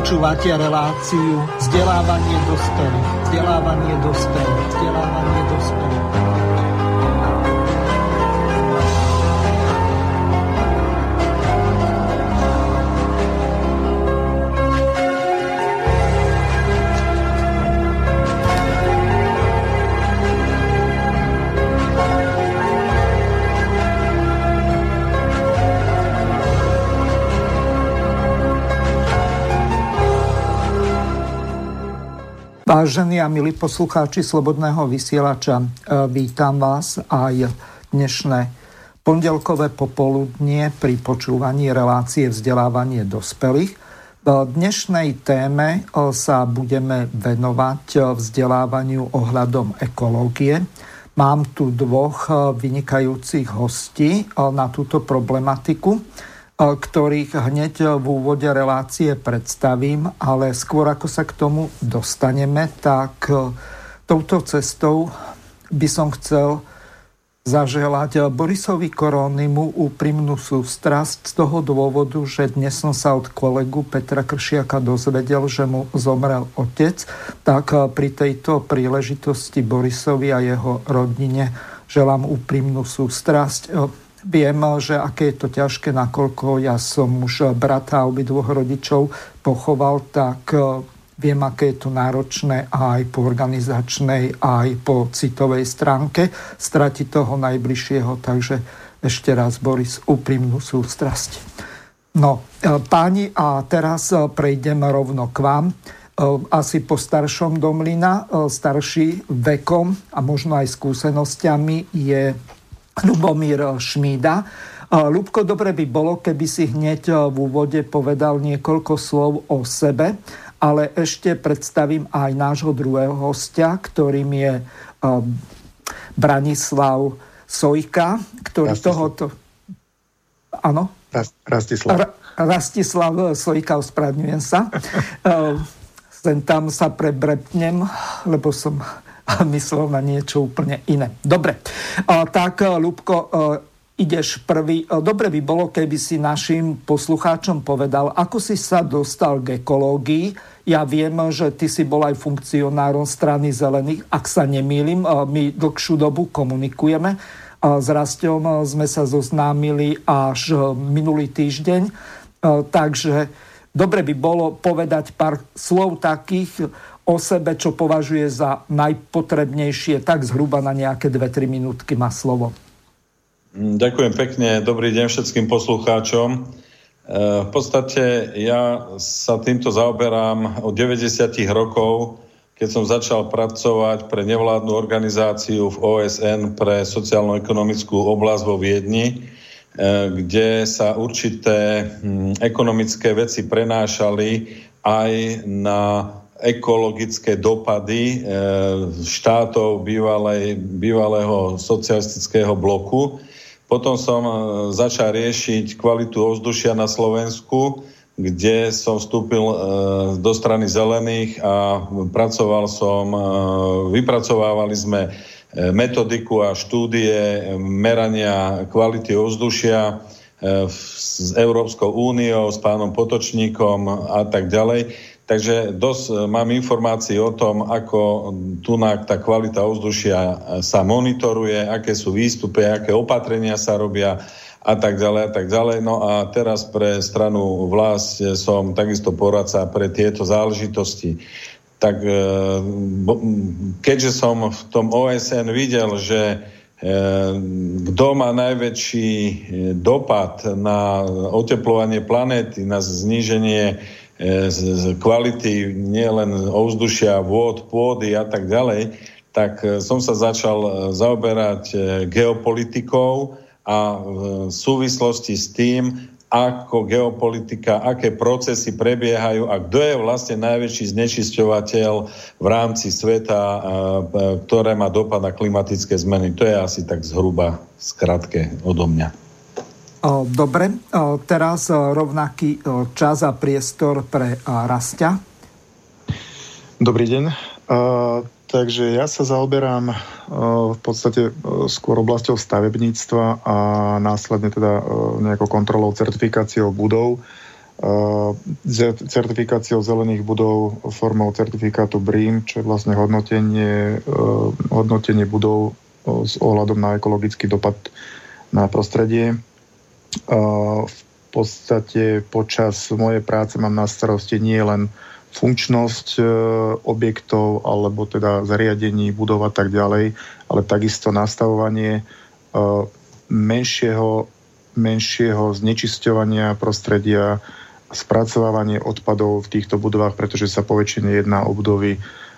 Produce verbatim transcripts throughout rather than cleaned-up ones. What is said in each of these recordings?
Počúvate reláciu Vzdelávanie dospelých. Vzdelávanie dospelých. Vzdelávanie dospelých. Vážení a milí poslucháči Slobodného vysielača, vítam vás aj dnešné pondelkové popoludnie pri počúvaní relácie Vzdelávanie dospelých. V dnešnej téme sa budeme venovať vzdelávaniu ohľadom ekológie. Mám tu dvoch vynikajúcich hostí na túto problematiku, ktorých hneď v úvode relácie predstavím, ale skôr ako sa k tomu dostaneme, tak touto cestou by som chcel zaželať Borisovi Korónimu úprimnú sústrasť z toho dôvodu, že dnes som sa od kolegu Petra Kršiaka dozvedel, že mu zomrel otec, tak pri tejto príležitosti Borisovi a jeho rodine želám úprimnú sústrasť. Viem, že aké je to ťažké, nakoľko ja som už brata a obidvoch rodičov pochoval, tak viem, aké je to náročné aj po organizačnej, aj po citovej stránke stratiť toho najbližšieho. Takže ešte raz, Boris, úprimnú sústrasť. No, páni, a teraz prejdem rovno k vám. Asi po staršom do mlyna, starší vekom a možno aj skúsenosťami je Ľubomír Šmída. Ľubko, dobre by bolo, keby si hneď v úvode povedal niekoľko slov o sebe, ale ešte predstavím aj nášho druhého hostia, ktorým je Branislav Sojka, ktorý Rastislav. tohoto... Áno? Rastislav. R- Rastislav Sojka, ospravedlňujem sa. Sem tam sa prebrepnem, lebo som myslel na niečo úplne iné. Dobre, tak Ľubko, ideš prvý. Dobre by bolo, keby si našim poslucháčom povedal, ako si sa dostal k ekológii. Ja viem, že ty si bol aj funkcionárom strany Zelených, ak sa nemýlim. My dlhšiu dobu komunikujeme. S Rastom sme sa zoznámili až minulý týždeň. Takže dobre by bolo povedať pár slov takých o sebe, čo považuje za najpotrebnejšie, tak zhruba na nejaké dve tri minútky má slovo. Ďakujem pekne, dobrý deň všetkým poslucháčom. V podstate ja sa týmto zaoberám od deväťdesiatych rokov, keď som začal pracovať pre nevládnu organizáciu v ó es en pre sociálno-ekonomickú oblasť vo Viedni, kde sa určité ekonomické veci prenášali aj na ekologické dopady štátov bývalej, bývalého socialistického bloku. Potom som začal riešiť kvalitu ovzdušia na Slovensku, kde som vstúpil do strany Zelených a pracoval som, vypracovávali sme metodiku a štúdie merania kvality ovzdušia s Európskou úniou, s pánom Potočníkom a tak ďalej. Takže dosť mám informácií o tom, ako tunak tá kvalita ovzdušia sa monitoruje, aké sú výstupy, aké opatrenia sa robia a tak ďalej a tak ďalej. No a teraz pre stranu Vlast som takisto poradca pre tieto záležitosti. Tak keďže som v tom ó es en videl, že kto má najväčší dopad na oteplovanie planéty, na zníženie z kvality nielen ovzdušia, vôd, pôdy a tak ďalej, tak som sa začal zaoberať geopolitikou a v súvislosti s tým, ako geopolitika, aké procesy prebiehajú a kto je vlastne najväčší znečisťovateľ v rámci sveta, ktoré má dopad na klimatické zmeny. To je asi tak zhruba skratke odo mňa. Dobre, teraz rovnaký čas a priestor pre Rastia. Dobrý deň. Takže ja sa zaoberám v podstate skôr oblasťou stavebníctva a následne teda nejakou kontrolou, certifikáciou budov certifikáciou zelených budov formou certifikátu bé er í em, čo je vlastne hodnotenie, hodnotenie budov s ohľadom na ekologický dopad na prostredie. V podstate počas mojej práce mám na starosti nie len funkčnosť objektov alebo teda zariadení, budov a tak ďalej, ale takisto nastavovanie menšieho, menšieho znečisťovania prostredia, spracovávanie odpadov v týchto budovách, pretože sa poväčšine jedná o budovy,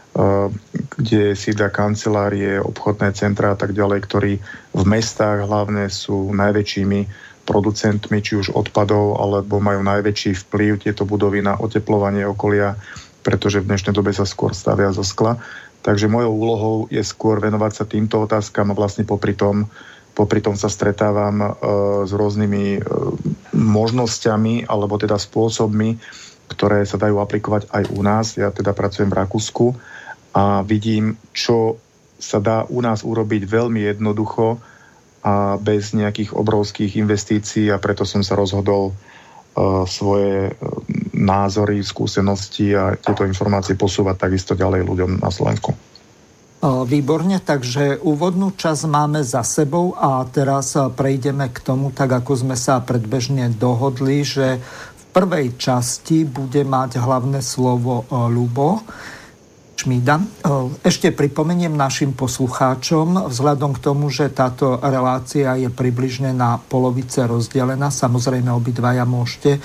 kde sídlia kancelárie, obchodné centrá a tak ďalej, ktorí v mestách hlavne sú najväčšími producentmi či už odpadov, alebo majú najväčší vplyv tieto budovy na oteplovanie okolia, pretože v dnešnej dobe sa skôr stavia zo skla. Takže mojou úlohou je skôr venovať sa týmto otázkam a vlastne popri tom Popri tom sa stretávam e, s rôznymi e, možnosťami alebo teda spôsobmi, ktoré sa dajú aplikovať aj u nás. Ja teda pracujem v Rakúsku a vidím, čo sa dá u nás urobiť veľmi jednoducho a bez nejakých obrovských investícií, a preto som sa rozhodol e, svoje názory, skúsenosti a tieto informácie posúvať takisto ďalej ľuďom na Slovensku. Výborne, takže úvodnú časť máme za sebou a teraz prejdeme k tomu, tak ako sme sa predbežne dohodli, že v prvej časti bude mať hlavné slovo Ľubo Šmída. Ešte pripomeniem našim poslucháčom, vzhľadom k tomu, že táto relácia je približne na polovice rozdelená, samozrejme obidvaja môžete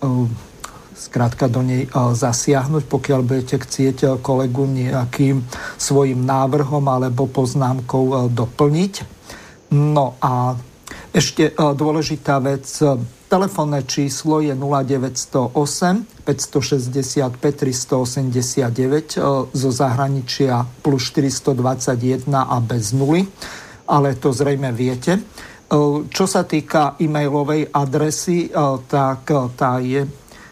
skrátka do nej zasiahnuť, pokiaľ budete chcieť kolegu nejakým svojim návrhom alebo poznámkou doplniť. No a ešte dôležitá vec, telefónne číslo je nula deväť nula osem päť šesť päť tri osem deväť, zo zahraničia plus štyri dva jeden a bez nuly, ale to zrejme viete. Čo sa týka e-mailovej adresy, tak tá je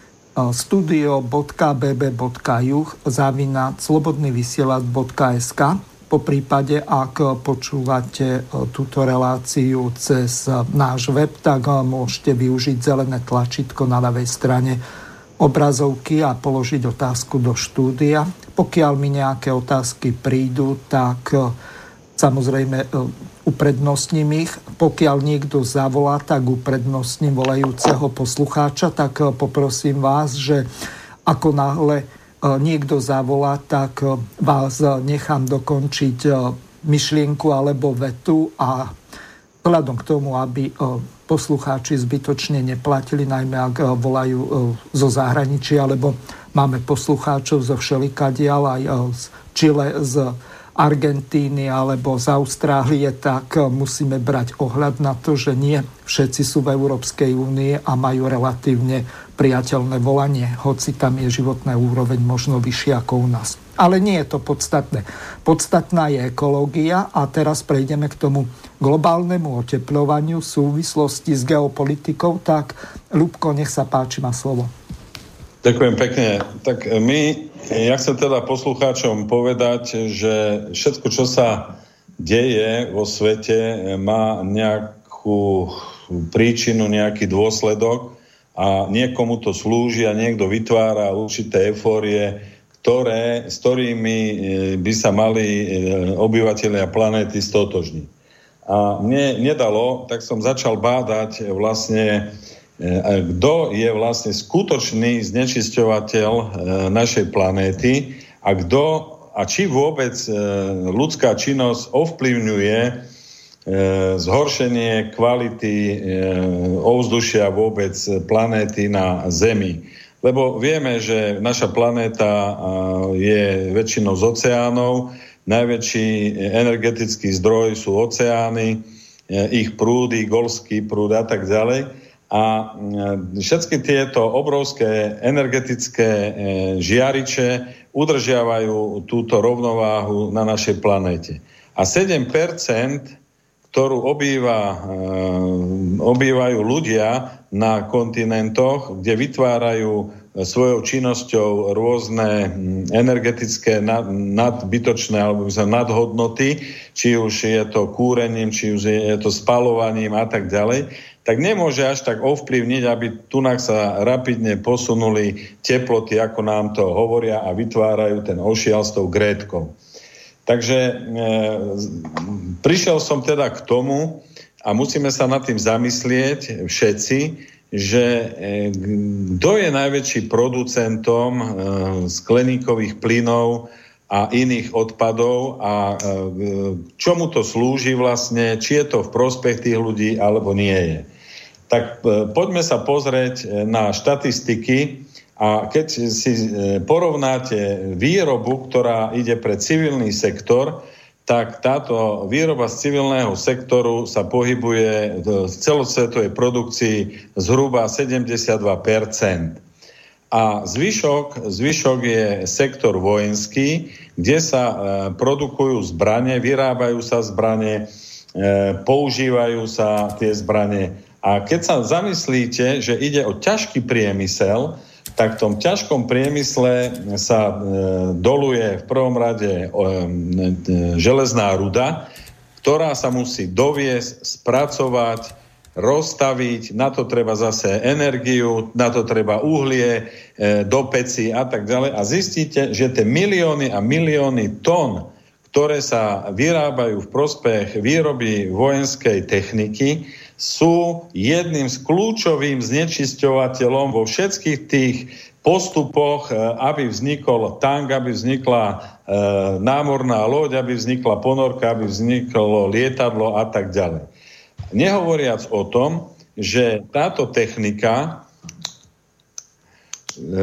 studio bodka b b bodka juh zavináč slobodnyvysielac bodka es ká. Po prípade, ak počúvate túto reláciu cez náš web, tak môžete využiť zelené tlačítko na ľavej strane obrazovky a položiť otázku do štúdia. Pokiaľ mi nejaké otázky prídu, tak samozrejme uprednostním ich. Pokiaľ niekto zavolá, tak uprednostním volajúceho poslucháča, tak poprosím vás, že ako náhle niekto zavolá, tak vás nechám dokončiť myšlienku alebo vetu a vzhľadom k tomu, aby poslucháči zbytočne neplatili, najmä ak volajú zo zahraničia, alebo máme poslucháčov zo všelikadiaľ aj z Čile, z Argentíny alebo z Austrálie, tak musíme brať ohľad na to, že nie všetci sú v Európskej únii a majú relatívne priateľné volanie, hoci tam je životná úroveň možno vyššia ako u nás. Ale nie je to podstatné. Podstatná je ekológia a teraz prejdeme k tomu globálnemu otepľovaniu v súvislosti s geopolitikou. Tak, Ľubko, nech sa páči, má slovo. Ďakujem pekne. Tak my, ja chcem teda poslucháčom povedať, že všetko, čo sa deje vo svete, má nejakú príčinu, nejaký dôsledok a niekomu to slúži a niekto vytvára určité eufórie, ktoré, s ktorými by sa mali obyvatelia planéty stotožniť. A mne nedalo, tak som začal bádať vlastne, kto je vlastne skutočný znečisťovateľ našej planéty a kto a či vôbec ľudská činnosť ovplyvňuje zhoršenie kvality ovzdušia vôbec planéty na Zemi. Lebo vieme, že naša planéta je väčšinou z oceánov, najväčší energetický zdroj sú oceány, ich prúdy, golský prúd a tak ďalej. A všetky tieto obrovské energetické žiariče udržiavajú túto rovnováhu na našej planéte. A sedem percent, ktorú obýva, obývajú ľudia na kontinentoch, kde vytvárajú svojou činnosťou rôzne energetické nadbytočné alebo nadhodnoty, či už je to kúrením, či už je to spalovaním a tak ďalej, tak nemôže až tak ovplyvniť, aby tunak sa rapidne posunuli teploty, ako nám to hovoria a vytvárajú ten ošial s tou Grétkou. Takže e, prišiel som teda k tomu a musíme sa nad tým zamyslieť všetci, že kto je najväčší producentom e, skleníkových plynov a iných odpadov a e, čomu to slúži vlastne, či je to v prospech tých ľudí, alebo nie je. Tak e, poďme sa pozrieť na štatistiky a keď si e, porovnáte výrobu, ktorá ide pre civilný sektor, tak táto výroba z civilného sektoru sa pohybuje v celosvetovej produkcii zhruba sedemdesiatdva percent. A zvyšok, zvyšok je sektor vojenský, kde sa e, produkujú zbrane, vyrábajú sa zbrane, e, používajú sa tie zbrane. A keď sa zamyslíte, že ide o ťažký priemysel, tak v tom ťažkom priemysle sa e, doluje v prvom rade e, e, železná ruda, ktorá sa musí doviesť, spracovať, rozstaviť, na to treba zase energiu, na to treba uhlie, e, do peci a tak ďalej. A zistíte, že tie milióny a milióny tón, ktoré sa vyrábajú v prospech výroby vojenskej techniky, sú jedným z kľúčovým znečisťovateľom vo všetkých tých postupoch, aby vznikol tank, aby vznikla e, námorná loď, aby vznikla ponorka, aby vzniklo lietadlo a tak ďalej. Nehovoriac o tom, že táto technika e,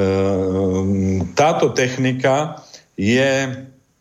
táto technika je,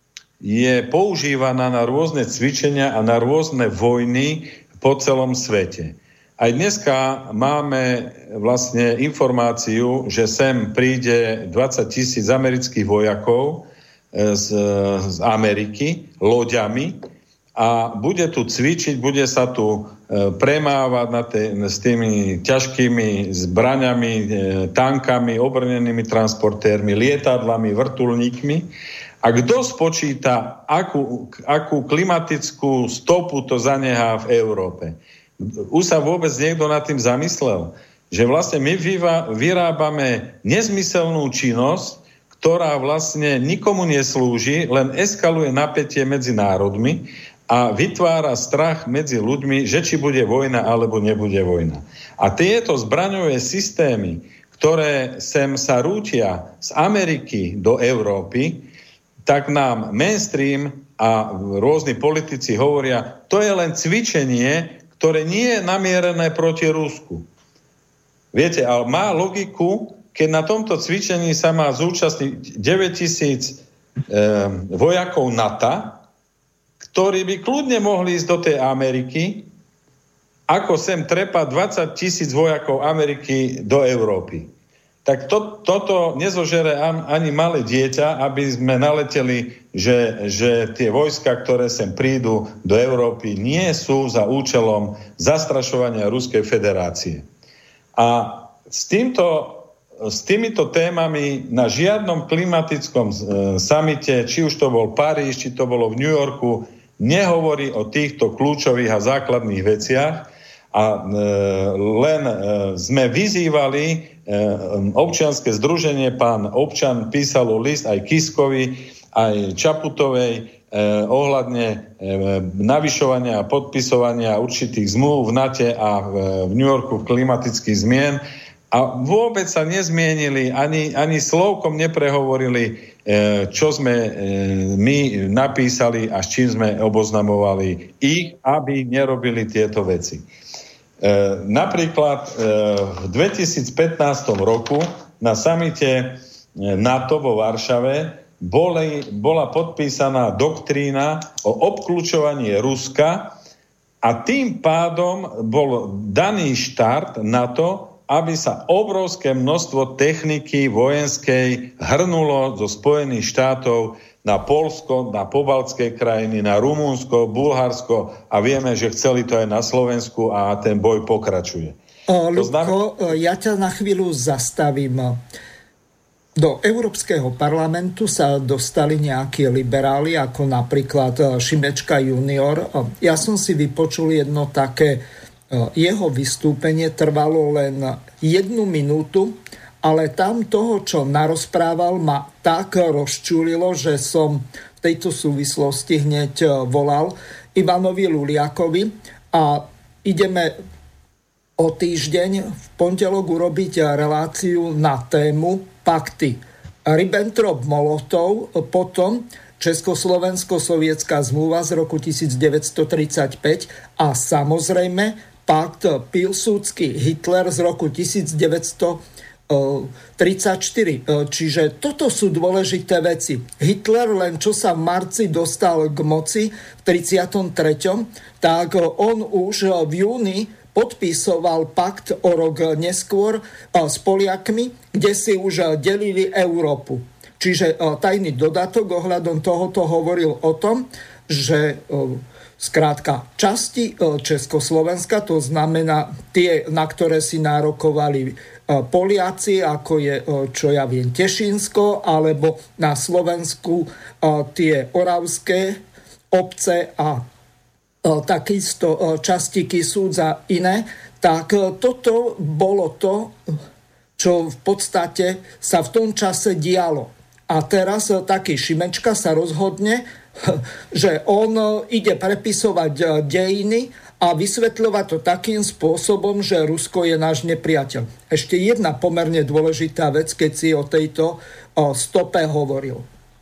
je používaná na rôzne cvičenia a na rôzne vojny po celom svete. Aj dneska máme vlastne informáciu, že sem príde dvadsať tisíc amerických vojakov z, z Ameriky loďami a bude tu cvičiť, bude sa tu premávať na te, s tými ťažkými zbraňami, tankami, obrnenými transportérmi, lietadlami, vrtuľníkmi. A kto spočíta, akú, akú klimatickú stopu to zanehá v Európe? Už sa vôbec niekto nad tým zamyslel, že vlastne my vyrábame nezmyselnú činnosť, ktorá vlastne nikomu neslúži, len eskaluje napätie medzi národmi a vytvára strach medzi ľuďmi, že či bude vojna alebo nebude vojna. A tieto zbraňové systémy, ktoré sem sa rútia z Ameriky do Európy, tak nám mainstream a rôzni politici hovoria, to je len cvičenie, ktoré nie je namierené proti Rusku. Viete, ale má logiku, keď na tomto cvičení sa má zúčastniť deväťtisíc e, vojakov NATO, ktorí by kľudne mohli ísť do tej Ameriky, ako sem trepa dvadsať tisíc vojakov Ameriky do Európy. Tak to, toto nezožere ani malé dieťa, aby sme naleteli, že, že tie vojska, ktoré sem prídu do Európy, nie sú za účelom zastrašovania Ruskej federácie. A s, týmto, s týmito témami na žiadnom klimatickom e, samite, či už to bol Paríž, či to bolo v New Yorku, nehovorí o týchto kľúčových a základných veciach. A e, len e, sme vyzývali e, občianske združenie, pán Občan písal list aj Kiskovi, aj Čaputovej e, ohľadne e, navyšovania a podpisovania určitých zmluv v NATO a v, v New Yorku klimatických zmien. A vôbec sa nezmienili, ani, ani slovkom neprehovorili, e, čo sme e, my napísali a s čím sme oboznamovali ich, aby nerobili tieto veci. E, napríklad e, v dvetisícpätnástom roku na samite NATO vo Varšave boli, bola podpísaná doktrína o obkľúčovaní Ruska a tým pádom bol daný štart na to, aby sa obrovské množstvo techniky vojenskej hrnulo zo Spojených štátov na Poľsko, na pobaltské krajiny, na Rumunsko, Bulharsko a vieme, že chceli to aj na Slovensku a ten boj pokračuje. O, Ľubko, znamená... ja ťa na chvíľu zastavím. do Európskeho parlamentu sa dostali nejakí liberáli, ako napríklad Šimečka junior. Ja som si vypočul jedno také, jeho vystúpenie trvalo len jednu minútu, ale tam toho, čo narozprával, ma tak rozčúlilo, že som v tejto súvislosti hneď volal Ivanovi Luliakovi a ideme o týždeň v pondelok urobiť reláciu na tému pakty Ribbentrop-Molotov, potom Československo-sovietská zmluva z roku devätnásťtridsaťpäť a samozrejme pakt Pilsudský-Hitler z roku devätnásťtridsaťštyri. Čiže toto sú dôležité veci. Hitler len čo sa v marci dostal k moci v tridsiatom treťom, tak on už v júni podpisoval pakt o rok neskôr s Poliakmi, kde si už delili Európu. Čiže tajný dodatok ohľadom tohoto hovoril o tom, že skrátka časti Československa, to znamená tie, na ktoré si nárokovali Poliaci, ako je, čo ja viem, Tešínsko, alebo na Slovensku tie oravské obce a takisto časti Kisúc a iné, tak toto bolo to, čo v podstate sa v tom čase dialo. A teraz taký Šimečka sa rozhodne, že on ide prepisovať dejiny a vysvetľovať to takým spôsobom, že Rusko je náš nepriateľ. Ešte jedna pomerne dôležitá vec, keď si o tejto stope hovoril.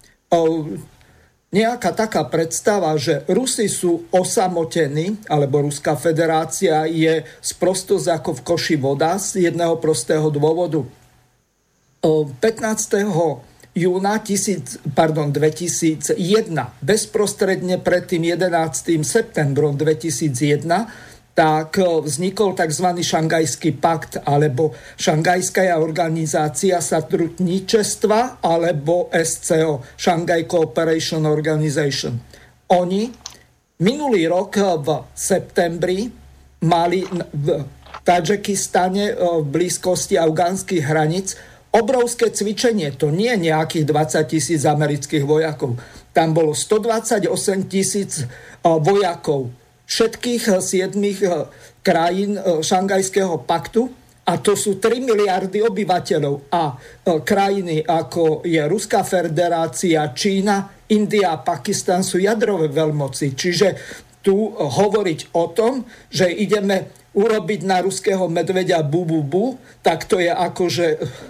Nejaká taká predstava, že Rusi sú osamotení, alebo Ruská federácia je sprostosť ako v koši voda z jedného prostého dôvodu. pätnásteho júna dvetisícjeden, bezprostredne pred tým jedenástym septembrom dvetisícjeden, tak vznikol tzv. Šangajský pakt, alebo Šangajská organizácia satrudníčestva, alebo es cé o, Shanghai Cooperation Organization. Oni minulý rok v septembri mali v Tadžikistane v blízkosti afgánskych hraníc obrovské cvičenie. To nie je nejakých dvadsať tisíc amerických vojakov. Tam bolo stodvadsaťosem tisíc vojakov všetkých siedmých krajín Šangajského paktu, a to sú tri miliardy obyvateľov, a krajiny ako je Ruská federácia, Čína, India a Pakistan sú jadrové veľmoci. Čiže tu hovoriť o tom, že ideme urobiť na ruského medveďa bu, bu, bu, tak to je ako, že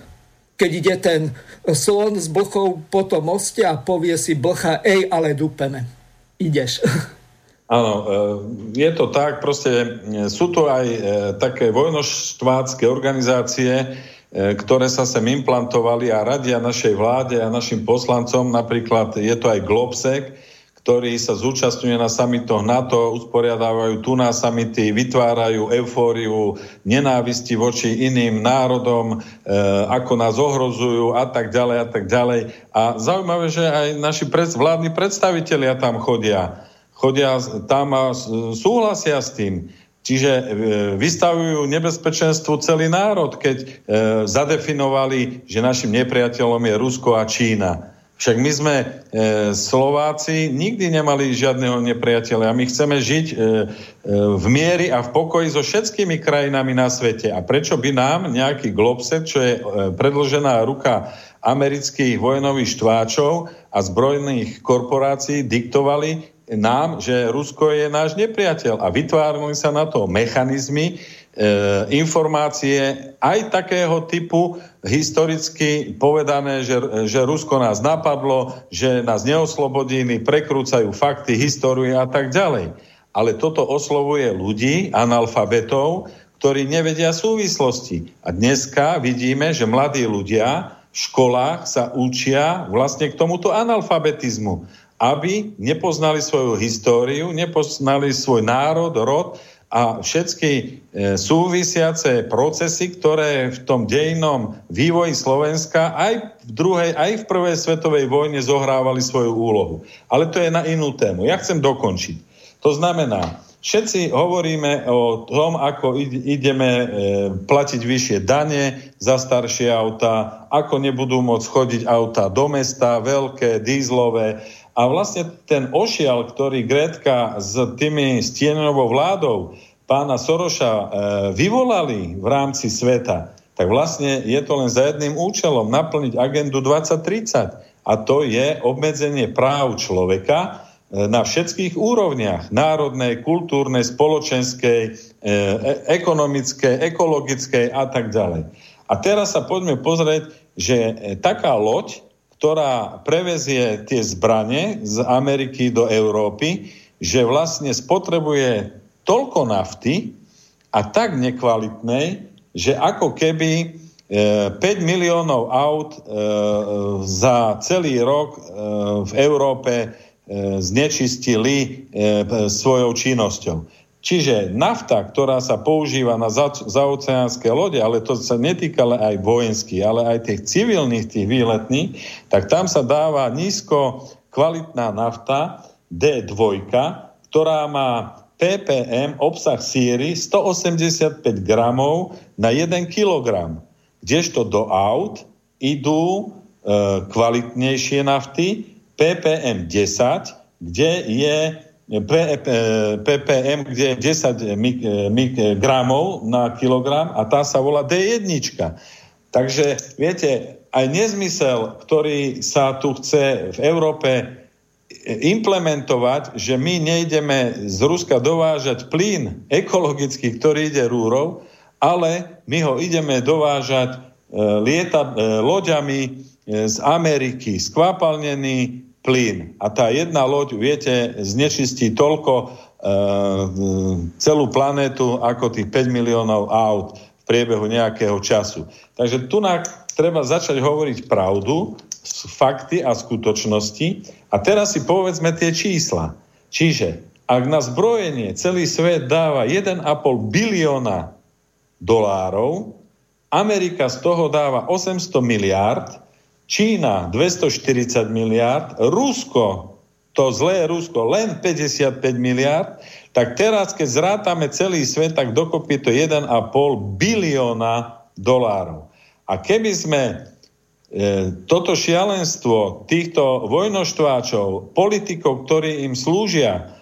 keď ide ten slon s blchou po tom moste a povie si blcha, ej, ale dupeme. Ideš. Áno, je to tak, proste sú to aj také vojnoštvácké organizácie, ktoré sa sem implantovali a radia našej vláde a našim poslancom. Napríklad je to aj Globsec, ktorý sa zúčastňuje na samitoch NATO, usporiadávajú tu na samity, vytvárajú eufóriu, nenávisti voči iným národom, e, ako nás ohrozujú a tak ďalej a tak ďalej. A zaujímavé, že aj naši pred, vládni predstavitelia tam chodia. Chodia tam a súhlasia s tým. Čiže e, vystavujú nebezpečenstvu celý národ, keď e, zadefinovali, že našim nepriateľom je Rusko a Čína. Však my sme e, Slováci nikdy nemali žiadneho nepriateľa. My chceme žiť e, e, v miery a v pokoji so všetkými krajinami na svete. A prečo by nám nejaký Globsec, čo je e, predĺžená ruka amerických vojnových štváčov a zbrojných korporácií, diktovali nám, že Rusko je náš nepriateľ. A vytvárali sa na to mechanizmy, E, informácie aj takého typu historicky povedané, že, že Rusko nás napadlo, že nás neoslobodili, prekrúcajú fakty, históriu a tak ďalej. Ale toto oslovuje ľudí, analfabetov, ktorí nevedia súvislosti. A dneska vidíme, že mladí ľudia v školách sa učia vlastne k tomuto analfabetizmu, aby nepoznali svoju históriu, nepoznali svoj národ, rod, a všetky e, súvisiace procesy, ktoré v tom dejinnom vývoji Slovenska aj v druhej, aj v prvej svetovej vojne zohrávali svoju úlohu. Ale to je na inú tému. Ja chcem dokončiť. To znamená, všetci hovoríme o tom, ako ideme e, platiť vyššie dane za staršie autá, ako nebudú môcť chodiť autá do mesta, veľké, dízlové. A vlastne ten ošial, ktorý Grétka s tými stieňovou vládou pána Soroša e, vyvolali v rámci sveta, tak vlastne je to len za jedným účelom naplniť agendu dvadsať tridsať. A to je obmedzenie práv človeka na všetkých úrovniach, národnej, kultúrnej, spoločenskej, ekonomickej, ekologickej a tak ďalej. A teraz sa poďme pozrieť, že taká loď, ktorá prevezie tie zbrane z Ameriky do Európy, že vlastne spotrebuje toľko nafty a tak nekvalitnej, že ako keby päť miliónov aut za celý rok v Európe znečistili svojou činnosťou. Čiže nafta, ktorá sa používa na zaoceánske lode, ale to sa netýka aj vojenských, ale aj tých civilných, tých výletných, tak tam sa dáva nízko kvalitná nafta dé dva, ktorá má pé pé em, obsah síry stoosemdesiatpäť gramov na jeden kilogram. Kdežto do aut idú e, kvalitnejšie nafty, pé pé em desať, kde je pé pé em, kde je desať mik, mik, gramov na kilogram a tá sa volá dé jedna. Takže viete, aj nezmysel, ktorý sa tu chce v Európe implementovať, že my nejdeme z Ruska dovážať plyn ekologický, ktorý ide rúrov, ale my ho ideme dovážať e, lieta, e, loďami z Ameriky, skvapalnený plyn. A tá jedna loď, viete, znečistí toľko e, celú planétu ako tých päť miliónov aut v priebehu nejakého času. Takže tu treba začať hovoriť pravdu, fakty a skutočnosti. A teraz si povedzme tie čísla. Čiže ak na zbrojenie celý svet dáva jeden a pol bilióna dolárov, Amerika z toho dáva osemsto miliárd, Čína dvestoštyridsať miliárd, Rusko, to zlé Rusko, len päťdesiatpäť miliárd, tak teraz, keď zrátame celý svet, tak dokopy to jeden a pol bilióna dolárov. A keby sme e, toto šialenstvo týchto vojnoštváčov, politikov, ktorí im slúžia, e,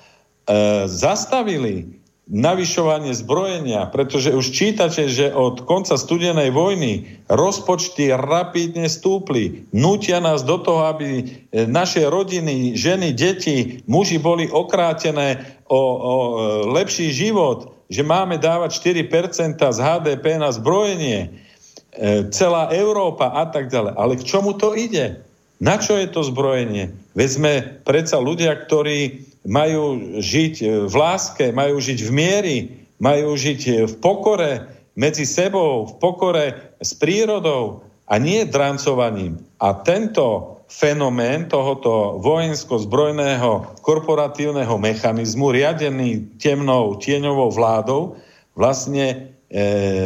zastavili navyšovanie zbrojenia, pretože už čítate, že od konca studenej vojny rozpočty rapidne stúpli. Nútia nás do toho, aby naše rodiny, ženy, deti, muži boli okrátené o, o lepší život, že máme dávať štyri percentá z há dé pé na zbrojenie, celá Európa a tak ďalej. Ale k čomu to ide? Na čo je to zbrojenie? Veď sme predsa ľudia, ktorí majú žiť v láske, majú žiť v miery, majú žiť v pokore medzi sebou, v pokore s prírodou a nie drancovaním. A tento fenomén tohoto vojensko-zbrojného korporatívneho mechanizmu, riadený temnou tieňovou vládou, vlastne e,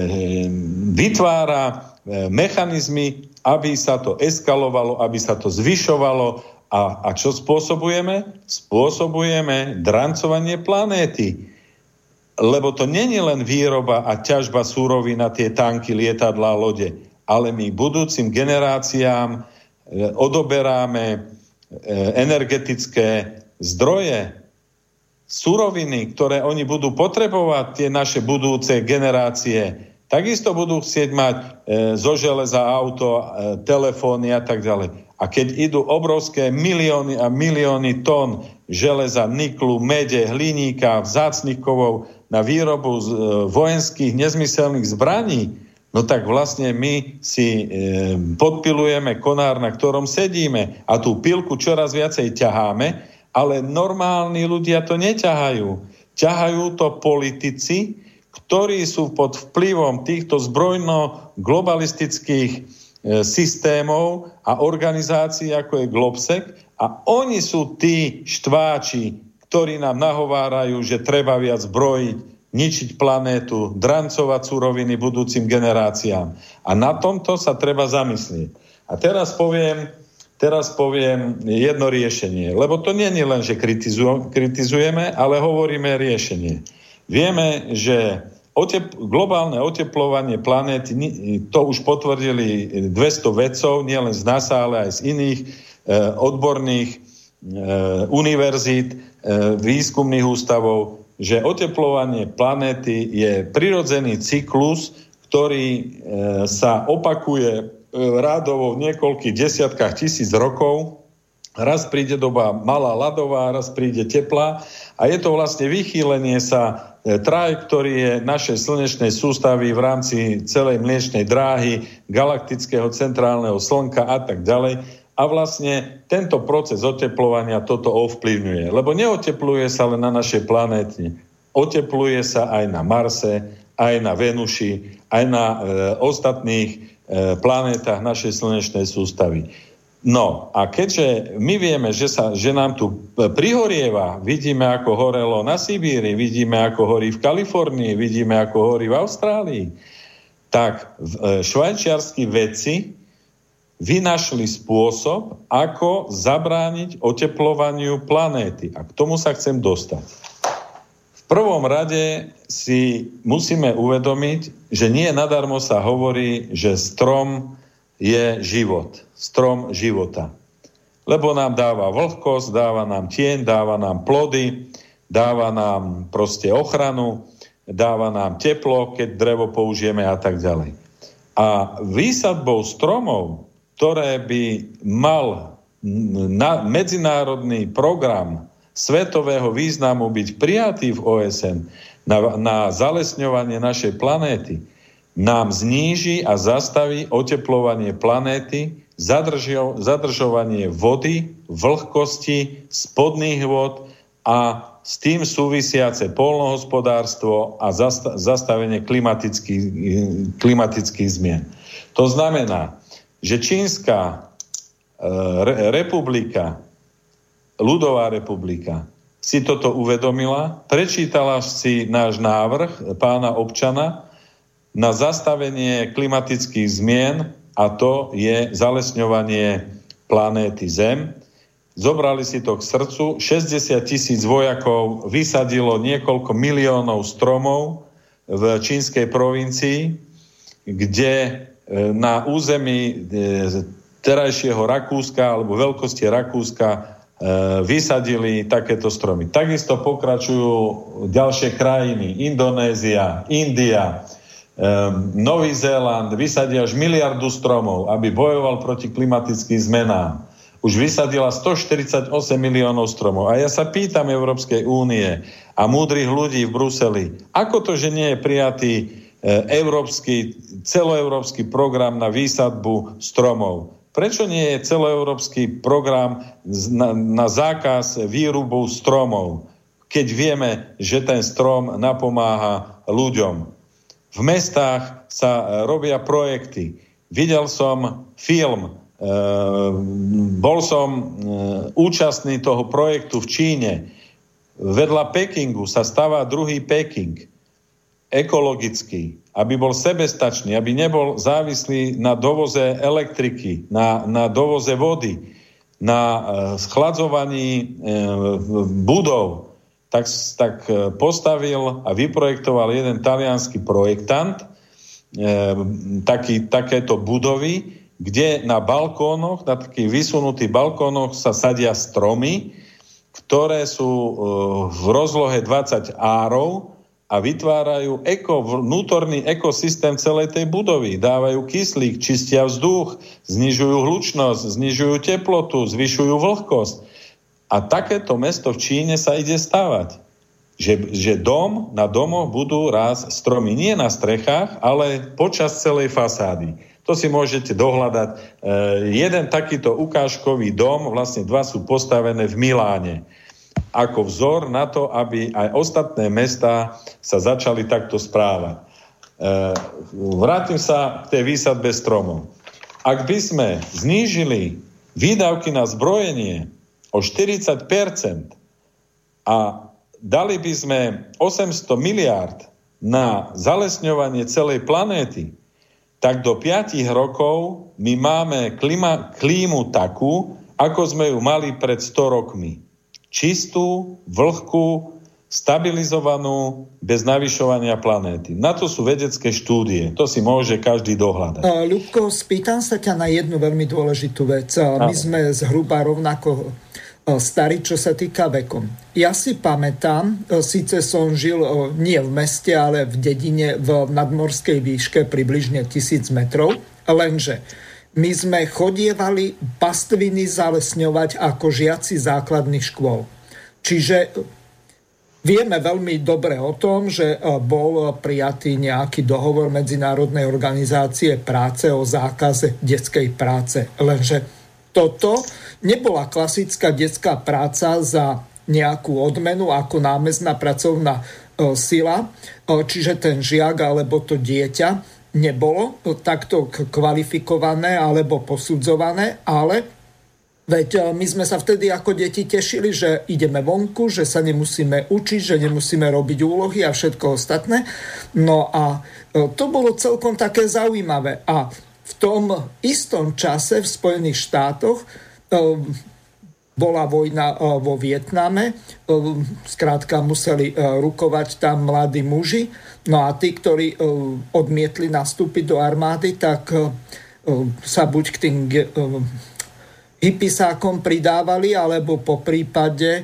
vytvára e, mechanizmy, aby sa to eskalovalo, aby sa to zvyšovalo. A, a čo spôsobujeme? Spôsobujeme drancovanie planéty. Lebo to nie je len výroba a ťažba surovín na tie tanky, lietadlá, lode, ale my budúcim generáciám odoberáme energetické zdroje, suroviny, ktoré oni budú potrebovať, tie naše budúce generácie. Takisto budú chcieť mať e, zo železa auto, e, telefóny a tak ďalej. A keď idú obrovské milióny a milióny tón železa, niklu, mede, hliníka, vzácnych kovov na výrobu z, e, vojenských nezmyselných zbraní, no tak vlastne my si e, podpilujeme konár, na ktorom sedíme a tú pilku čoraz viacej ťaháme, ale normálni ľudia to neťahajú. Ťahajú to politici, ktorí sú pod vplyvom týchto zbrojno-globalistických systémov a organizácií, ako je Globsec, a oni sú tí štváči, ktorí nám nahovárajú, že treba viac zbrojiť, ničiť planétu, drancovať suroviny budúcim generáciám. A na tomto sa treba zamyslieť. A teraz poviem teraz poviem jedno riešenie, lebo to nie je len, že kritizujeme, ale hovoríme riešenie. Vieme, že otep- globálne oteplovanie planéty, to už potvrdili dvesto vedcov, nielen z NASA, ale aj z iných e, odborných e, univerzít, e, výskumných ústavov, že oteplovanie planéty je prirodzený cyklus, ktorý e, sa opakuje rádovo v niekoľkých desiatkách tisíc rokov. Raz príde doba malá ľadová, raz príde teplá a je to vlastne vychýlenie sa trajektórie našej slnečnej sústavy v rámci celej Mliečnej dráhy, galaktického centrálneho slnka a tak ďalej. A vlastne tento proces oteplovania toto ovplyvňuje. Lebo neotepluje sa len na našej planéte. Otepluje sa aj na Marse, aj na Venuši, aj na e, ostatných planetách našej slnečnej sústavy. No a keďže my vieme, že, sa, že nám tu prihorieva, vidíme, ako horelo na Sibíri, vidíme, ako horí v Kalifornii, vidíme, ako horí v Austrálii, tak švajčiarski vedci vynašli spôsob, ako zabrániť oteplovaniu planéty. A k tomu sa chcem dostať. V prvom rade si musíme uvedomiť, že nie nadarmo sa hovorí, že strom je život. Strom života. Lebo nám dáva vlhkosť, dáva nám tieň, dáva nám plody, dáva nám proste ochranu, dáva nám teplo, keď drevo použijeme a tak ďalej. A výsadbou stromov, ktoré by mal na medzinárodný program svetového významu byť prijatý v O S N na, na zalesňovanie našej planéty, nám zníži a zastaví oteplovanie planéty, zadržo, zadržovanie vody, vlhkosti, spodných vod a s tým súvisiace poľnohospodárstvo a zasta, zastavenie klimatických, klimatických zmien. To znamená, že Čínska e, re, republika Ľudová republika si toto uvedomila, prečítala si náš návrh pána občana na zastavenie klimatických zmien a to je zalesňovanie planéty Zem. Zobrali si to k srdcu, šesťdesiat tisíc vojakov vysadilo niekoľko miliónov stromov v čínskej provincii, kde na území terajšieho Rakúska alebo veľkosti Rakúska vysadili takéto stromy. Takisto pokračujú ďalšie krajiny, Indonézia, India, um, Nový Zéland, vysadia až miliardu stromov, aby bojoval proti klimatickým zmenám. Už vysadila stoštyridsaťosem miliónov stromov. A ja sa pýtam Európskej únie a múdrych ľudí v Bruseli, ako to, že nie je prijatý e, európsky, celoeurópsky program na výsadbu stromov? Prečo nie je celoeurópsky program na, na zákaz výrubu stromov, keď vieme, že ten strom napomáha ľuďom? V mestách sa robia projekty. Videl som film, e, bol som e, účastný toho projektu v Číne. Vedľa Pekingu sa stáva druhý Peking, ekologický, aby bol sebestačný, aby nebol závislý na dovoze elektriky, na, na dovoze vody, na e, schladzovaní e, budov, tak, tak postavil a vyprojektoval jeden taliansky projektant e, taký, takéto budovy, kde na balkónoch, na takých vysunutých balkónoch sa sadia stromy, ktoré sú e, v rozlohe dvadsať árov, a vytvárajú eko, vnútorný ekosystém celej tej budovy. Dávajú kyslík, čistia vzduch, znižujú hlučnosť, znižujú teplotu, zvyšujú vlhkosť. A takéto mesto v Číne sa ide stavať. Že, že dom, na domoch budú rásť stromy. Nie na strechách, ale počas celej fasády. To si môžete dohľadať. E, jeden takýto ukážkový dom, vlastne dva sú postavené v Miláne. Ako vzor na to, aby aj ostatné mestá sa začali takto správať. E, vrátim sa k tej výsadbe stromov. Ak by sme znížili výdavky na zbrojenie o štyridsať percent a dali by sme osemsto miliárd na zalesňovanie celej planéty, tak do piatich rokov my máme klima, klímu takú, ako sme ju mali pred sto rokmi. Čistú, vlhkú, stabilizovanú, bez navyšovania planéty. Na to sú vedecké štúdie. To si môže každý dohľadať. Uh, Ľubko, spýtam sa ťa na jednu veľmi dôležitú vec. Uh, my sme zhruba rovnako uh, starí, čo sa týka vekom. Ja si pamätám, uh, síce som žil uh, nie v meste, ale v dedine v nadmorskej výške približne tisíc metrov, lenže my sme chodievali pastviny zalesňovať ako žiaci základných škôl. Čiže vieme veľmi dobre o tom, že bol prijatý nejaký dohovor Medzinárodnej organizácie práce o zákaze detskej práce. Lenže toto nebola klasická detská práca za nejakú odmenu ako námezná pracovná sila, čiže ten žiak alebo to dieťa nebolo takto kvalifikované alebo posudzované, ale veď my sme sa vtedy ako deti tešili, že ideme vonku, že sa nemusíme učiť, že nemusíme robiť úlohy a všetko ostatné. No a to bolo celkom také zaujímavé. A v tom istom čase v Spojených štátoch bola vojna vo Vietname, skrátka museli rukovať tam mladí muži, no a tí, ktorí odmietli nastúpiť do armády, tak sa buď k tým hypisákom pridávali, alebo po prípade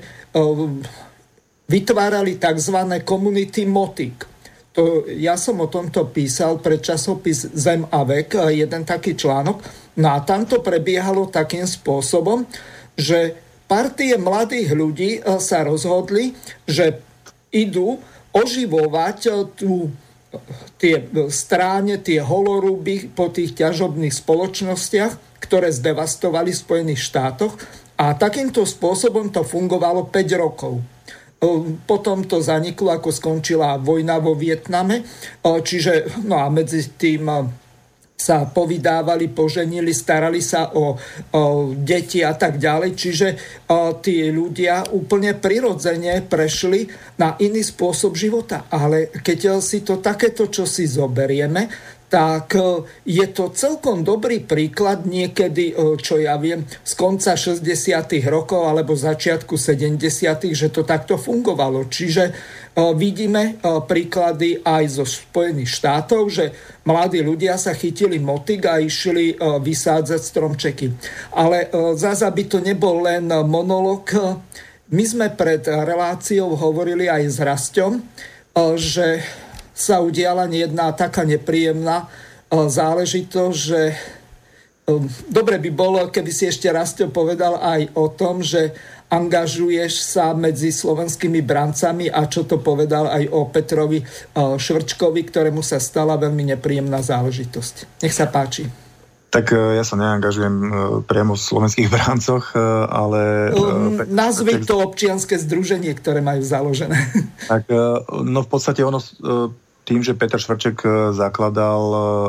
vytvárali tzv. Community motik. To, ja som o tomto písal pre časopis Zem a vek, jeden taký článok, no a tam to prebiehalo takým spôsobom, že partie mladých ľudí sa rozhodli, že idú oživovať tú, tie stráne, tie holoruby po tých ťažobných spoločnostiach, ktoré zdevastovali v Spojených štátoch, a takýmto spôsobom to fungovalo päť rokov. Potom to zaniklo, ako skončila vojna vo Vietname, čiže no a medzi tým sa povydávali, poženili, starali sa o, o deti a tak ďalej. Čiže o, tí ľudia úplne prirodzene prešli na iný spôsob života. Ale keď si to takéto, čo si zoberieme, tak je to celkom dobrý príklad niekedy, čo ja viem, z konca šesťdesiatych rokov alebo začiatku sedemdesiatych, že to takto fungovalo. Čiže vidíme príklady aj zo Spojených štátov, že mladí ľudia sa chytili motik a išli vysádzať stromčeky. Ale zasa by to nebol len monolog. My sme pred reláciou hovorili aj s Rasťom, že sa udiala jedna taká nepríjemná záležitosť, že dobre by bolo, keby si ešte Rastio povedal aj o tom, že angažuješ sa medzi slovenskými brancami a čo to povedal aj o Petrovi Švrčkovi, ktorému sa stala veľmi nepríjemná záležitosť. Nech sa páči. Tak ja sa neangažujem priamo v slovenských brancoch, ale... Nazvi to občianske združenie, ktoré majú založené. Tak, no v podstate ono tým, že Peter Švrček zakladal,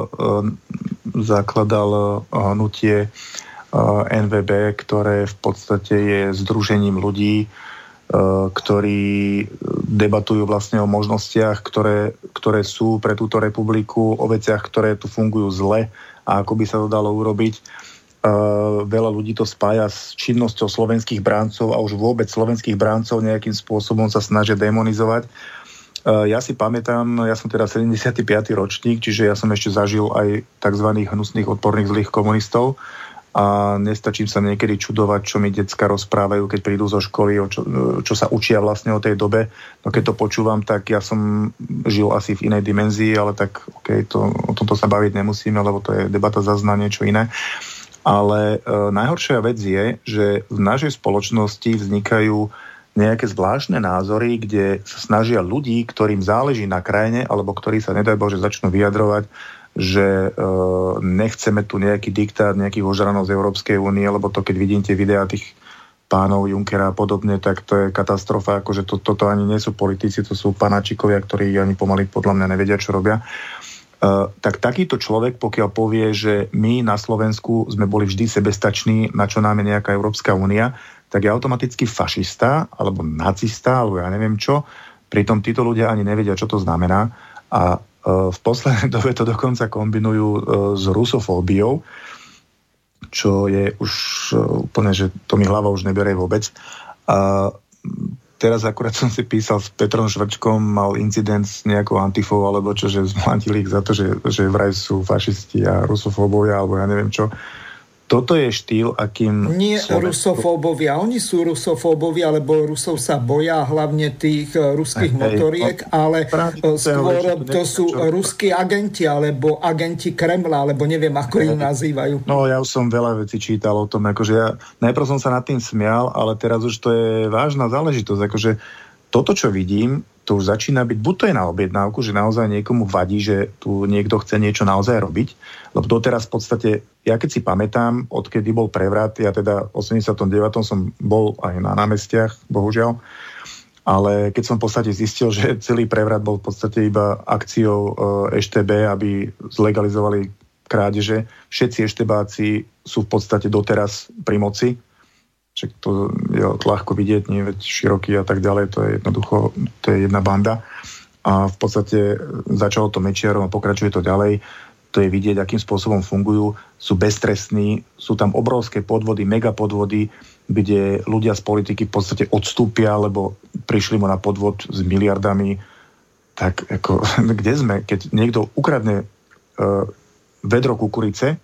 zakladal hnutie en vé bé, ktoré v podstate je združením ľudí, ktorí debatujú vlastne o možnostiach, ktoré, ktoré sú pre túto republiku, o veciach, ktoré tu fungujú zle a ako by sa to dalo urobiť. Uh, veľa ľudí to spája s činnosťou slovenských bráncov a už vôbec slovenských bráncov nejakým spôsobom sa snažia demonizovať. Uh, ja si pamätám, ja som teda sedemdesiaty piaty ročník, čiže ja som ešte zažil aj tzv. Hnusných odporných zlých komunistov a nestačím sa niekedy čudovať, čo mi decka rozprávajú, keď prídu zo školy, o čo, čo sa učia vlastne o tej dobe. No keď to počúvam, tak ja som žil asi v inej dimenzii, ale tak okay, to, o tomto sa baviť nemusíme, lebo to je debata za niečo iné. Ale e, najhoršia vec je, že v našej spoločnosti vznikajú nejaké zvláštne názory, kde sa snažia ľudí, ktorým záleží na krajine, alebo ktorí sa, nedaj Bože, začnú vyjadrovať, že e, nechceme tu nejaký diktát, nejakých ožranov z Európskej únie, lebo to, keď vidíte videá tých pánov Junckera a podobne, tak to je katastrofa, akože to, toto ani nie sú politici, to sú panáčikovia, ktorí ani pomaly podľa mňa nevedia, čo robia. Uh, tak takýto človek, pokiaľ povie, že my na Slovensku sme boli vždy sebestační, na čo nám je nejaká Európska únia, tak je automaticky fašista, alebo nacista, alebo ja neviem čo. Pritom títo ľudia ani nevedia, čo to znamená. A v poslednej dobe to dokonca kombinujú s rusofóbiou, čo je už úplne, že to mi hlava už neberie vôbec. A teraz akurát som si písal s Petrom Švrčkom, mal incident s nejakou antifou, alebo čo, že zmlátili ich za to, že, že vraj sú fašisti a rusofóbovia, alebo ja neviem čo. Toto je štýl, akým... Nie Slovensko... rusofóbovia, oni sú rusofóbovia, lebo Rusov sa boja, hlavne tých ruských motoriek, ale skôr to sú ruskí agenti, alebo agenti Kremla, alebo neviem, ako ich nazývajú. No, ja už som veľa vecí čítal o tom, akože ja najprv som sa nad tým smial, ale teraz už to je vážna záležitosť, akože toto, čo vidím, to už začína byť, buď to je na objednávku, že naozaj niekomu vadí, že tu niekto chce niečo naozaj robiť, lebo doteraz v podstate, ja keď si pamätám, odkedy bol prevrat, ja teda v osemdesiatom deviatom som bol aj na námestiach, bohužiaľ, ale keď som v podstate zistil, že celý prevrat bol v podstate iba akciou é té bé, aby zlegalizovali krádeže, všetci eštebáci sú v podstate doteraz pri moci, však to je ľahko vidieť, nie veď široký a tak ďalej, to je jednoducho, to je jedna banda. A v podstate začalo to Mečiarom a pokračuje to ďalej. To je vidieť, akým spôsobom fungujú. Sú beztrestní, sú tam obrovské podvody, megapodvody, kde ľudia z politiky v podstate odstúpia, lebo prišli mu na podvod s miliardami. Tak ako, kde sme? Keď niekto ukradne uh, vedro kukurice,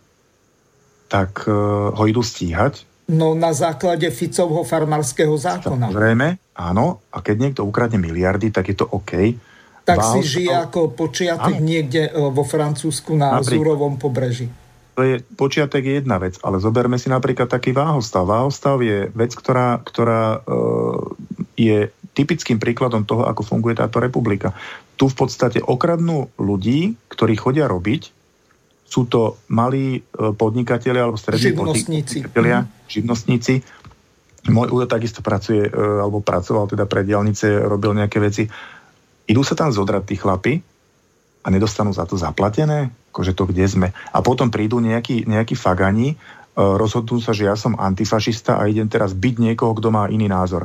tak uh, ho idú stíhať. No na základe Ficovho farmárskeho zákona. Samozrejme, áno. A keď niekto ukradne miliardy, tak je to OK. Tak Váho, si žije to... ako počiatek áno. niekde vo Francúzsku na napríklad, Zúrovom pobreží. To je, počiatek je jedna vec, ale zoberme si napríklad taký váhostav. Váhostav je vec, ktorá, ktorá uh, je typickým príkladom toho, ako funguje táto republika. Tu v podstate okradnú ľudí, ktorí chodia robiť. Sú to malí podnikatelia alebo strední podnikatelia, mm. živnostníci. Môj údo takisto pracuje, alebo pracoval teda pre diaľnice, robil nejaké veci. Idú sa tam zodrať tí chlapi a nedostanú za to zaplatené? Akože to kde sme? A potom prídu nejakí, nejakí fagani, rozhodnú sa, že ja som antifašista a idem teraz byť niekoho, kto má iný názor.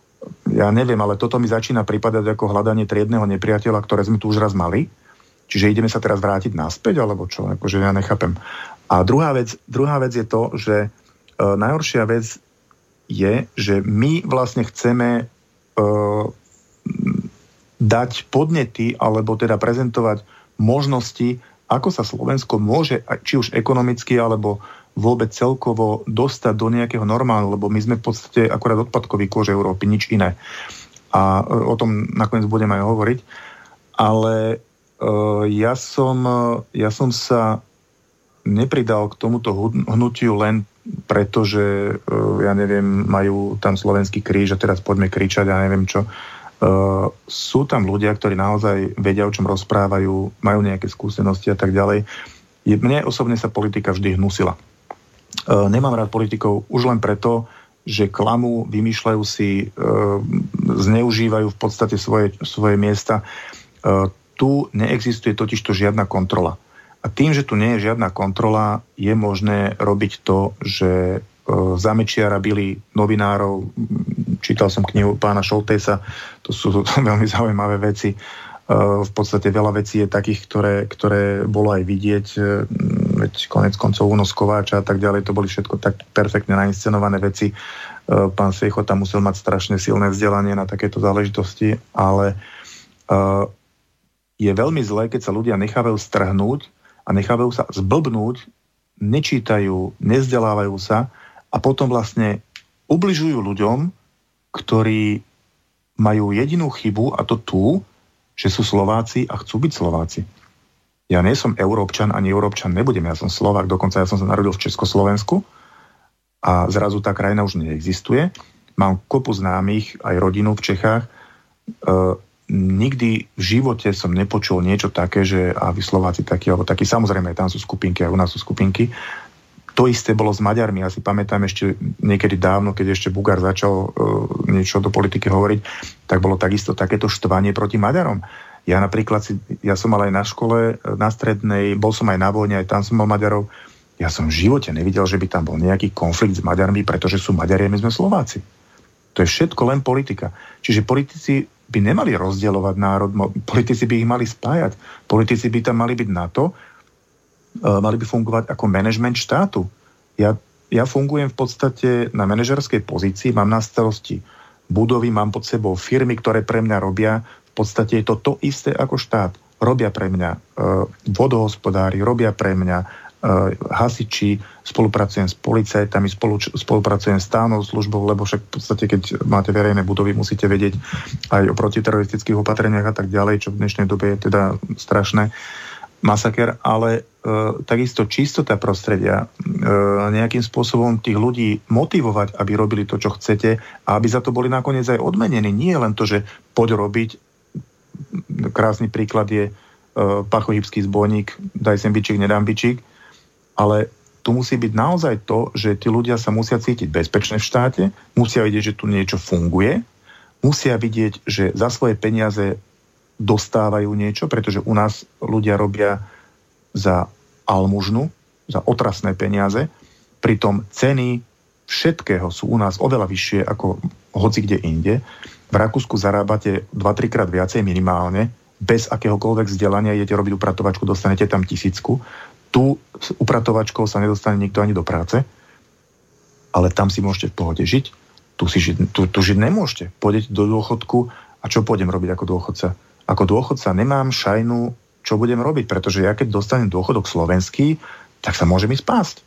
Ja neviem, ale toto mi začína pripadať ako hľadanie triedneho nepriateľa, ktoré sme tu už raz mali. Čiže ideme sa teraz vrátiť naspäť, alebo čo? Akože ja nechápem. A druhá vec, druhá vec je to, že e, najhoršia vec je, že my vlastne chceme e, dať podnety, alebo teda prezentovať možnosti, ako sa Slovensko môže, či už ekonomicky, alebo vôbec celkovo dostať do nejakého normálu, lebo my sme v podstate akorát odpadkový kôž Európy, nič iné. A e, o tom nakoniec budem aj hovoriť. Ale Uh, ja, som, uh, ja som sa nepridal k tomuto hnutiu len preto, že uh, ja neviem, majú tam slovenský kríž a teraz poďme kričať a neviem čo. Uh, sú tam ľudia, ktorí naozaj vedia, o čom rozprávajú, majú nejaké skúsenosti a tak ďalej. Je, mne osobne sa politika vždy hnusila. Uh, nemám rád politikov už len preto, že klamú, vymýšľajú si, uh, zneužívajú v podstate svoje, svoje miesta. Uh, Tu neexistuje totižto žiadna kontrola. A tým, že tu nie je žiadna kontrola, je možné robiť to, že e, za Mečiara bili novinárov, čítal som knihu pána Šoltésa, to sú veľmi zaujímavé veci. E, v podstate veľa vecí je takých, ktoré, ktoré bolo aj vidieť, e, veď konec koncov únos Kováča a tak ďalej, to boli všetko tak perfektne nainscenované veci. E, pán Svejcho tam musel mať strašne silné vzdelanie na takéto záležitosti, ale e, je veľmi zlé, keď sa ľudia nechávajú strhnúť a nechávajú sa zblbnúť, nečítajú, nevzdelávajú sa a potom vlastne ubližujú ľuďom, ktorí majú jedinú chybu, a to tú, že sú Slováci a chcú byť Slováci. Ja nie som Európčan, ani Európčan nebudem, ja som Slovák, dokonca ja som sa narodil v Československu a zrazu tá krajina už neexistuje. Mám kopu známych, aj rodinu v Čechách. E, Nikdy v živote som nepočul niečo také, že a vy Slováci takí, alebo takí, samozrejme, tam sú skupinky a u nás sú skupinky. To isté bolo s Maďarmi. Ja si pamätám ešte niekedy dávno, keď ešte Bugár začal uh, niečo do politiky hovoriť, tak bolo takisto takéto štvanie proti Maďarom. Ja napríklad, si, ja som mal aj na škole, na strednej, bol som aj na vojne, aj tam som mal Maďarov. Ja som v živote nevidel, že by tam bol nejaký konflikt s Maďarmi, pretože sú Maďari a my sme Slováci. To je všetko len politika. Čiže politici by nemali rozdielovať národ, politici by ich mali spájať. Politici by tam mali byť na to, mali by fungovať ako manažment štátu. Ja, ja fungujem v podstate na manažerskej pozícii, mám na starosti budovy, mám pod sebou firmy, ktoré pre mňa robia. V podstate je to to isté ako štát. Robia pre mňa e, vodohospodári, robia pre mňa e, hasiči, spolupracujem s policajtami, spolu, spolupracujem s stálnou službou, lebo však v podstate, keď máte verejné budovy, musíte vedieť aj o protiteroristických opatreniach a tak ďalej, čo v dnešnej dobe je teda strašné. Masaker, ale e, takisto čistota prostredia, e, nejakým spôsobom tých ľudí motivovať, aby robili to, čo chcete a aby za to boli nakoniec aj odmenení. Nie len to, že poď robiť. Krásny príklad je e, pachohybský zbojník, daj sem bičík, nedám bičík, ale tu musí byť naozaj to, že tí ľudia sa musia cítiť bezpečne v štáte, musia vidieť, že tu niečo funguje, musia vidieť, že za svoje peniaze dostávajú niečo, pretože u nás ľudia robia za almužnu, za otrasné peniaze, pritom ceny všetkého sú u nás oveľa vyššie ako hoci kde inde. V Rakúsku zarábate dva tri krát viacej minimálne, bez akéhokoľvek vzdelania idete robiť upratovačku, dostanete tam tisícku. Tu s upratovačkou sa nedostane nikto ani do práce, ale tam si môžete v pohode žiť. Tu, si žiť, tu, tu žiť nemôžete. Pôjdete do dôchodku a čo pôjdem robiť ako dôchodca? Ako dôchodca nemám šajnu, čo budem robiť, pretože ja keď dostanem dôchodok slovenský, tak sa môžem ísť pásť.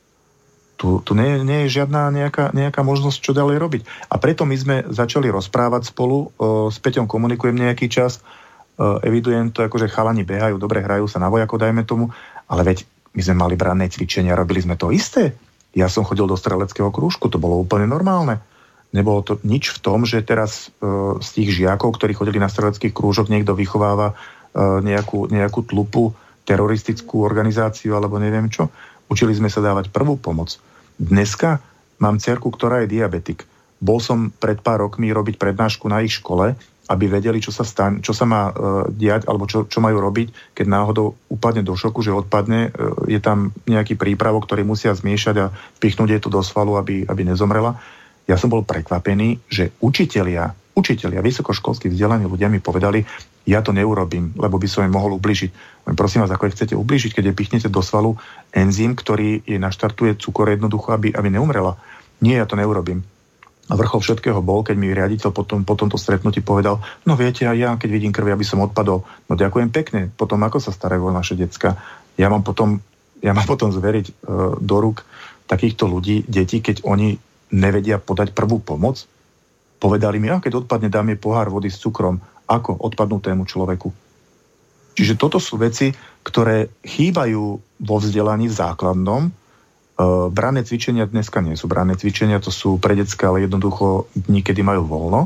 Tu, tu nie, nie je žiadna nejaká, nejaká možnosť, čo ďalej robiť. A preto my sme začali rozprávať spolu, e, s Peťom komunikujem nejaký čas, e, evidujem to, akože chalani behajú, dobre hrajú sa na vojakov, dajme tomu, ale veď my sme mali branné cvičenia, robili sme to isté. Ja som chodil do streleckého krúžku, to bolo úplne normálne. Nebolo to nič v tom, že teraz e, z tých žiakov, ktorí chodili na streleckých krúžok, niekto vychováva e, nejakú, nejakú tlupu, teroristickú organizáciu alebo neviem čo. Učili sme sa dávať prvú pomoc. Dneska mám dcerku, ktorá je diabetik. Bol som pred pár rokmi robiť prednášku na ich škole, aby vedeli, čo sa, stane, čo sa má e, diať alebo čo, čo majú robiť, keď náhodou upadne do šoku, že odpadne. E, je tam nejaký prípravok, ktorý musia zmiešať a pichnúť jej to do svalu, aby, aby nezomrela. Ja som bol prekvapený, že učitelia, učitelia, vysokoškolskí vzdelaní ľudia mi povedali, ja to neurobím, lebo by som im mohol ubližiť. Prosím vás, ako ich chcete ubližiť, keď je pichnete do svalu enzym, ktorý jej naštartuje cukor jednoducho, aby, aby neumrela. Nie, ja to neurobím. A vrchol všetkého bol, keď mi riaditeľ potom, po tomto stretnutí povedal, no viete, a ja, keď vidím krvi, aby som odpadol. No ďakujem pekne, potom ako sa starajú o naše decka. Ja mám potom, ja mám potom zveriť e, do rúk takýchto ľudí, detí, keď oni nevedia podať prvú pomoc. Povedali mi, a keď odpadne, dám jej pohár vody s cukrom, ako odpadnutému človeku. Čiže toto sú veci, ktoré chýbajú vo vzdelaní v základnom. E, branné cvičenia dneska nie sú branné cvičenia, to sú pre decka, ale jednoducho dní, kedy majú voľno. E,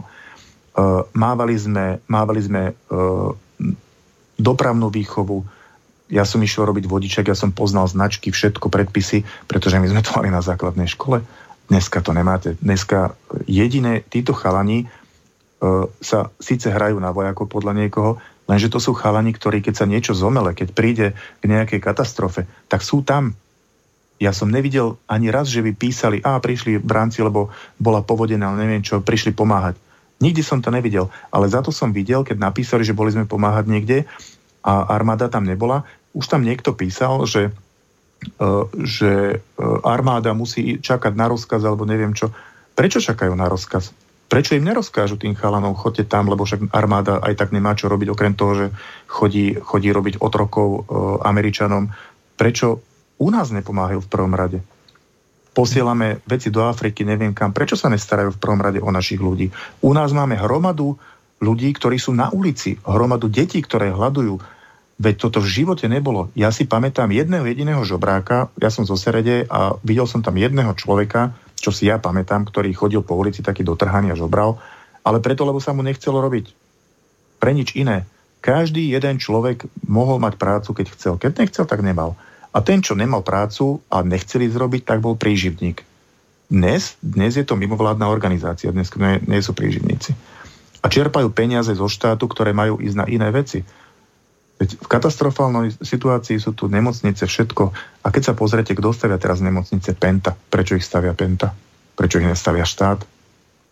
mávali sme, mávali sme e, dopravnú výchovu. Ja som išiel robiť vodičak, ja som poznal značky, všetko, predpisy, pretože my sme to mali na základnej škole. Dneska to nemáte. Dneska jediné, títo chalani e, sa síce hrajú na vojakov podľa niekoho, lenže to sú chalani, ktorí keď sa niečo zomele, keď príde k nejakej katastrofe, tak sú tam. Ja som nevidel ani raz, že by písali, a prišli bránci, lebo bola povodená, ale neviem čo, prišli pomáhať. Nikdy som to nevidel, ale za to som videl, keď napísali, že boli sme pomáhať niekde a armáda tam nebola, už tam niekto písal, že že armáda musí čakať na rozkaz alebo neviem čo. Prečo čakajú na rozkaz? Prečo im nerozkážu tým chalanom, choďte tam, lebo však armáda aj tak nemá čo robiť, okrem toho, že chodí, chodí robiť otrokov e, Američanom. Prečo u nás nepomáhajú v prvom rade? Posielame veci do Afriky, neviem kam. Prečo sa nestarajú v prvom rade o našich ľudí? U nás máme hromadu ľudí, ktorí sú na ulici, hromadu detí, ktoré hľadujú. Veď toto v živote nebolo. Ja si pamätám jedného jediného žobráka, ja som zo Serede a videl som tam jedného človeka, čo si ja pamätám, ktorý chodil po ulici taký dotrhaný a žobral, ale preto, lebo sa mu nechcelo robiť. Pre nič iné. Každý jeden človek mohol mať prácu, keď chcel. Keď nechcel, tak nemal. A ten, čo nemal prácu a nechceli zrobiť, tak bol príživník. Dnes, dnes je to mimovládna organizácia, dnes nie, nie sú príživníci. A čerpajú peniaze zo štátu, ktoré majú ísť na iné veci. Veď v katastrofálnej situácii sú tu nemocnice, všetko. A keď sa pozriete, kto stavia teraz nemocnice? Penta. Prečo ich stavia Penta? Prečo ich nestavia štát?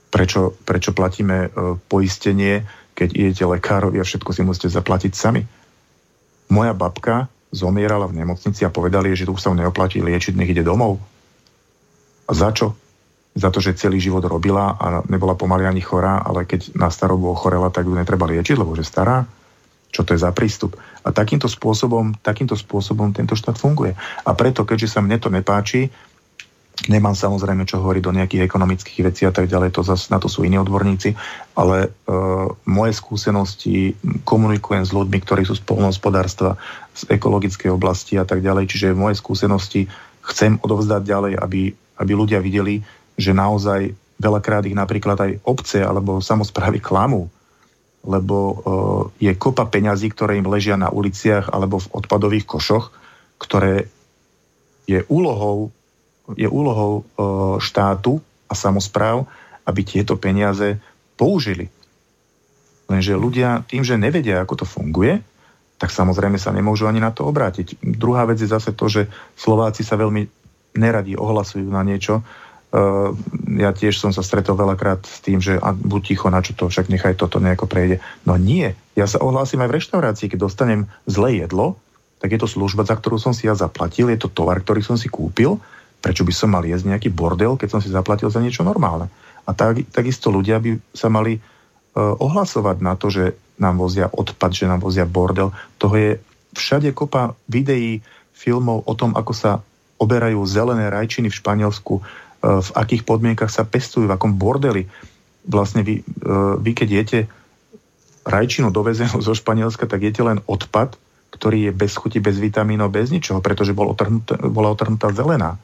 Prečo, prečo platíme poistenie, keď idete lekárovi a všetko si musíte zaplatiť sami? Moja babka zomierala v nemocnici a povedali, že tu sa neoplatí liečiť, nech ide domov. A za čo? Za to, že celý život robila a nebola pomaly ani chorá, ale keď na starobu ochorela, tak ju netreba liečiť, lebo že stará. Čo to je za prístup? A takýmto spôsobom, takýmto spôsobom tento štát funguje. A preto, keďže sa mne to nepáči, nemám samozrejme čo hovoriť do nejakých ekonomických vecí a tak ďalej, to zas, na to sú iní odborníci, ale e, moje skúsenosti, komunikujem s ľuďmi, ktorí sú z poľnohospodárstva, z ekologickej oblasti a tak ďalej, čiže moje skúsenosti chcem odovzdať ďalej, aby, aby ľudia videli, že naozaj veľakrát ich napríklad aj obce alebo samosprávy klamú, lebo e, je kopa peňazí, ktoré im ležia na uliciach alebo v odpadových košoch, ktoré je úlohou je úlohou e, štátu a samospráv, aby tieto peniaze použili. Lenže ľudia tým, že nevedia, ako to funguje, tak samozrejme sa nemôžu ani na to obrátiť. Druhá vec je zase to, že Slováci sa veľmi neradi ohlasujú na niečo. E, ja tiež som sa stretol veľakrát s tým, že a, buď ticho, na čo to, však nechaj toto nejako prejde. No nie, ja sa ohlásim aj v reštaurácii, keď dostanem zlé jedlo, tak je to služba, za ktorú som si ja zaplatil, je to tovar, ktorý som si kúpil. Prečo by som mal jesť nejaký bordel, keď som si zaplatil za niečo normálne? A tak, takisto ľudia by sa mali e, ohlasovať na to, že nám vozia odpad, že nám vozia bordel. Toho je všade kopa videí, filmov o tom, ako sa oberajú zelené rajčiny v Španielsku, e, v akých podmienkach sa pestujú, v akom bordeli. Vlastne vy, e, vy keď jete rajčinu dovezenú zo Španielska, tak jete len odpad, ktorý je bez chuti, bez vitamínov, bez ničoho, pretože bol otrhnutá, bola otrhnutá zelená.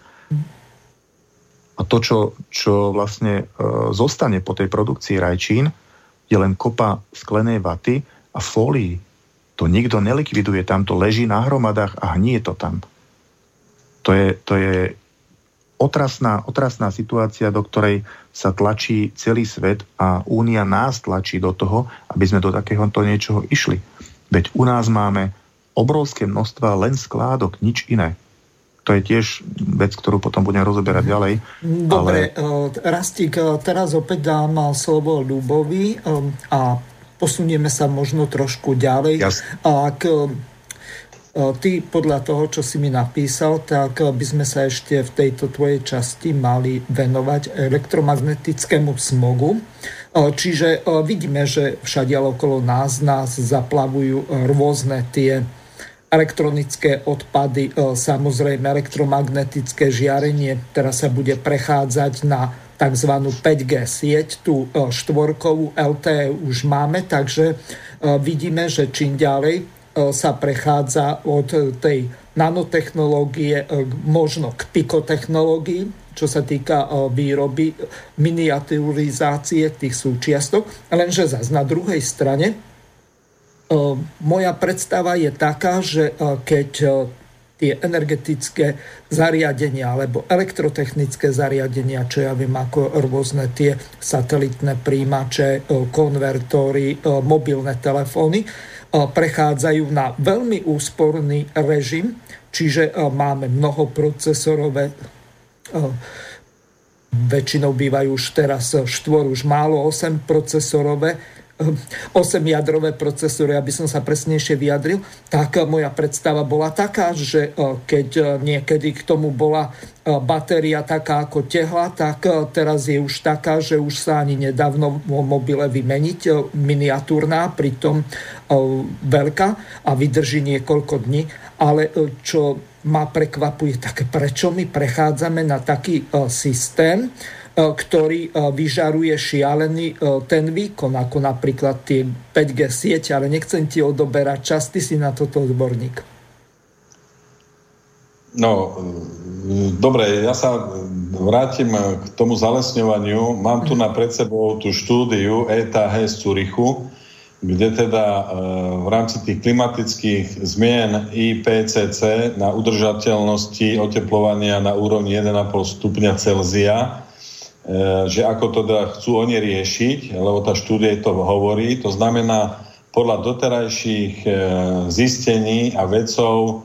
A to, čo, čo vlastne e, zostane po tej produkcii rajčín, je len kopa sklenej vaty a fólií. To nikto nelikviduje, tam to leží na hromadách a hnie to tam. To je, to je otrasná, otrasná situácia, do ktorej sa tlačí celý svet a Únia nás tlačí do toho, aby sme do takéhoto niečoho išli. Veď u nás máme obrovské množstva len skládok, nič iné. To je tiež vec, ktorú potom budem rozoberať ďalej. Dobre, ale... Rastík, teraz opäť dám slovo Ľubovi a posunieme sa možno trošku ďalej. Jasne. Ak ty podľa toho, čo si mi napísal, tak by sme sa ešte v tejto tvojej časti mali venovať elektromagnetickému smogu. Čiže vidíme, že všade okolo nás nás zaplavujú rôzne tie elektronické odpady, samozrejme elektromagnetické žiarenie, teraz sa bude prechádzať na tzv. päť G sieť, tú štvorkovú el té é už máme, takže vidíme, že čím ďalej sa prechádza od tej nanotechnológie možno k pikotechnológii, čo sa týka výroby, miniaturizácie tých súčiastok, lenže zase na druhej strane moja predstava je taká, že keď tie energetické zariadenia alebo elektrotechnické zariadenia, čo ja viem, ako rôzne tie satelitné príjimače, konvertory, mobilné telefóny, prechádzajú na veľmi úsporný režim, čiže máme mnohoprocesorové, väčšinou bývajú už teraz štvor, už málo osem procesorové, osem jadrové procesory, aby som sa presnejšie vyjadril, tak moja predstava bola taká, že keď niekedy k tomu bola batéria taká ako tehla, tak teraz je už taká, že už sa ani nedá v mobile vymeniť, miniatúrna, pritom veľká a vydrží niekoľko dní. Ale čo ma prekvapuje, tak prečo my prechádzame na taký systém, ktorý vyžaruje šialený ten výkon, ako napríklad tie päť G sieť, ale nechcem ti odoberať čas, ty si na toto odborník. No, dobre, ja sa vrátim k tomu zalesňovaniu. Mám tu na pred sebou tú štúdiu é té há z Zürichu, kde teda v rámci tých klimatických zmien í pé cé cé na udržateľnosti oteplovania na úrovni jeden a pol stupňa Celzia, že ako to teda chcú oni riešiť, lebo tá štúdia to hovorí. To znamená, podľa doterajších zistení a vedcov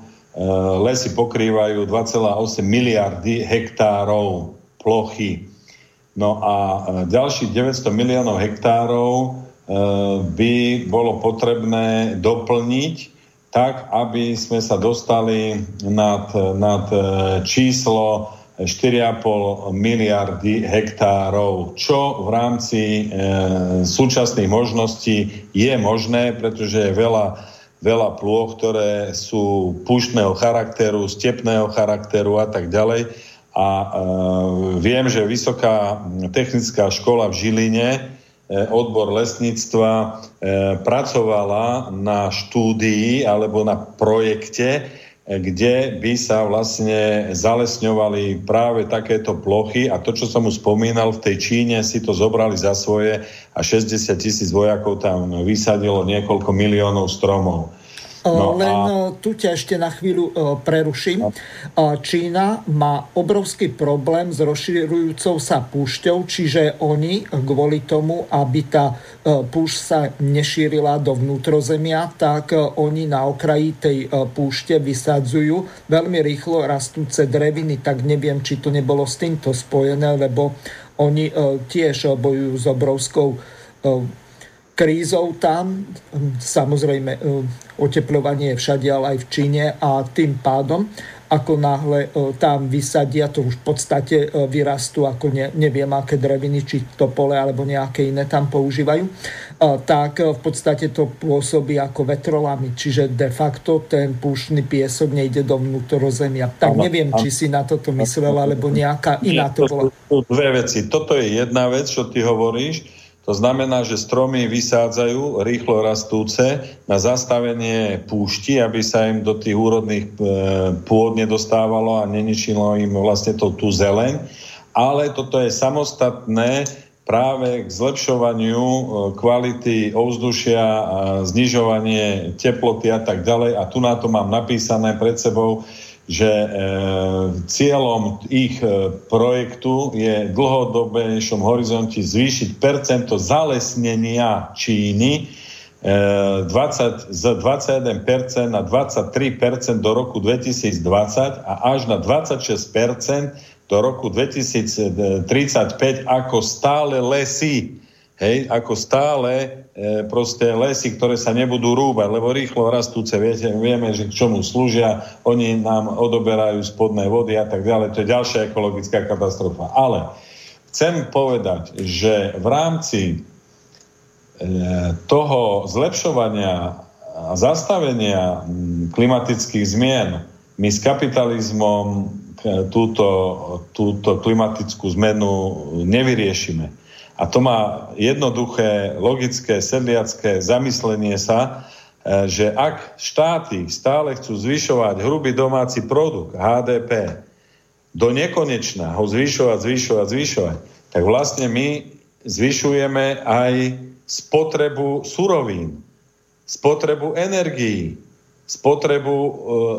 lesy pokrývajú dva celé osem miliardy hektárov plochy. No a ďalších deväťsto miliónov hektárov by bolo potrebné doplniť tak, aby sme sa dostali nad, nad číslo štyri a pol miliardy hektárov, čo v rámci e, súčasných možností je možné, pretože je veľa, veľa plôch, ktoré sú púštneho charakteru, stepného charakteru a tak ďalej. A e, viem, že Vysoká technická škola v Žiline, e, odbor lesníctva, e, pracovala na štúdii alebo na projekte, kde by sa vlastne zalesňovali práve takéto plochy a to, čo som už spomínal, v tej Číne si to zobrali za svoje a šesťdesiat tisíc vojakov tam vysadilo niekoľko miliónov stromov. No Len a... tu ťa ešte na chvíľu preruším. Čína má obrovský problém s rozširujúcou sa púšťou, čiže oni kvôli tomu, aby tá púšť sa nešírila do vnútrozemia, tak oni na okraji tej púšte vysadzujú veľmi rýchlo rastúce dreviny, tak neviem, či to nebolo s týmto spojené, lebo oni tiež bojujú s obrovskou krízou tam. Samozrejme, otepľovanie je všade, ale aj v Číne a tým pádom, ako náhle tam vysadia, to už v podstate vyrastú, ako ne, neviem, aké dreviny, či topole alebo nejaké iné tam používajú, tak v podstate to pôsobí ako vetrolamy, čiže de facto ten púštny piesok nejde do vnútorozemia. Tak neviem, či si na toto myslel, alebo nejaká iná to bola. Dve veci. Toto je jedna vec, čo ty hovoríš. To znamená, že stromy vysádzajú rýchlo rastúce na zastavenie púšti, aby sa im do tých úrodných e, pôd nedostávalo a neničilo im vlastne to, tú zeleň. Ale toto je samostatné práve k zlepšovaniu e, kvality ovzdušia, a znižovanie teploty a tak ďalej. A tu na to mám napísané pred sebou, že e, cieľom ich e, projektu je v dlhodobejšom horizonte zvýšiť percento zalesnenia Číny e, dvadsať, z dvadsaťjeden percent na dvadsaťtri percent do roku dvetisícdvadsať a až na dvadsaťšesť percent do roku dvetisíctridsaťpäť ako stále lesy. Hej, ako stále e, proste lesy, ktoré sa nebudú rúbať, lebo rýchlo rastúce, viete, vieme, že k čomu slúžia, oni nám odoberajú spodné vody a tak ďalej, to je ďalšia ekologická katastrofa. Ale chcem povedať, že v rámci e, toho zlepšovania a zastavenia klimatických zmien my s kapitalizmom túto, túto klimatickú zmenu nevyriešime. A to má jednoduché, logické, sedliacké zamyslenie sa, že ak štáty stále chcú zvyšovať hrubý domáci produkt, há dé pé, do nekonečna ho zvyšovať, zvyšovať, zvyšovať, tak vlastne my zvyšujeme aj spotrebu surovín, spotrebu energií, spotrebu e, e,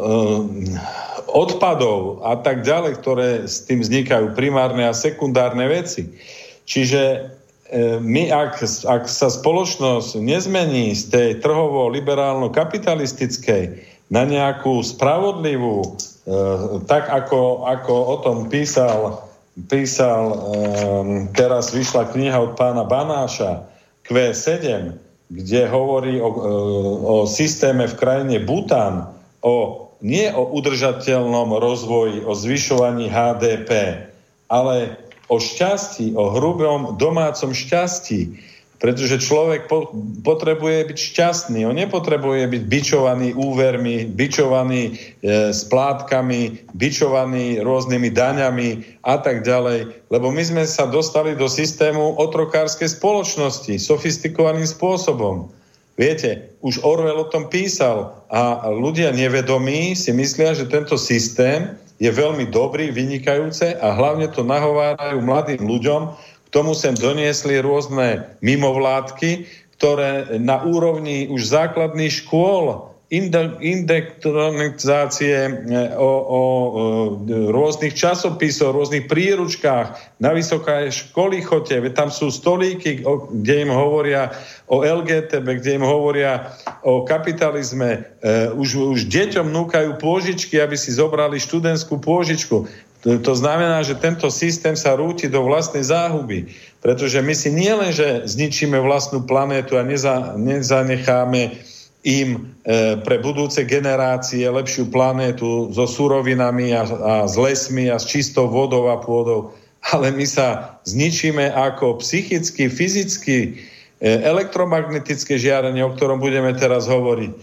odpadov a tak ďalej, ktoré s tým vznikajú, primárne a sekundárne veci. Čiže my, ak, ak sa spoločnosť nezmení z tej trhovo-liberálno-kapitalistickej na nejakú spravodlivú, e, tak ako, ako o tom písal, písal e, teraz vyšla kniha od pána Banáša kvé sedem, kde hovorí o, e, o systéme v krajine Bután, o, nie o udržateľnom rozvoji, o zvyšovaní há dé pé, ale o šťastí, o hrubom domácom šťastí. Pretože človek po, potrebuje byť šťastný. On nepotrebuje byť bičovaný úvermi, bičovaný e, splátkami, bičovaný rôznymi daňami a tak ďalej. Lebo my sme sa dostali do systému otrokárskej spoločnosti sofistikovaným spôsobom. Viete, už Orwell o tom písal a ľudia nevedomí si myslia, že tento systém je veľmi dobrý, vynikajúce a hlavne to nahovárajú mladým ľuďom. K tomu sem doniesli rôzne mimovládky, ktoré na úrovni už základných škôl, indoktrinizácie o, o, o rôznych časopisoch, rôznych príručkách, na vysoké školy chote, tam sú stolíky, kde im hovoria o el gé té bé, kde im hovoria o kapitalizme. Už, už deťom núkajú pôžičky, aby si zobrali študentskú pôžičku. To znamená, že tento systém sa rúti do vlastnej záhuby, pretože my si nielen, že zničíme vlastnú planétu a neza, nezanecháme im e, pre budúce generácie lepšiu planétu so surovinami a, a s lesmi a s čistou vodou a pôdou, ale my sa zničíme ako psychicky, fyzicky, e, elektromagnetické žiarenie, o ktorom budeme teraz hovoriť, e,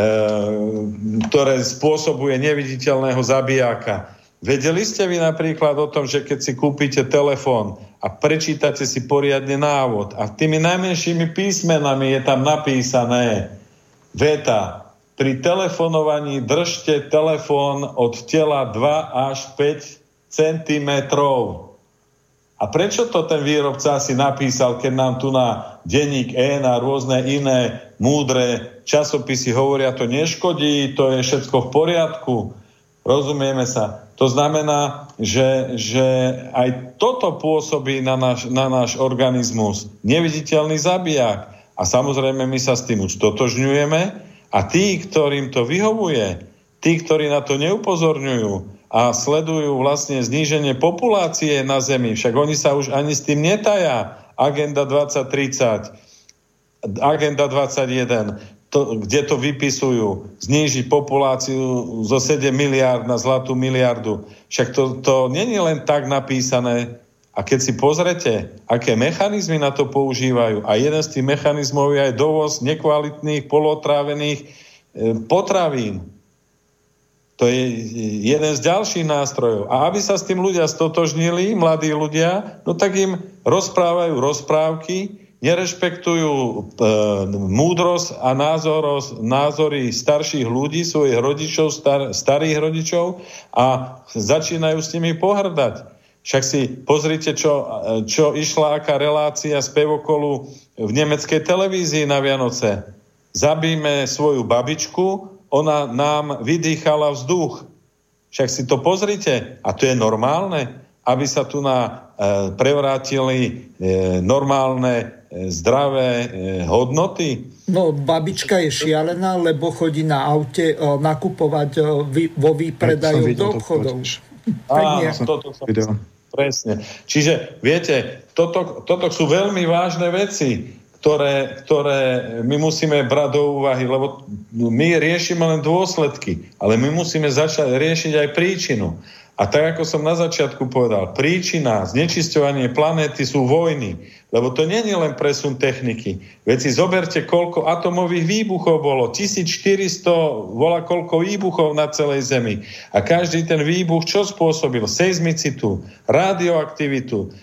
ktoré spôsobuje neviditeľného zabijáka. Vedeli ste vy napríklad o tom, že keď si kúpite telefón a prečítate si poriadne návod a tými najmenšími písmenami je tam napísané veta: pri telefonovaní držte telefón od tela dva až päť centimetrov. A prečo to ten výrobca si napísal, keď nám tu na denník N a rôzne iné múdre časopisy hovoria, to neškodí, to je všetko v poriadku. Rozumieme sa. To znamená, že, že aj toto pôsobí na náš, na náš organizmus. Neviditeľný zabiják. A samozrejme my sa s tým už totožňujeme a tí, ktorým to vyhovuje, tí, ktorí na to neupozorňujú a sledujú vlastne zníženie populácie na Zemi, však oni sa už ani s tým netaja. Agenda dvadsať tridsať, Agenda dvadsaťjeden, to, kde to vypisujú, znížiť populáciu zo sedem miliárd na zlatú miliardu. Však to, to nie je len tak napísané. A keď si pozrete, aké mechanizmy na to používajú, a jeden z tých mechanizmov je aj dovoz nekvalitných, polotrávených e, potravín. To je jeden z ďalších nástrojov. A aby sa s tým ľudia stotožnili, mladí ľudia, no tak im rozprávajú rozprávky, nerešpektujú e, múdrosť a názoros, názory starších ľudí, svojich rodičov, star, starých rodičov a začínajú s nimi pohrdať. Však si pozrite, čo, čo išla, aká relácia z Pevokolu v nemeckej televízii na Vianoce. Zabijme svoju babičku, ona nám vydýchala vzduch. Však si to pozrite. A to je normálne, aby sa tu na e, prevrátili e, normálne, e, zdravé e, hodnoty. No, babička je šialená, lebo chodí na aute e, nakupovať e, vy, vo výpredajú do obchodov. Áno, toto som videl. Presne. Čiže, viete, toto, toto sú veľmi vážne veci, ktoré, ktoré my musíme brať do úvahy, lebo my riešime len dôsledky, ale my musíme začať riešiť aj príčinu. A tak, ako som na začiatku povedal, príčina, znečisťovanie planéty sú vojny, lebo to nie je len presun techniky. Veď si zoberte, koľko atomových výbuchov bolo, tisícštyristo, volá koľko výbuchov na celej Zemi. A každý ten výbuch čo spôsobil? Seizmicitu, radioaktivitu,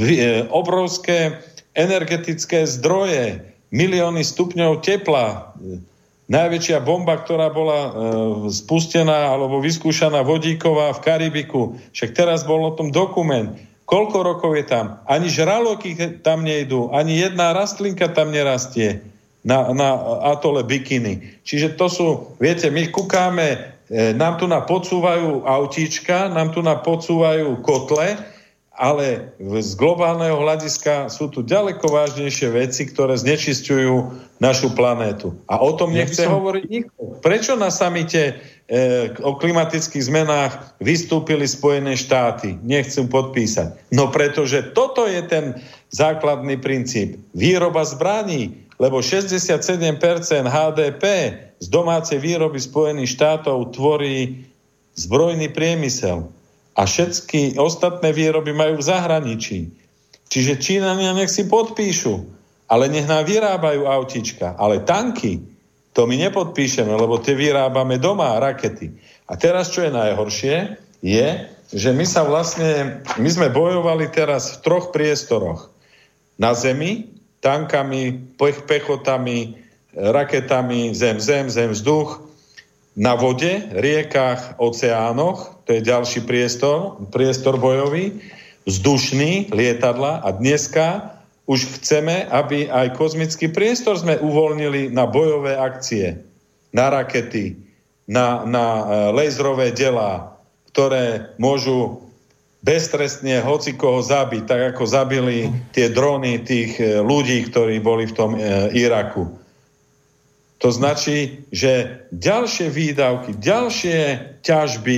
obrovské energetické zdroje, milióny stupňov tepla. Najväčšia bomba, ktorá bola e, spustená alebo vyskúšaná vodíková v Karibiku. Však teraz bol o tom dokument. Koľko rokov je tam? Ani žraloky tam nejdú, ani jedna rastlinka tam nerastie na, na atole Bikini. Čiže to sú, viete, my kúkáme, e, nám tu na podsúvajú autíčka, nám tu na podsúvajú kotle, ale z globálneho hľadiska sú tu ďaleko vážnejšie veci, ktoré znečisťujú našu planétu. A o tom nechce ja som... hovoriť nikto. Prečo na samite e, o klimatických zmenách vystúpili Spojené štáty? Nechcú podpísať. No pretože toto je ten základný princíp. Výroba zbraní, lebo šesťdesiatsedem percent há dé pé z domácej výroby Spojených štátov tvorí zbrojný priemysel. A všetky ostatné výroby majú v zahraničí. Čiže Číňania nech si podpíšu, ale nech nám vyrábajú autíčka. Ale tanky, to my nepodpíšeme, lebo tie vyrábame doma, rakety. A teraz, čo je najhoršie, je, že my sa vlastne, my sme bojovali teraz v troch priestoroch. Na zemi, tankami, pechotami, raketami, zem, zem, zem, vzduch. Na vode, riekach, oceánoch, to je ďalší priestor, priestor bojový, vzdušný, lietadla, a dneska už chceme, aby aj kozmický priestor sme uvoľnili na bojové akcie, na rakety, na, na laserové delá, ktoré môžu beztrestne hocikoho zabiť, tak ako zabili tie drony tých ľudí, ktorí boli v tom Iraku. To značí, že ďalšie výdavky, ďalšie ťažby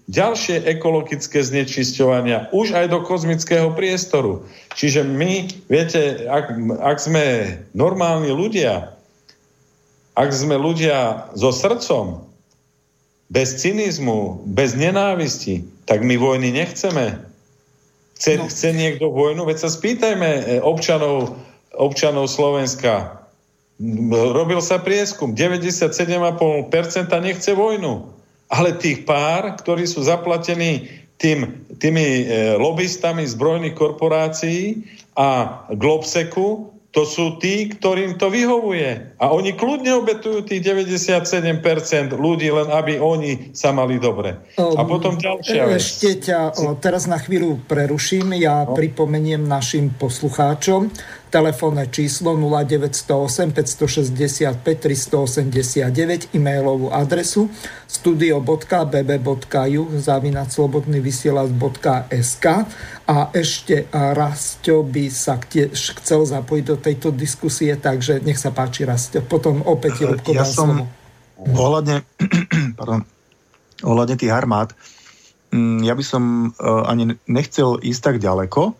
ďalšie ekologické znečisťovania už aj do kozmického priestoru. Čiže my, viete, ak, ak sme normálni ľudia, ak sme ľudia so srdcom, bez cynizmu, bez nenávisti, tak my vojny nechceme. Chce, no. chce niekto vojnu? Veď sa spýtajme občanov, občanov Slovenska. Robil sa prieskum, deväťdesiatsedem celá päť percenta nechce vojnu. Ale tých pár, ktorí sú zaplatení tým, tými e, lobbystami zbrojných korporácií a Globseku, to sú tí, ktorým to vyhovuje. A oni kľudne obetujú tých deväťdesiatsedem percent ľudí, len aby oni sa mali dobre. A potom ďalšia vec. Ešte ťa o, teraz na chvíľu preruším. Ja no. pripomeniem našim poslucháčom telefónne číslo nula deväť nula osem päť šesť päť tri osem deväť, e-mailovú adresu studio bodka b b bodka ju zavináč slobodný vysielač bodka es ká. A ešte Rasťo by sa tiež chcel zapojiť do tejto diskusie, takže nech sa páči, Rasťo. Potom opäť Ľubko ja som ohľadne, pardon, ohľadne tých armád, ja by som ani nechcel ísť tak ďaleko.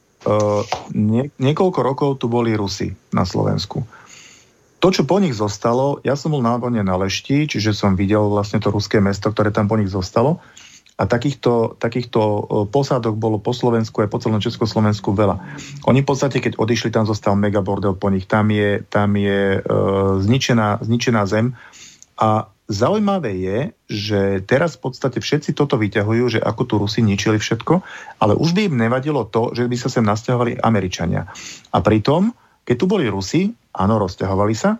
Nie, niekoľko rokov tu boli Rusi na Slovensku. To, čo po nich zostalo, ja som bol na vojne na Lešti, čiže som videl vlastne to ruské mesto, ktoré tam po nich zostalo. A takýchto, takýchto posádok bolo po Slovensku aj po celom Československu veľa. Oni v podstate, keď odišli, tam zostal megabordel po nich. Tam je, tam je e, zničená, zničená zem. A zaujímavé je, že teraz v podstate všetci toto vyťahujú, že ako tu Rusi ničili všetko, ale už by im nevadilo to, že by sa sem nasťahovali Američania. A pritom, keď tu boli Rusi, áno, rozťahovali sa,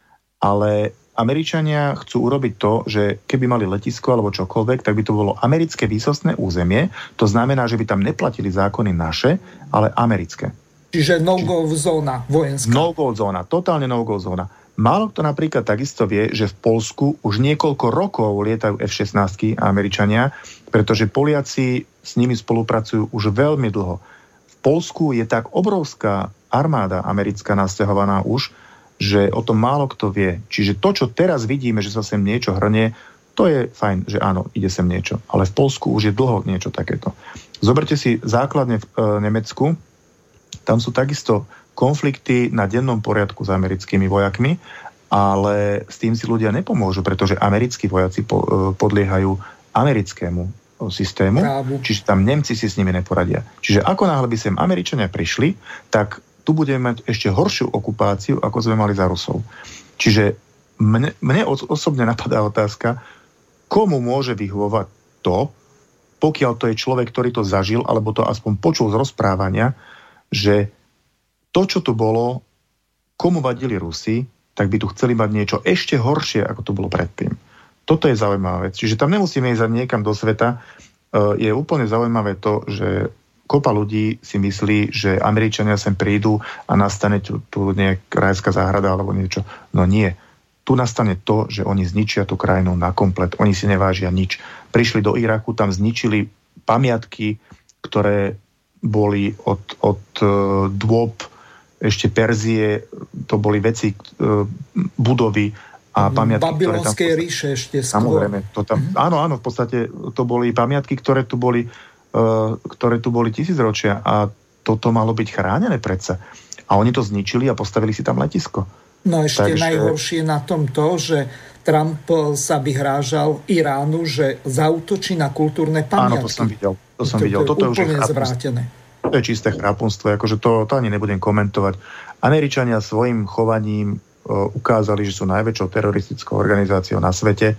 ale Američania chcú urobiť to, že keby mali letisko alebo čokoľvek, tak by to bolo americké výsostné územie. To znamená, že by tam neplatili zákony naše, ale americké. Čiže no-go zóna vojenská. No-go zóna, totálne no-go zóna. Málo kto napríklad takisto vie, že v Poľsku už niekoľko rokov lietajú ef šestnásť Američania, pretože Poliaci s nimi spolupracujú už veľmi dlho. V Poľsku je tak obrovská armáda americká nasťahovaná už, že o tom málo kto vie. Čiže to, čo teraz vidíme, že sa sem niečo hrnie, to je fajn, že áno, ide sem niečo. Ale v Poľsku už je dlho niečo takéto. Zoberte si základne v e, Nemecku, tam sú takisto konflikty na dennom poriadku s americkými vojakmi, ale s tým si ľudia nepomôžu, pretože americkí vojaci po, e, podliehajú americkému systému, Právu. Čiže tam Nemci si s nimi neporadia. Čiže ako náhle by sem Američania prišli, tak tu budeme mať ešte horšiu okupáciu, ako sme mali za Rusov. Čiže mne, mne osobne napadá otázka, komu môže vyhovovať to, pokiaľ to je človek, ktorý to zažil, alebo to aspoň počul z rozprávania, že to, čo tu bolo, komu vadili Rusi, tak by tu chceli mať niečo ešte horšie, ako to bolo predtým. Toto je zaujímavá vec. Čiže tam nemusíme ísť niekam do sveta. Je úplne zaujímavé to, že kopa ľudí si myslí, že Američania sem prídu a nastane tu, tu nejaká rajská záhrada alebo niečo. No nie. Tu nastane to, že oni zničia tú krajinu na komplet. Oni si nevážia nič. Prišli do Iraku, tam zničili pamiatky, ktoré boli od, od uh, dôb ešte Perzie, to boli veci, uh, budovy a pamiatky, Babylonskej ktoré tam... ríše ešte skôr. Samozrejme. To tam, mm-hmm. Áno, áno, v podstate to boli pamiatky, ktoré tu boli Uh, ktoré tu boli tisícročia a toto malo byť chránené predsa. A oni to zničili a postavili si tam letisko. No ešte Takže... najhoršie na tom to, že Trump sa vyhrážal Iránu, že zaútočí na kultúrne pamiatky. Áno, to som videl. To som to, videl. To je Toto úplne je už zvrátené. To je čisté chrápunstvo, akože to, to ani nebudem komentovať. Američania svojim chovaním uh, ukázali, že sú najväčšou teroristickou organizáciou na svete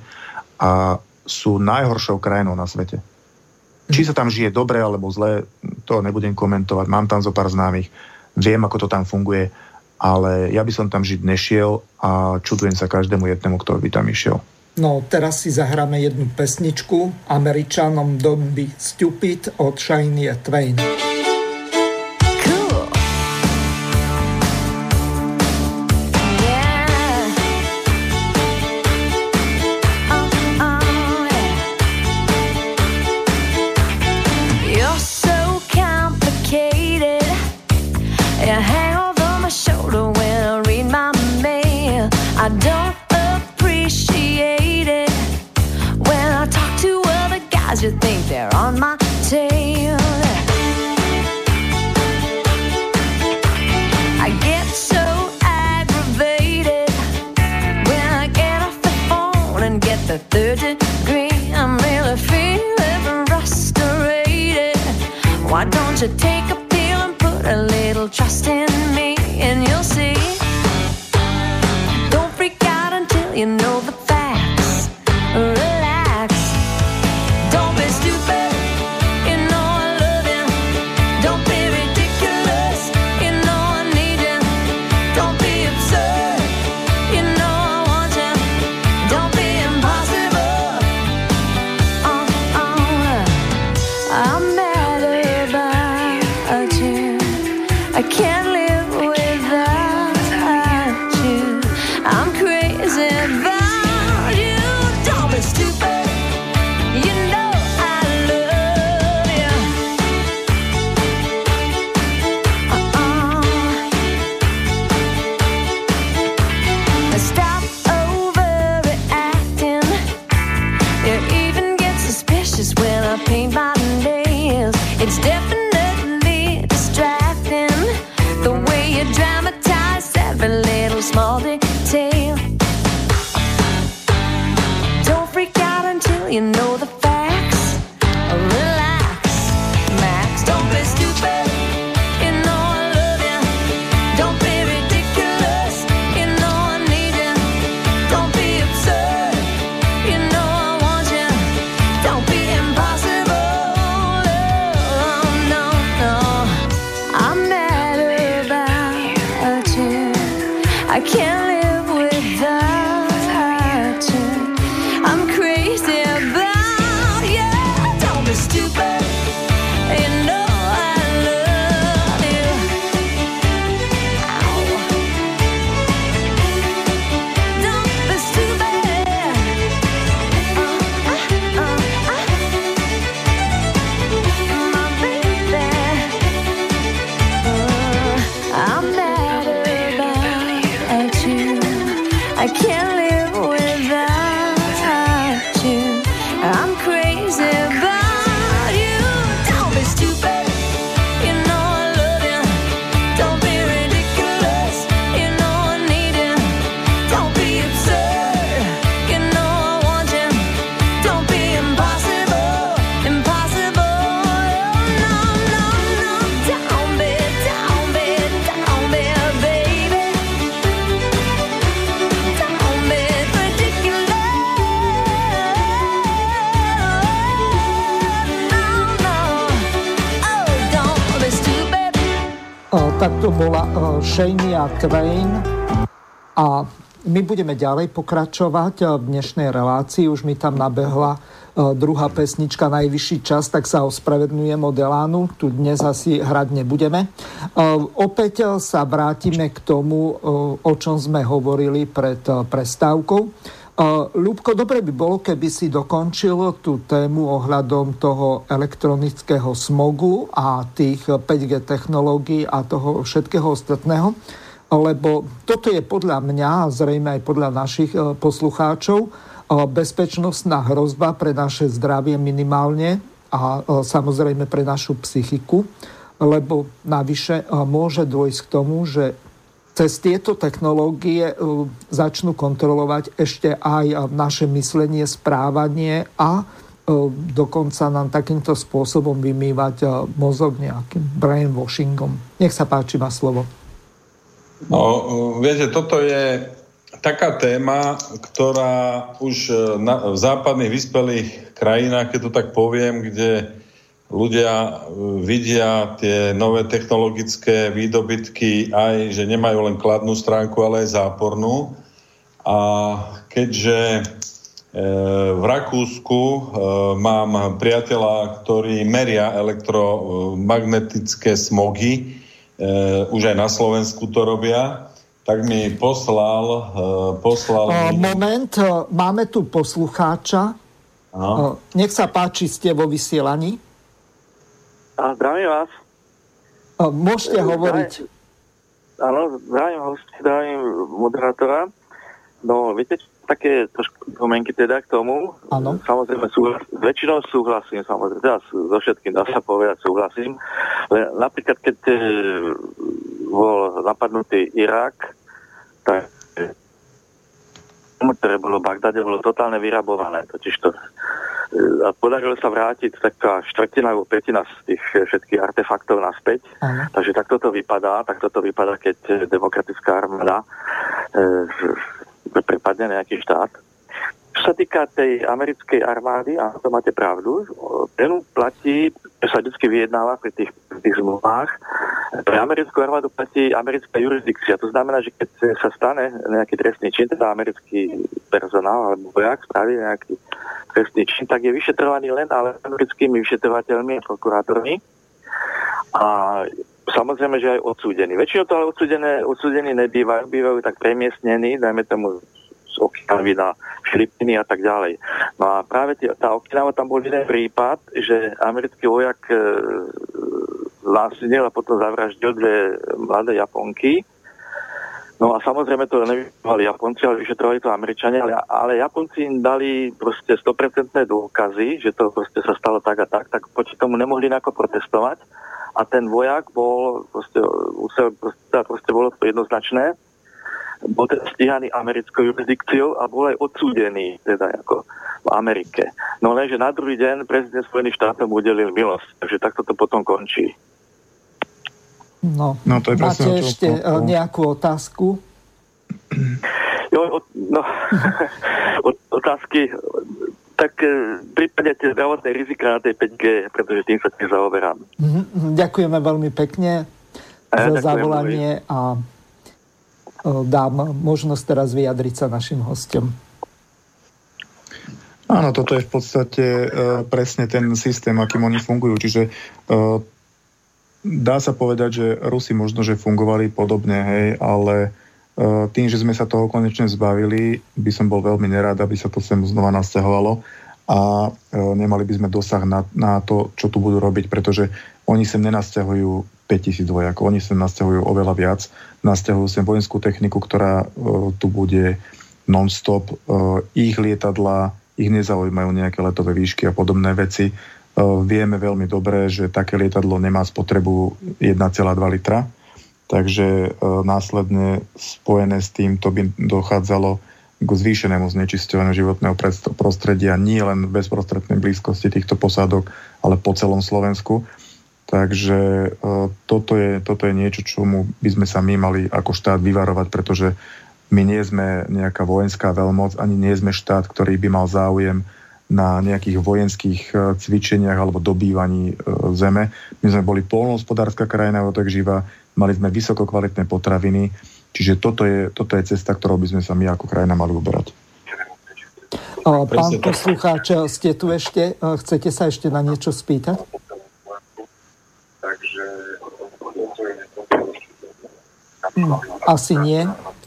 a sú najhoršou krajinou na svete. Či sa tam žije dobre alebo zle, to nebudem komentovať. Mám tam zo pár známych, viem, ako to tam funguje, ale ja by som tam žiť nešiel a čudujem sa každému jednému, kto by tam išiel. No, teraz si zahráme jednu pesničku Američanom Don't Be Stupid od Shania Twain. You should take a pill and put a little trust in me, and you'll see. Don't freak out until you know the facts. Relax. Don't be stupid. You know I love you. Don't be ridiculous. You know I need you. Don't be absurd. You know I want you. Don't be impossible. Uh, uh, I'm mad about you. I can't live without you. I'm crazy about you. Don't be stupid. You know I love you. Uh-uh. Stop overreacting. You even get suspicious when I paint my nails. It's definitely distracting the way you dramatize every little small detail. Don't freak out until you know the facts. Relax, Max. Don't be stupid. You know I love you. Don't be ridiculous. You know I need you. Don't be absurd. You know I want you. Don't be impossible. Oh, no, no. I'm mad about you. I can't live without you. I'm crazy about you. Don't be stupid. You know I love you. Ow. Don't be stupid. Uh, uh, uh, uh. My baby. Uh, I'm mad about you. I can't live without you. I'm crazy about you. Don't be stupid. You know I love you. Don't be ridiculous. You know I need you. Don't be absurd. You know I want you. Don't be impossible. Impossible. No, no, no. Don't be, don't be, don't be, baby. Don't be ridiculous. No, no. Oh, don't be stupid. Uh, tak to bola uh, Shania Twain a my budeme ďalej pokračovať uh, v dnešnej relácii. Už mi tam nabehla uh, druhá pesnička, najvyšší čas, tak sa ospravedlňujem od elánu. Tu dnes asi hrať nebudeme. Uh, opäť uh, sa vrátime k tomu, uh, o čom sme hovorili pred uh, prestávkou. Uh, Ľubko, dobre by bolo, keby si dokončil tú tému ohľadom toho elektronického smogu a tých päť G technológií a toho všetkého ostatného, lebo toto je podľa mňa a zrejme aj podľa našich uh, poslucháčov uh, bezpečnostná hrozba pre naše zdravie minimálne a uh, samozrejme pre našu psychiku, lebo navyše uh, môže dôjsť k tomu, že cez tieto technológie uh, začnú kontrolovať ešte aj uh, naše myslenie, správanie a uh, dokonca nám takýmto spôsobom vymývať uh, mozog nejakým brainwashingom. Nech sa páči, má slovo. No, uh, viete, toto je taká téma, ktorá už na, v západných vyspelých krajinách, keď to tak poviem, kde ľudia vidia tie nové technologické výdobytky aj, že nemajú len kladnú stránku, ale aj zápornú. A keďže e, v Rakúsku e, mám priateľa, ktorí meria elektromagnetické smogy, e, už aj na Slovensku to robia, tak mi poslal... E, poslal o, mi... Moment, máme tu poslucháča. Aha. Nech sa páči, ste vo vysielaní. A zdravím vás. Môžete Zdravím, hovoriť. Áno, zdravím hostia, zdravím moderátora. No, viete, také trošku pomenky teda k tomu. Áno. Samozrejme, súhlas, väčšinou súhlasím, samozrejme, teda so všetkým dá sa povedať, súhlasím. Ale napríklad, keď e, bol napadnutý Irak, tak ktoré bolo v Bagdade, bolo totálne vyrabované. Totiž to a podarilo sa vrátiť taká štvrtina alebo pätina z tých všetkých artefaktov naspäť. Aha. Takže takto to vypadá, takto to vypadá, keď demokratická armáda e, prepadne nejaký štát. Čo sa týka tej americkej armády, a to máte pravdu, ten platí, čo sa vždy vyjednáva pri tých, tých zmluvách, pre americkú armádu platí americká jurisdikcia. To znamená, že keď sa stane nejaký trestný čin, teda americký personál alebo vojak spraví nejaký trestný čin, tak je vyšetrovaný len ale americkými vyšetrovateľmi a prokurátormi. A samozrejme, že aj odsúdení. Väčšinou to ale odsúdené, odsúdení nebývajú, bývajú tak premiestnení, dajme tomu z Okinawy na Filipíny a tak ďalej. No a práve tí, tá Okinawa, tam bol jeden prípad, že americký vojak e, znásilnil a potom zavraždil dve mladé Japonky. No a samozrejme to nevyšetrovali Japonci, ale vyšetrovali to Američania, ale, ale Japonci im dali proste sto percent dôkazy, že to proste sa stalo tak a tak, tak proti tomu nemohli nejako protestovať a ten vojak bol proste, proste, proste bolo to jednoznačné, bol teda stíhaný americkou jurisdikciou a bol aj odsúdený teda ako v Amerike. No lenže na druhý deň prezident Spojených štátov mu udelil milosť, takže takto to potom končí. No, no to je máte ešte to... nejakú otázku? Jo, o, no, otázky, tak v prípade tie zdravotné rizika na tej päť G, pretože tým sa tým zaoberám. Mm-hmm. Ďakujeme veľmi pekne za ja, zavolanie a dám možnosť teraz vyjadriť sa našim hostom. Áno, toto je v podstate uh, presne ten systém, akým oni fungujú. Čiže uh, dá sa povedať, že Rusi možno, že fungovali podobne, hej, ale uh, tým, že sme sa toho konečne zbavili, by som bol veľmi nerád, aby sa to sem znova nasťahovalo a uh, nemali by sme dosah na, na to, čo tu budú robiť, pretože oni sem nenasťahujú päťtisíc vojakov, oni sem nasťahujú oveľa viac, nasťahujú sem vojenskú techniku, ktorá uh, tu bude non-stop, uh, ich lietadlá, ich nezaujímajú nejaké letové výšky a podobné veci. Uh, vieme veľmi dobre, že také lietadlo nemá spotrebu jeden celá dva litra, takže uh, následne spojené s tým to by dochádzalo k zvýšenému znečisťovaniu životného prostredia nie len v bezprostrednej blízkosti týchto posádok, ale po celom Slovensku. Takže uh, toto, je, toto je niečo, čomu by sme sa my mali ako štát vyvarovať, pretože my nie sme nejaká vojenská veľmoc, ani nie sme štát, ktorý by mal záujem na nejakých vojenských uh, cvičeniach alebo dobývaní uh, zeme. My sme boli poľnohospodárska krajina, tak živa, mali sme vysoko kvalitné potraviny, čiže toto je, toto je cesta, ktorou by sme sa my ako krajina mali uberať. Pán poslucháč, ste tu ešte? Chcete sa ešte na niečo spýtať? Asi nie.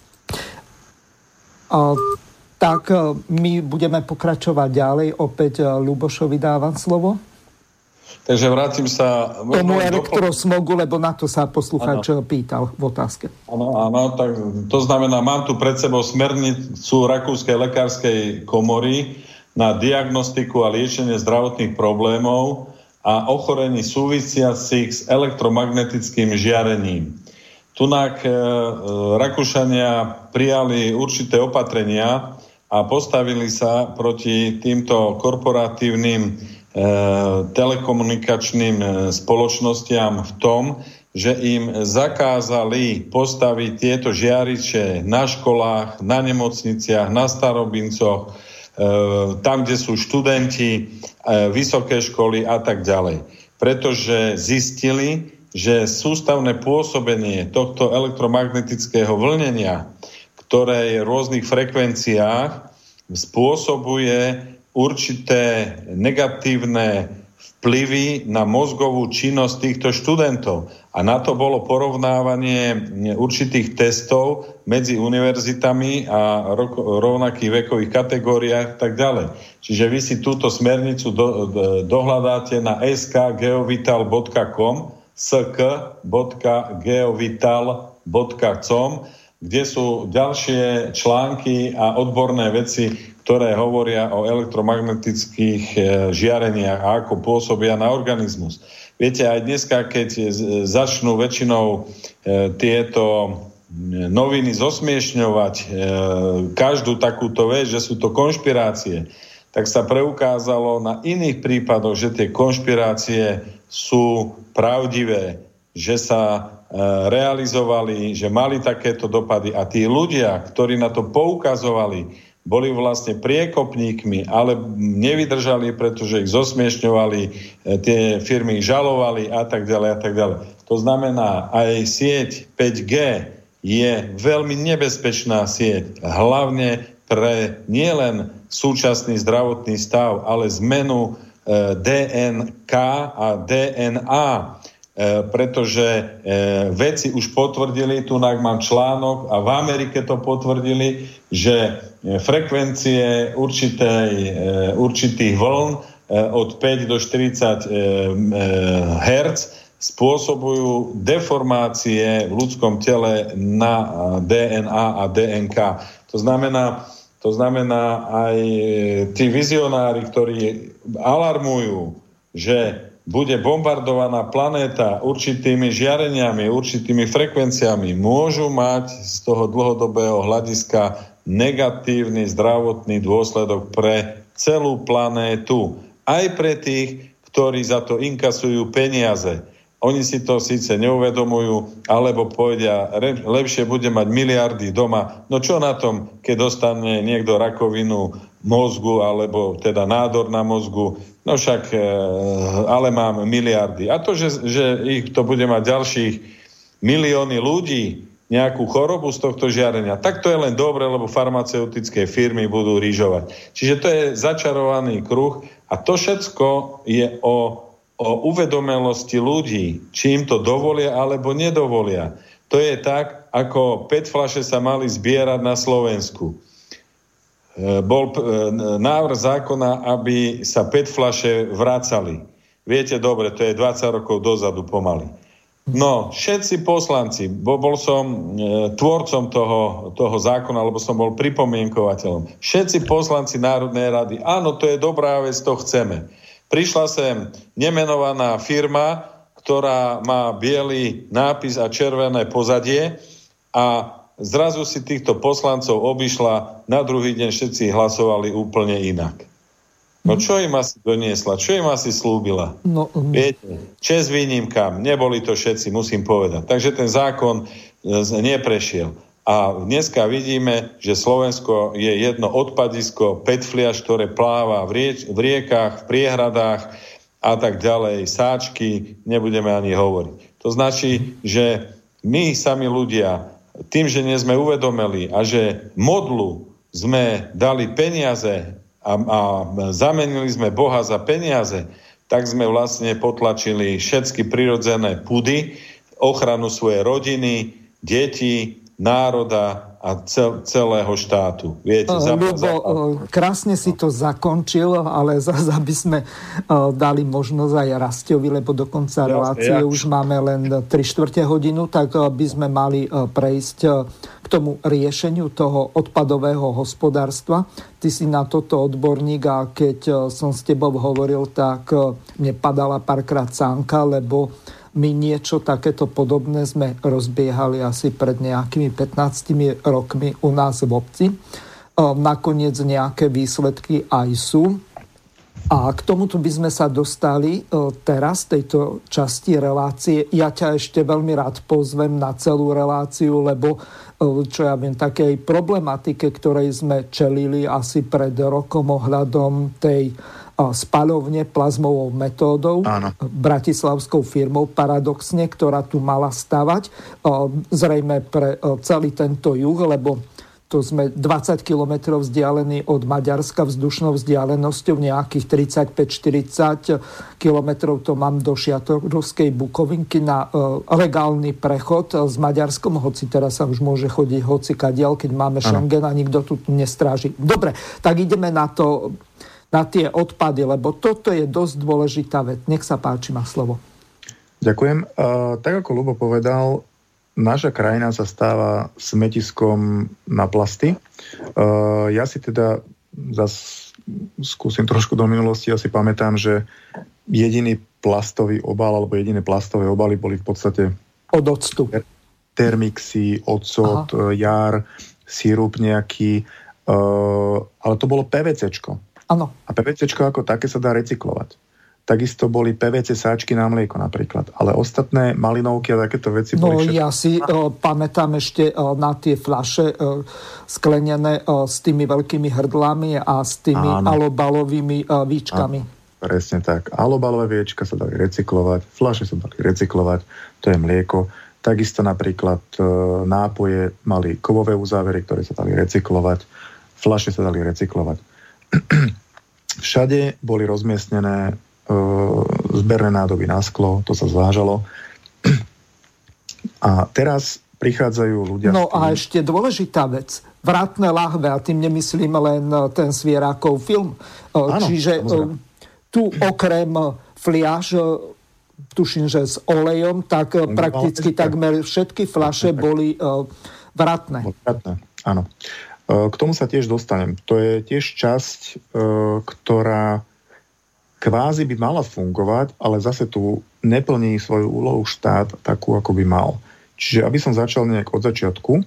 Tak my budeme pokračovať ďalej. Opäť Ľubošovi dávam slovo. Takže vrátim sa... Tomu elektrosmogu, lebo na to sa poslucháč pýtal v otázke. Áno, áno, tak to znamená, mám tu pred sebou smernicu Rakúskej lekárskej komory na diagnostiku a liečenie zdravotných problémov a ochorení súvisiacich s elektromagnetickým žiarením. Tunak e, Rakúšania prijali určité opatrenia a postavili sa proti týmto korporatívnym e, telekomunikačným spoločnostiam v tom, že im zakázali postaviť tieto žiariče na školách, na nemocniciach, na starobincoch, e, tam, kde sú študenti, e, vysoké školy a tak ďalej. Pretože zistili, že sústavné pôsobenie tohto elektromagnetického vlnenia, ktoré je v rôznych frekvenciách, spôsobuje určité negatívne vplyvy na mozgovú činnosť týchto študentov. A na to bolo porovnávanie určitých testov medzi univerzitami a rovnakých vekových kategóriách a tak ďalej. Čiže vy si túto smernicu do, do, dohľadáte na es ká geovital bodka com es ká bodka geovital bodka com, kde sú ďalšie články a odborné veci, ktoré hovoria o elektromagnetických žiareniach a ako pôsobia na organizmus. Viete, aj dneska, keď začnú väčšinou tieto noviny zosmiešňovať každú takúto vec, že sú to konšpirácie, tak sa preukázalo na iných prípadoch, že tie konšpirácie sú pravdivé, že sa realizovali, že mali takéto dopady a tí ľudia, ktorí na to poukazovali, boli vlastne priekopníkmi, ale nevydržali, pretože ich zosmiešňovali, tie firmy ich žalovali a tak ďalej a tak ďalej. To znamená, aj sieť päť G je veľmi nebezpečná sieť, hlavne pre nielen súčasný zdravotný stav, ale zmenu dé en ká a dé en á, pretože e, vedci už potvrdili, tu mám článok a v Amerike to potvrdili, že frekvencie určitej, e, určitých vln e, od päť do štyridsať e, e, hertz spôsobujú deformácie v ľudskom tele na dé en á a dé en ká. To znamená, to znamená aj tí vizionári, ktorí alarmujú, že bude bombardovaná planéta určitými žiareniami, určitými frekvenciami, môžu mať z toho dlhodobého hľadiska negatívny zdravotný dôsledok pre celú planétu. Aj pre tých, ktorí za to inkasujú peniaze. Oni si to síce neuvedomujú, alebo povedia, lepšie bude mať miliardy doma. No čo na tom, keď dostane niekto rakovinu mozgu, alebo teda nádor na mozgu, no však, ale mám miliardy. A to, že, že ich to bude mať ďalších milióny ľudí, nejakú chorobu z tohto žiarenia, tak to je len dobre, lebo farmaceutické firmy budú rýžovať. Čiže to je začarovaný kruh a to všetko je o, o uvedomelosti ľudí, či im to dovolia alebo nedovolia. To je tak, ako päť fľaše sa mali zbierať na Slovensku. Bol návrh zákona, aby sa päť fľaše vracali. Viete dobre, to je dvadsať rokov dozadu pomaly. No, všetci poslanci, bo bol som e, tvorcom toho, toho zákona, alebo som bol pripomienkovateľom. Všetci poslanci Národnej rady, áno, to je dobrá vec, to chceme. Prišla sem nemenovaná firma, ktorá má biely nápis a červené pozadie a zrazu si týchto poslancov obišla, na druhý deň všetci hlasovali úplne inak. No čo im asi doniesla? Čo im asi slúbila? No, um... Viete, čes výnimkám, neboli to všetci, musím povedať. Takže ten zákon neprešiel. A dneska vidíme, že Slovensko je jedno odpadisko päť fliaš, ktoré pláva v, rieč, v riekach, v priehradách a tak ďalej, sáčky, nebudeme ani hovoriť. To značí, že my sami ľudia tým, že nie sme uvedomili a že modlu sme dali peniaze a, a zamenili sme Boha za peniaze, tak sme vlastne potlačili všetky prirodzené pudy, ochranu svojej rodiny, detí, národa a cel, celého štátu. Viete, Ľubo, krásne si to zakončil, ale zase, aby sme dali možnosť aj Rastovi, lebo do konca relácie ja. už máme len tri štvrte hodinu, tak by sme mali prejsť k tomu riešeniu toho odpadového hospodárstva. Ty si na toto odborník a keď som s tebou hovoril, tak mne padala párkrát sánka, lebo my niečo takéto podobné sme rozbiehali asi pred nejakými pätnástimi rokmi u nás v obci. Nakoniec nejaké výsledky aj sú. A k tomuto by sme sa dostali teraz, tejto časti relácie. Ja ťa ešte veľmi rád pozvem na celú reláciu, lebo čo ja viem, takej problematike, ktorej sme čelili asi pred rokom ohľadom tej spaľovne plazmovou metódou, áno, bratislavskou firmou paradoxne, ktorá tu mala stavať zrejme pre celý tento juh, lebo to sme dvadsať kilometrov vzdialení od Maďarska vzdušnou vzdialenosťou nejakých tridsaťpäť štyridsať kilometrov to mám do Šiatorovskej Bukovinky na legálny prechod s Maďarskom, hoci teraz sa už môže chodiť hoci kadiaľ, keď máme Schengen a nikto tu nestráži. Dobre, tak ideme na to, na tie odpady, lebo toto je dosť dôležitá vec. Nech sa páči, má slovo. Ďakujem. Uh, tak ako Ľubo povedal, naša krajina sa stáva smetiskom na plasty. Uh, ja si teda zas skúsim trošku do minulosti, ja si pamätám, že jediný plastový obal alebo jediné plastové obaly boli v podstate od octu. Termixy, ocot, Aha. jar, sírup nejaký, uh, ale to bolo PVCčko. Áno. A PVCčko ako také sa dá recyklovať. Takisto boli pé vé cé sáčky na mlieko napríklad. Ale ostatné malinovky a takéto veci no, boli všetko. Ja si uh, pamätám ešte uh, na tie fľaše uh, sklenené uh, s tými veľkými hrdlami a s tými Áno. alobalovými uh, víčkami. Áno, presne tak. Alobalové viečka sa dali recyklovať, fľaše sa dali recyklovať, to je mlieko. Takisto napríklad uh, nápoje mali kovové uzávery, ktoré sa dali recyklovať, fľaše sa dali recyklovať. Všade boli rozmiestnené zberné nádoby na sklo, to sa zvážalo. A teraz prichádzajú ľudia... No a ešte dôležitá vec. Vrátne lahve, a tým nemyslím len ten Svierákov film. Áno, čiže samozrejme. Tu okrem fliaž, tuším, že s olejom, tak no, prakticky no, takmer všetky fľaše no, boli vrátne. Vrátne, áno. K tomu sa tiež dostanem. To je tiež časť, ktorá kvázi by mala fungovať, ale zase tu neplní svoju úlohu štát takú, ako by mal. Čiže aby som začal nejak od začiatku,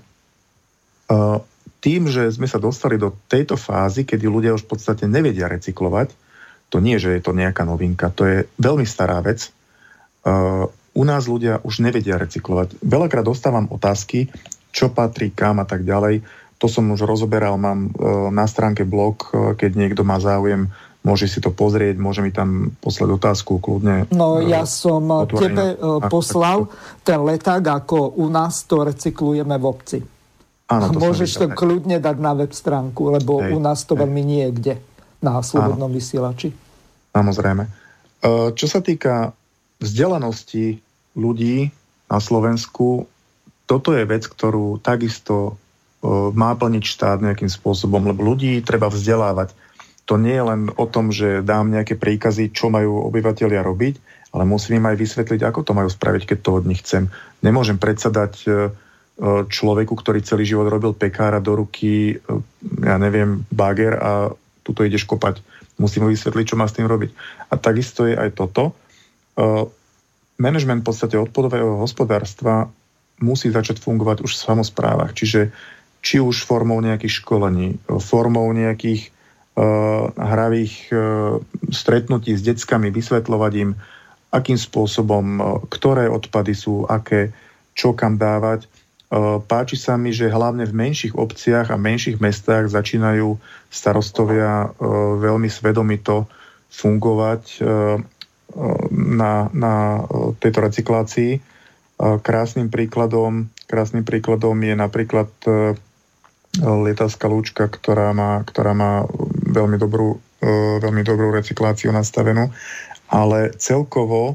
tým, že sme sa dostali do tejto fázy, kedy ľudia už v podstate nevedia recyklovať, to nie, že je to nejaká novinka, to je veľmi stará vec. U nás ľudia už nevedia recyklovať. Veľakrát dostávam otázky, čo patrí, kam a tak ďalej. To som už rozoberal, mám na stránke blog, keď niekto má záujem, môže si to pozrieť, môže mi tam poslať otázku kľudne. No ja som otvorený. Tebe poslal ten leták, ako u nás to recyklujeme v obci. Áno, to môžeš to videl, kľudne dať na web stránku, lebo hej, u nás to hej. veľmi niekde na Slobodnom áno. vysielači. Samozrejme. Čo sa týka vzdelanosti ľudí na Slovensku, toto je vec, ktorú takisto má plniť štát nejakým spôsobom, lebo ľudí treba vzdelávať. To nie je len o tom, že dám nejaké príkazy, čo majú obyvatelia robiť, ale musím im aj vysvetliť, ako to majú spraviť, keď to od nich chcem. Nemôžem predsa dať človeku, ktorý celý život robil pekára do ruky, ja neviem, bager a tuto ideš kopať. Musím mu vysvetliť, čo má s tým robiť. A takisto je aj toto. Management v podstate odpadového hospodárstva musí začať fungovať už v samosprávach. Čiže či už formou nejakých školení, formou nejakých hravých stretnutí s deckami, vysvetľovať im, akým spôsobom, ktoré odpady sú, aké, čo kam dávať. Páči sa mi, že hlavne v menších obciach a menších mestách začínajú starostovia veľmi svedomito fungovať na, na tejto recyklácii. Krásnym príkladom, krásnym príkladom je napríklad Lietavská Lúčka, ktorá má, ktorá má veľmi dobrú, veľmi dobrú recykláciu nastavenú, ale celkovo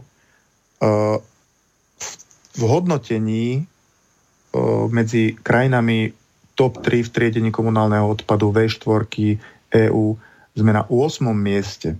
v hodnotení medzi krajinami top tri v triedení komunálneho odpadu vé štyri é ú sme na ôsmom mieste.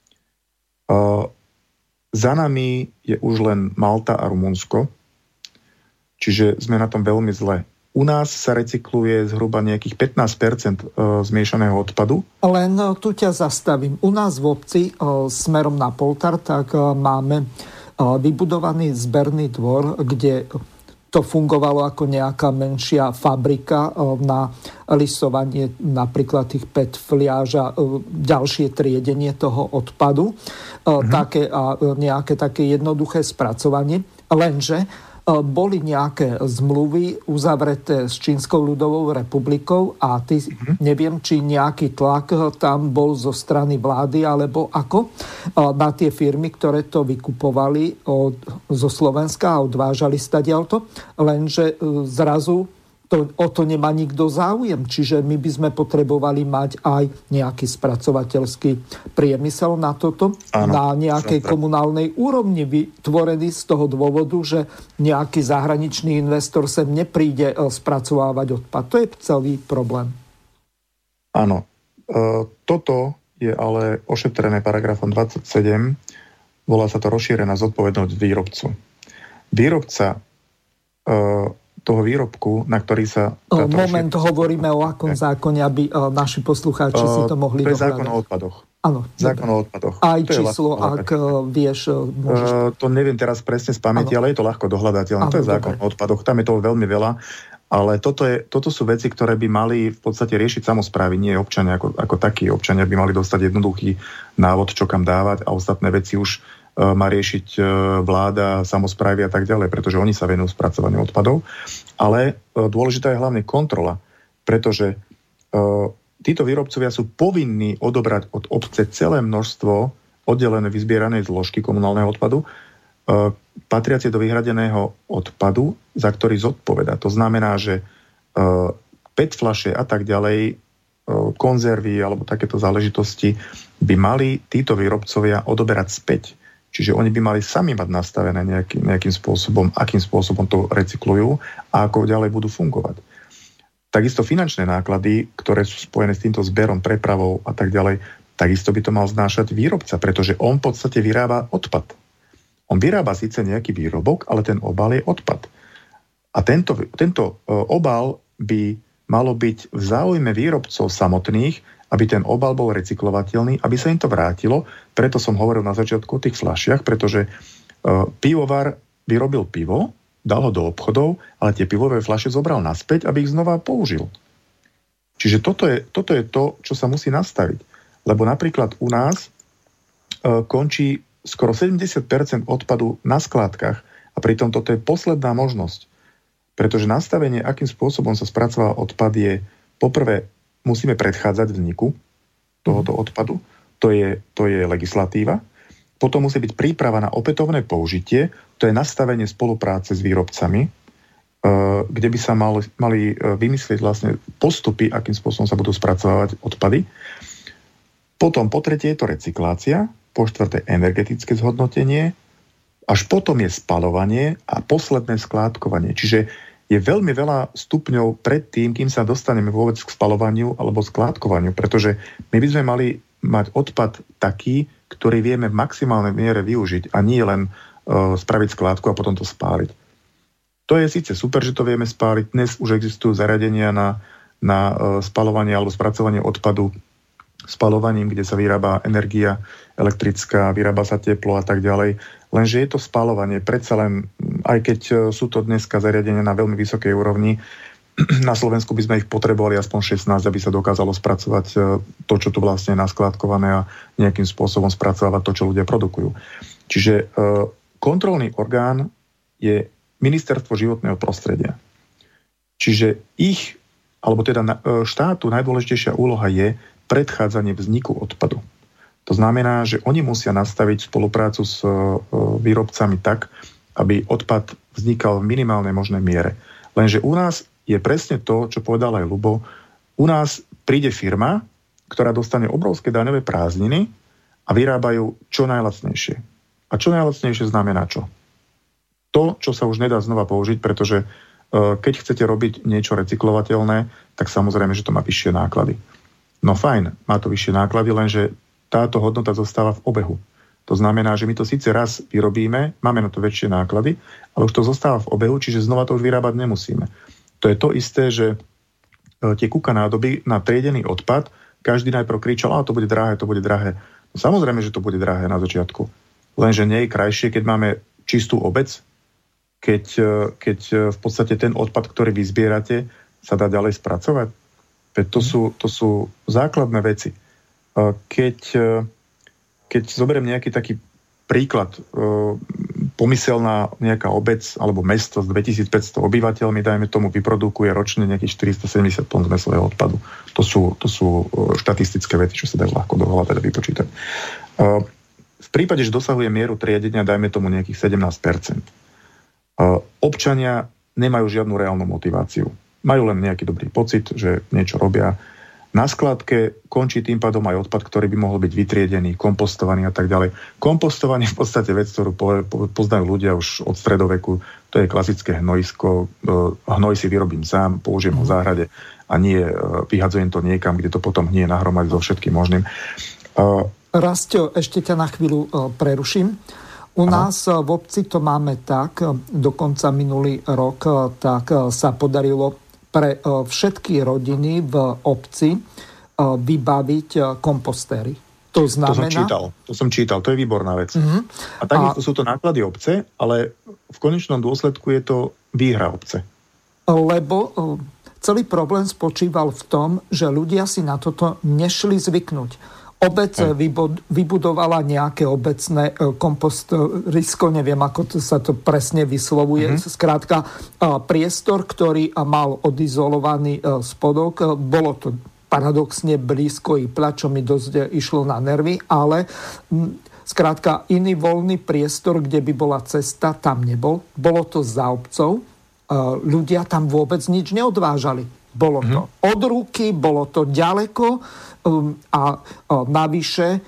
Za nami je už len Malta a Rumunsko, čiže sme na tom veľmi zle. U nás sa recykluje zhruba nejakých pätnásť percent zmiešaného odpadu. Len tu ťa zastavím. U nás v obci smerom na Poltar tak máme vybudovaný zberný dvor, kde to fungovalo ako nejaká menšia fabrika na lisovanie napríklad tých pé é té fliaž a ďalšie triedenie toho odpadu. Mhm. Také, a nejaké také jednoduché spracovanie. Lenže boli nejaké zmluvy uzavreté s Čínskou ľudovou republikou a ty, mm-hmm. neviem, či nejaký tlak tam bol zo strany vlády, alebo ako, na tie firmy, ktoré to vykupovali od, zo Slovenska a odvážali stadiaľto, lenže zrazu to, o to nemá nikto záujem. Čiže my by sme potrebovali mať aj nejaký spracovateľský priemysel na toto, áno, na nejakej super. Komunálnej úrovni vytvorený z toho dôvodu, že nejaký zahraničný investor sem nepríde spracovávať odpad. To je celý problém. Áno. E, toto je ale ošetrené paragrafom dvadsaťsedem. Volá sa to rozšírená zodpovednosť výrobcu. Výrobca e, toho výrobku, na ktorý sa... Moment, rozšír... hovoríme o akom zákone, aby naši poslucháči si to mohli dohľadať. To je zákon o odpadoch. Áno. Zákon o odpadoch. Aj to číslo, ak vieš, môžeš... To neviem teraz presne z pamäti, ale je to ľahko dohľadateľné. To je zákon o odpadoch. Tam je toho veľmi veľa. Ale toto, je, toto sú veci, ktoré by mali v podstate riešiť samosprávy, nie občania ako, ako takí. Občania by mali dostať jednoduchý návod, čo kam dávať a ostatné veci už uh, má riešiť uh, vláda, samosprávy a tak ďalej, pretože oni sa venujú spracovaniu odpadov. Ale uh, dôležitá je hlavne kontrola, pretože uh, títo výrobcovia sú povinní odobrať od obce celé množstvo oddelené vyzbieranej zložky komunálneho odpadu, uh, patriacie do vyhradeného odpadu, za ktorý zodpoveda. To znamená, že uh, pé é té fľaše a tak ďalej, uh, konzervy alebo takéto záležitosti by mali títo výrobcovia odoberať späť. Čiže oni by mali sami mať nastavené nejaký, nejakým spôsobom, akým spôsobom to recyklujú a ako ďalej budú fungovať. Takisto finančné náklady, ktoré sú spojené s týmto zberom, prepravou a tak ďalej, takisto by to mal znášať výrobca, pretože on v podstate vyrába odpad. On vyrába síce nejaký výrobok, ale ten obal je odpad. A tento, tento obal by malo byť v záujme výrobcov samotných, aby ten obal bol recyklovateľný, aby sa im to vrátilo. Preto som hovoril na začiatku o tých fľašiach, pretože uh, pivovar vyrobil pivo, dal ho do obchodov, ale tie pivové fľaše zobral naspäť, aby ich znova použil. Čiže toto je, toto je to, čo sa musí nastaviť. Lebo napríklad u nás uh, končí skoro sedemdesiat percent odpadu na skládkach a pritom toto je posledná možnosť. Pretože nastavenie, akým spôsobom sa spracováva odpad je, poprvé, musíme predchádzať vzniku tohoto odpadu, to je, to je legislatíva, potom musí byť príprava na opätovné použitie, to je nastavenie spolupráce s výrobcami, kde by sa mali, mali vymyslieť vlastne postupy, akým spôsobom sa budú spracovávať odpady. Potom po tretie je to recyklácia, po štvrté energetické zhodnotenie, až potom je spaľovanie a posledné skládkovanie. Čiže je veľmi veľa stupňov pred tým, kým sa dostaneme vôbec k spaľovaniu alebo skládkovaniu, pretože my by sme mali mať odpad taký, ktorý vieme v maximálnej miere využiť a nie len uh, spraviť skládku a potom to spáliť. To je síce super, že to vieme spáliť. Dnes už existujú zariadenia na, na uh, spaľovanie alebo spracovanie odpadu spaľovaním, kde sa vyrába energia elektrická, vyrába sa teplo a tak ďalej. Lenže je to spaľovanie. Predsa len, aj keď sú to dneska zariadenia na veľmi vysokej úrovni, na Slovensku by sme ich potrebovali aspoň šestnásť, aby sa dokázalo spracovať to, čo tu vlastne je naskládkované a nejakým spôsobom spracovať to, čo ľudia produkujú. Čiže kontrolný orgán je Ministerstvo životného prostredia. Čiže ich, alebo teda štátu najdôležitejšia úloha je predchádzanie vzniku odpadu. To znamená, že oni musia nastaviť spoluprácu s výrobcami tak, aby odpad vznikal v minimálnej možnej miere. Lenže u nás je presne to, čo povedal aj Ľubo. U nás príde firma, ktorá dostane obrovské daňové prázdniny a vyrábajú čo najlacnejšie. A čo najlacnejšie znamená čo? To, čo sa už nedá znova použiť, pretože keď chcete robiť niečo recyklovateľné, tak samozrejme, že to má vyššie náklady. No fajn, má to vyššie náklady, lenže táto hodnota zostáva v obehu. To znamená, že my to síce raz vyrobíme, máme na to väčšie náklady, ale už to zostáva v obehu, čiže znova to už vyrábať nemusíme. To je to isté, že tie kúka nádoby na triedený odpad, každý najprv kričal, a to bude drahé, to bude drahé. No samozrejme, že to bude drahé na začiatku. Lenže nie je krajšie, keď máme čistú obec, keď, keď v podstate ten odpad, ktorý vy zbierate, sa dá ďalej spracovať. To sú, to sú základné veci. Keď, keď zoberiem nejaký taký príklad, pomyselná nejaká obec alebo mesto s dvetisícpäťsto obyvateľmi, dajme tomu, vyprodukuje ročne nejakých štyristosedemdesiat tón zmesového odpadu. To sú, to sú štatistické veci, čo sa dajú ľahko do hlavy vypočítať. V prípade, že dosahuje mieru triedenia, dajme tomu nejakých sedemnásť percent. Občania nemajú žiadnu reálnu motiváciu. Majú len nejaký dobrý pocit, že niečo robia. Na skladke končí tým pádom aj odpad, ktorý by mohol byť vytriedený, kompostovaný a tak ďalej. Kompostovanie je v podstate vec, ktorú poznajú ľudia už od stredoveku. To je klasické hnojisko. Hnoj si vyrobím sám, použijem ho v záhrade a nie vyhadzujem to niekam, kde to potom hnie nahromady so všetkým možným. Rastio, ešte ťa na chvíľu preruším. U Aha. nás v obci to máme tak, dokonca minulý rok tak sa podarilo pre všetky rodiny v obci vybaviť kompostéry. To znamená... To som čítal, to som čítal, to je výborná vec. Uh-huh. A takisto a... sú to náklady obce, ale v konečnom dôsledku je to výhra obce. lebo celý problém spočíval v tom, že ľudia si na toto nešli zvyknúť. Obec vybudovala nejaké obecné kompostrisko, neviem, ako to sa to presne vyslovuje. Mm-hmm. Skrátka, priestor, ktorý mal odizolovaný spodok, bolo to paradoxne blízko i čo mi dosť išlo na nervy, ale skrátka iný voľný priestor, kde by bola cesta, tam nebol. Bolo to za obcov. Ľudia tam vôbec nič neodvážali. Bolo to mm-hmm. od ruky, bolo to ďaleko a navyše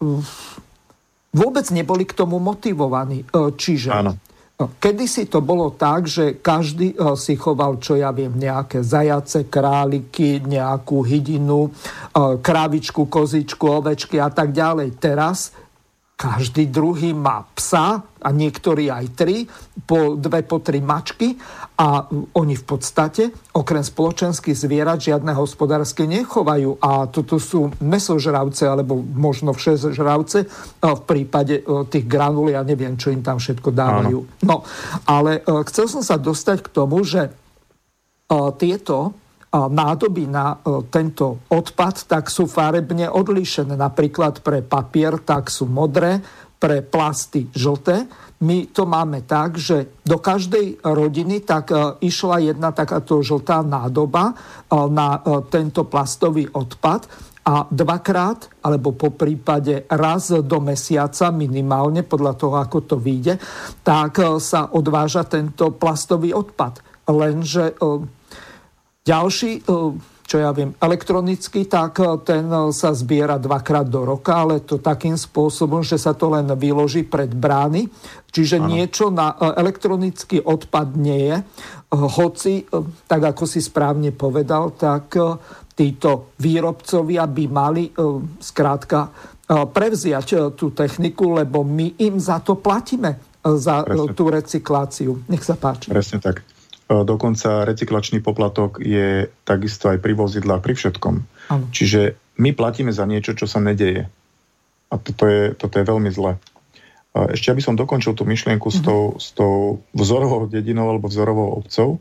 vôbec neboli k tomu motivovaní. Čiže áno. Kedysi to bolo tak, že každý si choval, čo ja viem, nejaké zajace, králiky, nejakú hydinu, krávičku, kozičku, ovečky a tak ďalej. Teraz každý druhý má psa a niektorí aj tri, po dve, po tri mačky a oni v podstate okrem spoločenských zvierat žiadne hospodárske nechovajú a toto sú mesožravce alebo možno všežravce v prípade tých granul, ja neviem, čo im tam všetko dávajú. Áno. No, ale chcel som sa dostať k tomu, že tieto nádoby na tento odpad, tak sú farebne odlíšené. Napríklad pre papier, tak sú modré, pre plasty žlté. My to máme tak, že do každej rodiny tak išla jedna takáto žltá nádoba na tento plastový odpad a dvakrát, alebo po prípade raz do mesiaca minimálne, podľa toho, ako to vyjde, tak sa odváža tento plastový odpad. Lenže ďalší, čo ja viem, elektronicky, tak ten sa zbiera dvakrát do roka, ale to takým spôsobom, že sa to len vyloží pred brány. Čiže ano. Niečo na elektronický odpad nie je. Hoci, tak ako si správne povedal, tak títo výrobcovia by mali skrátka prevziať tú techniku, lebo my im za to platíme, za Presne. Tú recykláciu. Nech sa páči. Presne tak. Dokonca recyklačný poplatok je takisto aj pri vozidlách, pri všetkom. Ano. Čiže my platíme za niečo, čo sa nedeje. A toto je, toto je veľmi zle. Ešte aby som dokončil tú myšlienku uh-huh. s, tou, s tou vzorovou dedinou alebo vzorovou obcou.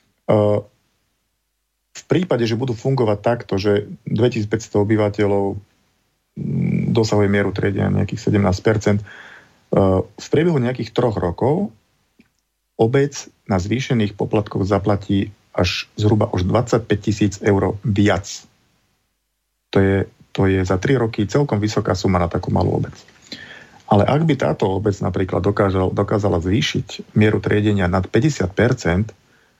V prípade, že budú fungovať takto, že dvetisícpäťsto obyvateľov dosahuje mieru triedenia nejakých sedemnásť percent, v priebehu nejakých troch rokov obec na zvýšených poplatkoch zaplatí až zhruba už dvadsaťpäť tisíc eur viac. To je, to je za tri roky celkom vysoká suma na takú malú obec. Ale ak by táto obec napríklad dokážal, dokázala zvýšiť mieru triedenia nad päťdesiat percent,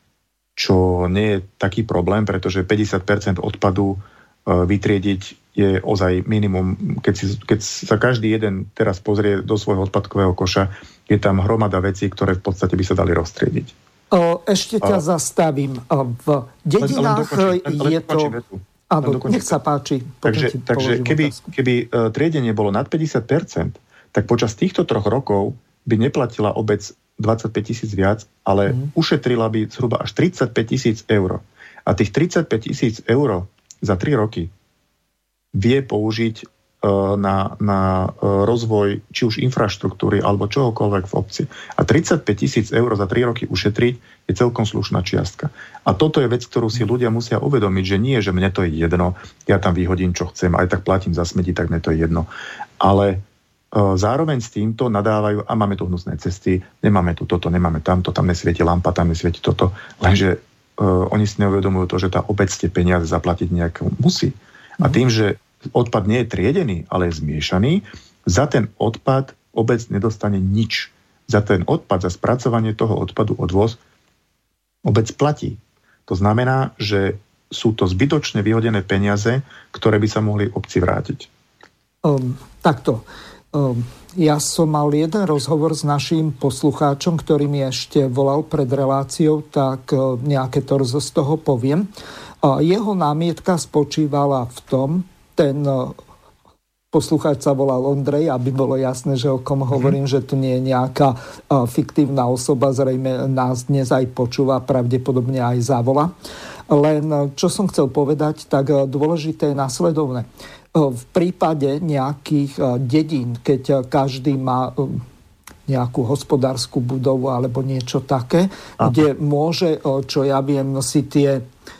čo nie je taký problém, pretože päťdesiat percent odpadu vytriediť je ozaj minimum. Keď, si, keď sa každý jeden teraz pozrie do svojho odpadkového koša, je tam hromada vecí, ktoré v podstate by sa dali roztriediť. O, ešte ťa a... zastavím. V dedinách len, len dokončím, len, je to... Áno, nech sa páči. Takže, takže keby, keby triedenie bolo nad päťdesiat percent, tak počas týchto troch rokov by neplatila obec dvadsaťpäť tisíc viac, ale mm. ušetrila by zhruba až tridsaťpäť tisíc eur. A tých tridsaťpäť tisíc eur za tri roky vie použiť na, na rozvoj či už infraštruktúry alebo čohokoľvek v obci. A tridsaťpäť tisíc eur za tri roky ušetriť je celkom slušná čiastka. A toto je vec, ktorú si ľudia musia uvedomiť, že nie, že mne to je jedno, ja tam vyhodím, čo chcem, aj tak platím za smeti, tak mne to je jedno. Ale zároveň s týmto nadávajú, a máme tu hnusné cesty, nemáme tu toto, nemáme tamto, tam nesvieti lampa, tam nesvieti toto, lenže uh, oni si neuvedomujú to, že tá obec tie peniaze zaplatiť nejak musí. A tým, že odpad nie je triedený, ale je zmiešaný, za ten odpad obec nedostane nič. Za ten odpad, za spracovanie toho odpadu, odvoz, obec platí. To znamená, že sú to zbytočne vyhodené peniaze, ktoré by sa mohli obci vrátiť. Um, takto. Um, ja som mal jeden rozhovor s naším poslucháčom, ktorý mi ešte volal pred reláciou, tak uh, nejaké torzo z toho poviem. Uh, jeho námietka spočívala v tom, ten uh, poslucháč sa volal Ondrej, aby bolo jasné, že o kom hovorím, mm. že tu nie je nejaká uh, fiktívna osoba, zrejme nás dnes aj počúva, pravdepodobne aj zavola. Len uh, čo som chcel povedať, tak uh, dôležité je nasledovné. V prípade nejakých dedín, keď každý má nejakú hospodárskú budovu alebo niečo také, Aha. kde môže, čo ja viem, si tie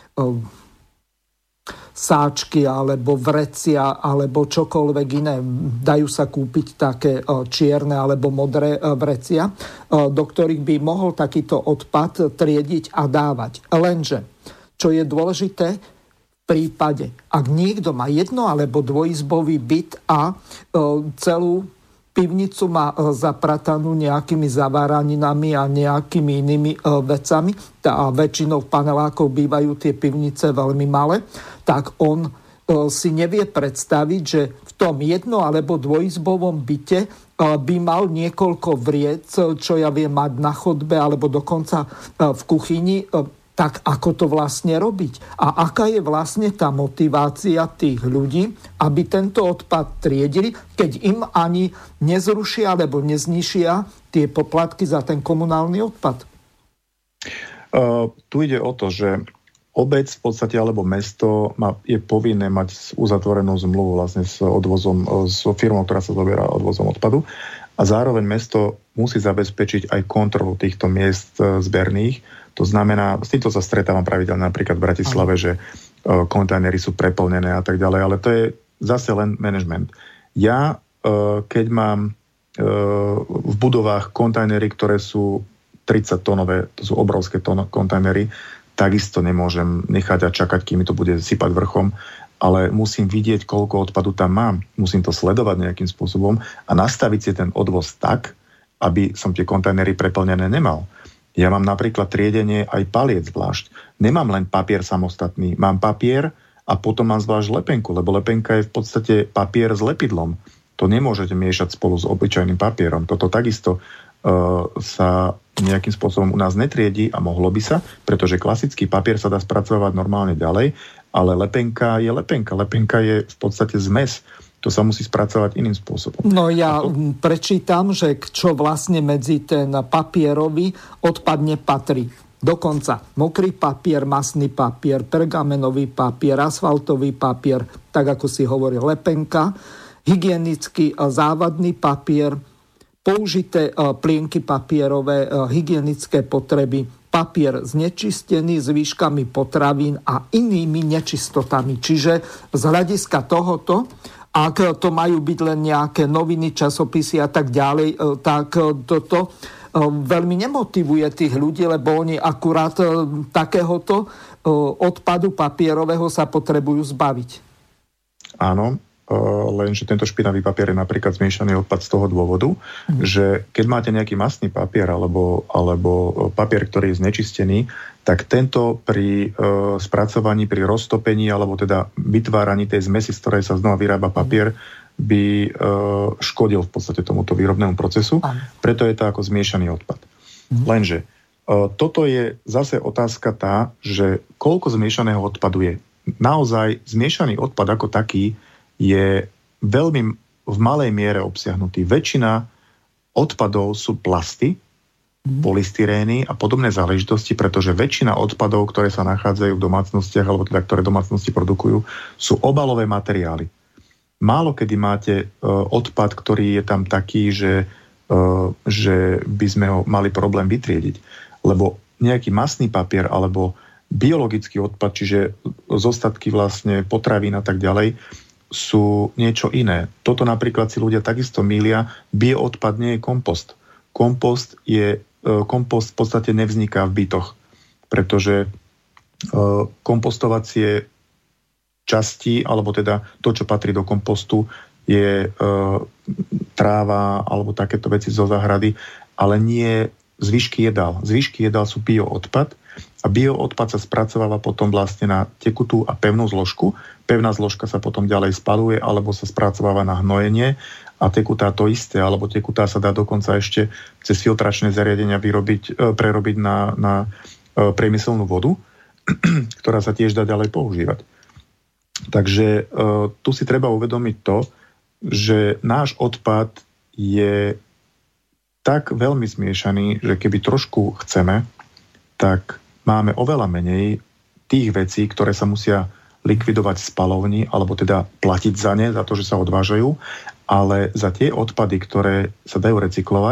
sáčky alebo vrecia alebo čokoľvek iné. Dajú sa kúpiť také čierne alebo modré vrecia, do ktorých by mohol takýto odpad triediť a dávať. Lenže, čo je dôležité, v prípade, ak niekto má jedno alebo dvojizbový byt a celú pivnicu má zapratanú nejakými zaváraninami a nejakými inými vecami a väčšinou panelákov bývajú tie pivnice veľmi malé, tak on si nevie predstaviť, že v tom jedno- alebo dvojizbovom byte by mal niekoľko vriec, čo ja viem mať na chodbe alebo dokonca v kuchyni, tak ako to vlastne robiť? A aká je vlastne tá motivácia tých ľudí, aby tento odpad triedili, keď im ani nezrušia alebo neznišia tie poplatky za ten komunálny odpad? Uh, tu ide o to, že obec v podstate alebo mesto má, je povinné mať uzatvorenú zmluvu vlastne s odvozom, s firmou, ktorá sa zoberá odvozom odpadu. A zároveň mesto musí zabezpečiť aj kontrolu týchto miest zberných. To znamená, s týmto sa stretávam pravidelne napríklad v Bratislave, Aha. že kontajnery sú preplnené a tak ďalej, ale to je zase len management. Ja, keď mám v budovách kontajnery, ktoré sú tridsať-tonové, to sú obrovské ton- kontajnery, takisto nemôžem nechať a čakať, kým mi to bude sypať vrchom, ale musím vidieť, koľko odpadu tam mám. Musím to sledovať nejakým spôsobom a nastaviť si ten odvoz tak, aby som tie kontajnery preplnené nemal. Ja mám napríklad triedenie aj paliec zvlášť. Nemám len papier samostatný. Mám papier a potom mám zvlášť lepenku, lebo lepenka je v podstate papier s lepidlom. To nemôžete miešať spolu s obyčajným papierom. Toto takisto uh, sa nejakým spôsobom u nás netriedi a mohlo by sa, pretože klasický papier sa dá spracovať normálne ďalej, ale lepenka je lepenka. Lepenka je v podstate zmes. To sa musí spracovať iným spôsobom. No ja to... prečítam, že čo vlastne medzi ten papierový odpad nepatrí. Dokonca mokrý papier, masný papier, pergamenový papier, asfaltový papier, tak ako si hovoril, lepenka, hygienický závadný papier, použité plienky papierové, hygienické potreby, papier znečistený s výškami potravín a inými nečistotami. Čiže z hľadiska tohoto, ak to majú byť len nejaké noviny, časopisy a tak ďalej, tak toto veľmi nemotivuje tých ľudí, lebo oni akurát takéhoto odpadu papierového sa potrebujú zbaviť. Áno, lenže tento špinavý papier je napríklad zmiešaný odpad z toho dôvodu, mm. že keď máte nejaký masný papier alebo, alebo papier, ktorý je znečistený, tak tento pri e, spracovaní, pri roztopení alebo teda vytváraní tej zmesi, z ktorej sa znova vyrába papier, by e, škodil v podstate tomuto výrobnému procesu. Aj. Preto je to ako zmiešaný odpad. Mm. Lenže e, toto je zase otázka tá, že koľko zmiešaného odpadu je. Naozaj zmiešaný odpad ako taký je veľmi v malej miere obsiahnutý. Väčšina odpadov sú plasty, polystyrény a podobné záležitosti, pretože väčšina odpadov, ktoré sa nachádzajú v domácnostiach alebo teda ktoré domácnosti produkujú, sú obalové materiály. Málo kedy máte e, odpad, ktorý je tam taký, že, e, že by sme ho mali problém vytriediť. Lebo nejaký masný papier alebo biologický odpad, čiže zostatky vlastne potravín a tak ďalej, sú niečo iné. Toto napríklad si ľudia takisto mýlia. Bioodpad nie je kompost. Kompost je kompost v podstate nevzniká v bytoch, pretože kompostovacie časti, alebo teda to, čo patrí do kompostu, je tráva alebo takéto veci zo záhrady, ale nie zvyšky jedál. Zvyšky jedál sú bioodpad a bioodpad sa spracováva potom vlastne na tekutú a pevnú zložku. Pevná zložka sa potom ďalej spaluje alebo sa spracováva na hnojenie a tekutá to isté, alebo tekutá sa dá dokonca ešte cez filtračné zariadenia vyrobiť, prerobiť na, na priemyselnú vodu, ktorá sa tiež dá ďalej používať. Takže tu si treba uvedomiť to, že náš odpad je tak veľmi zmiešaný, že keby trošku chceme, tak máme oveľa menej tých vecí, ktoré sa musia likvidovať v spalovni, alebo teda platiť za ne, za to, že sa odvážajú, ale za tie odpady, ktoré sa dajú recyklovať,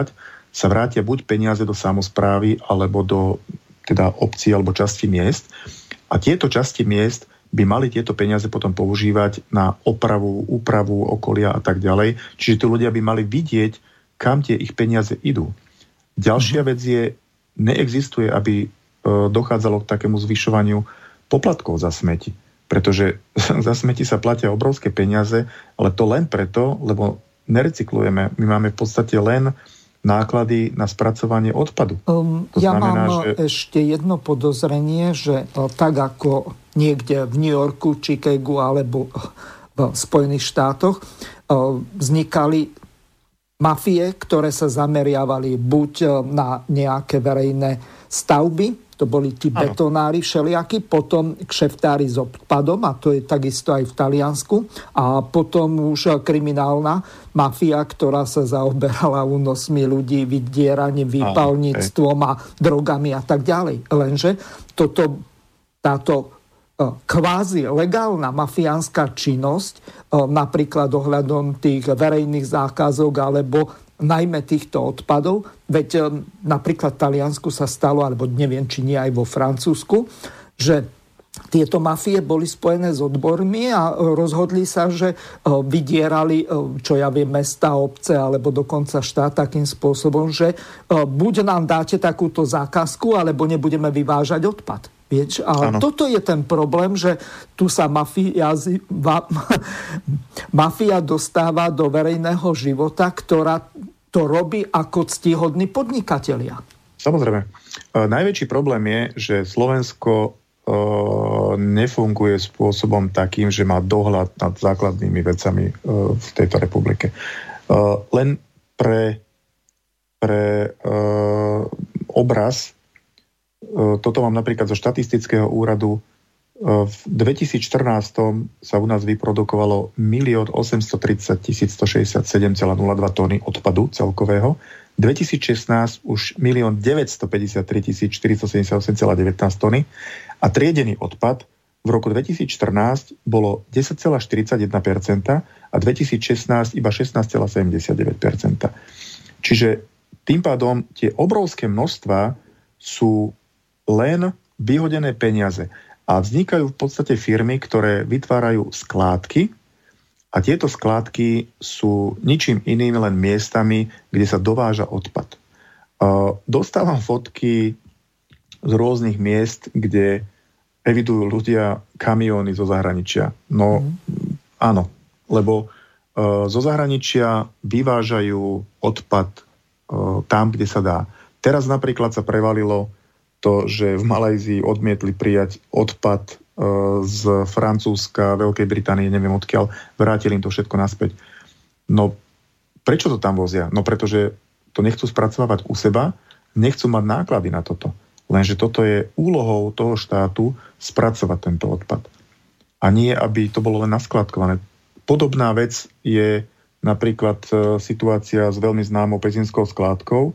sa vrátia buď peniaze do samosprávy, alebo do teda obcí alebo časti miest. A tieto časti miest by mali tieto peniaze potom používať na opravu, úpravu okolia a tak ďalej. Čiže tí ľudia by mali vidieť, kam tie ich peniaze idú. Ďalšia vec je, neexistuje, aby dochádzalo k takému zvyšovaniu poplatkov za smeti. Pretože za smeti sa platia obrovské peniaze, ale to len preto, lebo nerecyklujeme. My máme v podstate len náklady na spracovanie odpadu. Um, ja znamená, mám že... ešte jedno podozrenie, že tak ako niekde v New Yorku, Chicagu alebo v Spojených štátoch vznikali mafie, ktoré sa zameriavali buď na nejaké verejné stavby, to boli tí ano. betonári všelijakí, potom kšeftári s odpadom, a to je takisto aj v Taliansku, a potom už kriminálna mafia, ktorá sa zaoberala únosmi ľudí, vydieraním, výpalníctvom a drogami a tak ďalej. Lenže toto, táto kvázi legálna mafiánska činnosť, napríklad ohľadom tých verejných zákazok alebo najmä týchto odpadov, veď napríklad v Taliansku sa stalo, alebo neviem, či nie aj vo Francúzsku, že tieto mafie boli spojené s odbormi a rozhodli sa, že vydierali, čo ja viem, mesta, obce alebo dokonca štát takým spôsobom, že buď nám dáte takúto zákazku, alebo nebudeme vyvážať odpad. Vieš, a ano. Toto je ten problém, že tu sa mafia, mafia dostáva do verejného života, ktorá to robí ako ctihodní podnikatelia. Samozrejme. E, najväčší problém je, že Slovensko e, nefunguje spôsobom takým, že má dohľad nad základnými vecami e, v tejto republike. E, len pre, pre e, obraz toto mám napríklad zo štatistického úradu. V dvetisícštrnásť sa u nás vyprodukovalo milión osemstotridsať tisíc stošesťdesiatsedem celá nula dva tóny odpadu celkového. dvetisícšestnásť už milión deväťstopäťdesiattri tisíc štyristosedemdesiatosem celá devätnásť tóny a triedený odpad v roku dvetisícštrnásť bolo desať celá štyridsaťjeden percent a dvetisícšestnásť iba šestnásť celá sedemdesiatdeväť percent. Čiže tým pádom tie obrovské množstva sú len vyhodené peniaze. A vznikajú v podstate firmy, ktoré vytvárajú skládky a tieto skládky sú ničím iným, len miestami, kde sa dováža odpad. Dostávam fotky z rôznych miest, kde evidujú ľudia kamióny zo zahraničia. No mm. áno, lebo zo zahraničia vyvážajú odpad tam, kde sa dá. Teraz napríklad sa prevalilo to, že v Malajzii odmietli prijať odpad e, z Francúzska, Veľkej Británie, neviem odkiaľ, vrátili im to všetko naspäť. No, prečo to tam vozia? No, pretože to nechcú spracovávať u seba, nechcú mať náklady na toto. Lenže toto je úlohou toho štátu spracovať tento odpad. A nie, aby to bolo len naskladkované. Podobná vec je napríklad e, situácia s veľmi známou pezinskou skládkou.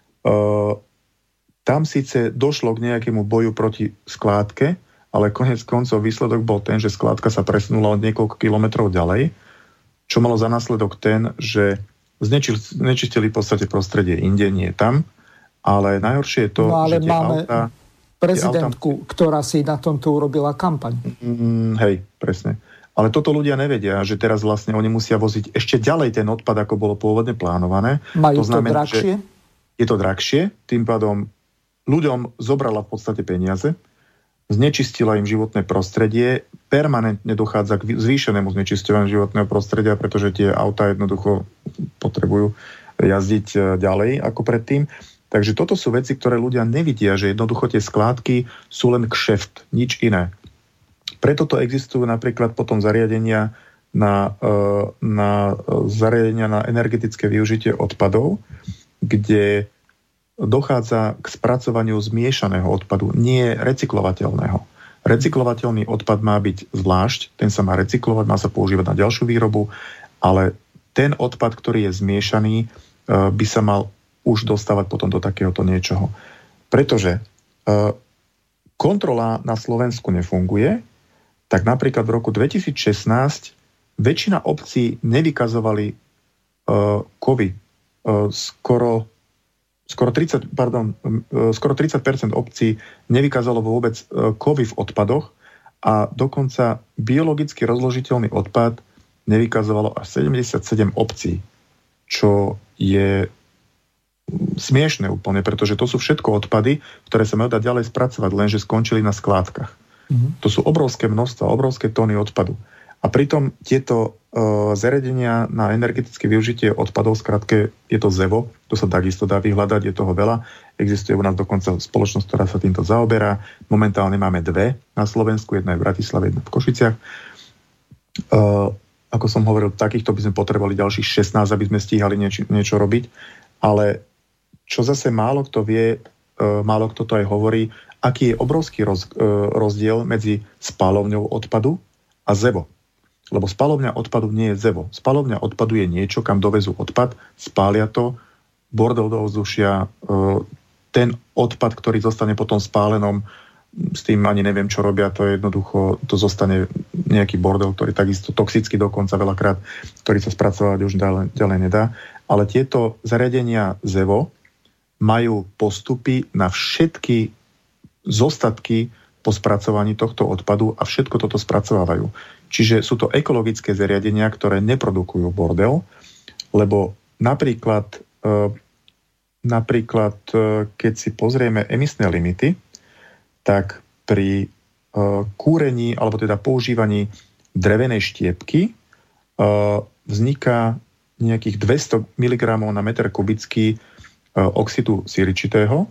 E, Tam síce došlo k nejakému boju proti skládke, ale konec koncov výsledok bol ten, že skládka sa presunula od niekoľko kilometrov ďalej, čo malo za následok ten, že znečistili v podstate prostredie inde, nie tam, ale najhoršie je to, no, ale že tie máme auta... prezidentku, auta... ktorá si na tomto urobila kampaň. Mm, hej, presne. Ale toto ľudia nevedia, že teraz vlastne oni musia voziť ešte ďalej ten odpad, ako bolo pôvodne plánované. Majú to, znamená, to drahšie? Je to drahšie, tým pádom ľuďom zobrala v podstate peniaze, znečistila im životné prostredie, permanentne dochádza k zvýšenému znečisťovaniu životného prostredia, pretože tie autá jednoducho potrebujú jazdiť ďalej ako predtým. Takže toto sú veci, ktoré ľudia nevidia, že jednoducho tie skládky sú len kšeft, nič iné. Preto to existujú napríklad potom zariadenia na, na zariadenia na energetické využitie odpadov, kde dochádza k spracovaniu zmiešaného odpadu, nie recyklovateľného. Recyklovateľný odpad má byť zvlášť, ten sa má recyklovať, má sa používať na ďalšiu výrobu, ale ten odpad, ktorý je zmiešaný, by sa mal už dostávať potom do takéhoto niečoho. Pretože kontrola na Slovensku nefunguje, tak napríklad v roku dvetisícšestnásť väčšina obcí nevykazovali kovy. Skoro skoro tridsať, pardon, skoro tridsať percent obcí nevykázalo vôbec kovy v odpadoch a dokonca biologicky rozložiteľný odpad nevykazovalo až sedemdesiatsedem obcí, čo je smiešné úplne, pretože to sú všetko odpady, ktoré sa majú dať ďalej spracovať, lenže skončili na skládkach. Mm-hmm. To sú obrovské množstva, obrovské tóny odpadu. A pritom tieto e, zariadenia na energetické využitie odpadov, skratke je to ZEVO, to sa takisto dá vyhľadať, je toho veľa. Existuje u nás dokonca spoločnosť, ktorá sa týmto zaoberá. Momentálne máme dve na Slovensku, jedna je v Bratislave, jedna v Košiciach. E, ako som hovoril, takýchto by sme potrebovali ďalších šestnásť, aby sme stíhali nieč- niečo robiť. Ale čo zase málo kto vie, e, málo kto to aj hovorí, aký je obrovský roz, e, rozdiel medzi spaľovňou odpadu a ZEVO. Lebo spaľovňa odpadu nie je ZEVO. Spaľovňa odpadu je niečo, kam dovezú odpad, spália to, bordel do ovzdušia, ten odpad, ktorý zostane potom spálenom, s tým ani neviem, čo robia, to je jednoducho, to zostane nejaký bordel, ktorý takisto toxický dokonca veľakrát, ktorý sa spracovať už ďalej, ďalej nedá. Ale tieto zariadenia ZEVO majú postupy na všetky zostatky po spracovaní tohto odpadu a všetko toto spracovávajú. Čiže sú to ekologické zariadenia, ktoré neprodukujú bordel, lebo napríklad, e, napríklad e, keď si pozrieme emisné limity, tak pri e, kúrení alebo teda používaní drevenej štiepky e, vzniká nejakých dvesto miligramov na meter kubický e, oxidu siličitého.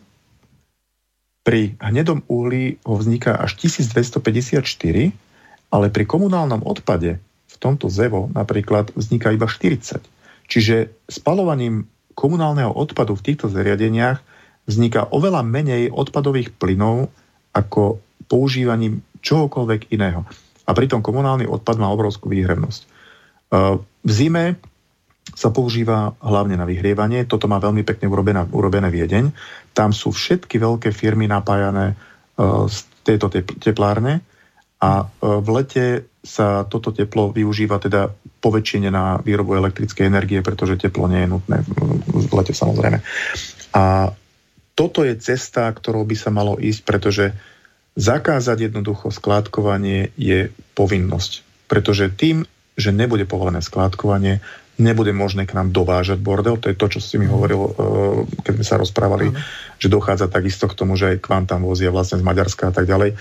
Pri hnedom uhlí ho vzniká až tisícdvestopäťdesiatštyri, ale pri komunálnom odpade v tomto ZEVO napríklad vzniká iba štyridsať. Čiže spaľovaním komunálneho odpadu v týchto zariadeniach vzniká oveľa menej odpadových plynov ako používaním čohokoľvek iného. A pritom komunálny odpad má obrovskú výhrevnosť. V zime sa používa hlavne na vyhrievanie. Toto má veľmi pekne urobené, urobené Viedeň. Tam sú všetky veľké firmy napájané z tejto teplárne a v lete sa toto teplo využíva teda poväčšine na výrobu elektrickej energie, pretože teplo nie je nutné v lete samozrejme. A toto je cesta, ktorou by sa malo ísť, pretože zakázať jednoducho skládkovanie je povinnosť. Pretože tým, že nebude povolené skládkovanie, nebude možné k nám dovážať bordel. To je to, čo si mi hovoril, keď sme sa rozprávali, Aha. že dochádza takisto k tomu, že aj k vám tam vozia vlastne z Maďarska a tak ďalej.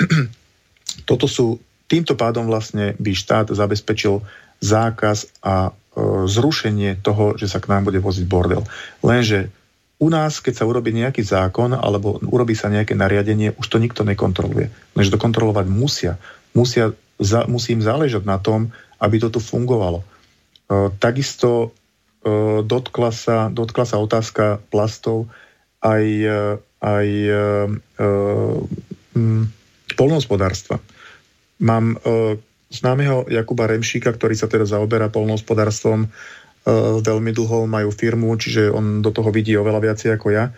Toto sú, týmto pádom vlastne by štát zabezpečil zákaz a e, zrušenie toho, že sa k nám bude voziť bordel. Lenže u nás, keď sa urobí nejaký zákon alebo urobí sa nejaké nariadenie, už to nikto nekontroluje. Lenže to kontrolovať musia. musia za, musí im záležať na tom, aby to tu fungovalo. E, takisto e, dotkla, sa, dotkla sa otázka plastov aj, aj e, e, m, poľnohospodárstva. Mám e, známeho Jakuba Remšíka, ktorý sa teda zaoberá poľnohospodárstvom e, veľmi dlho, majú firmu, čiže on do toho vidí oveľa viacej ako ja.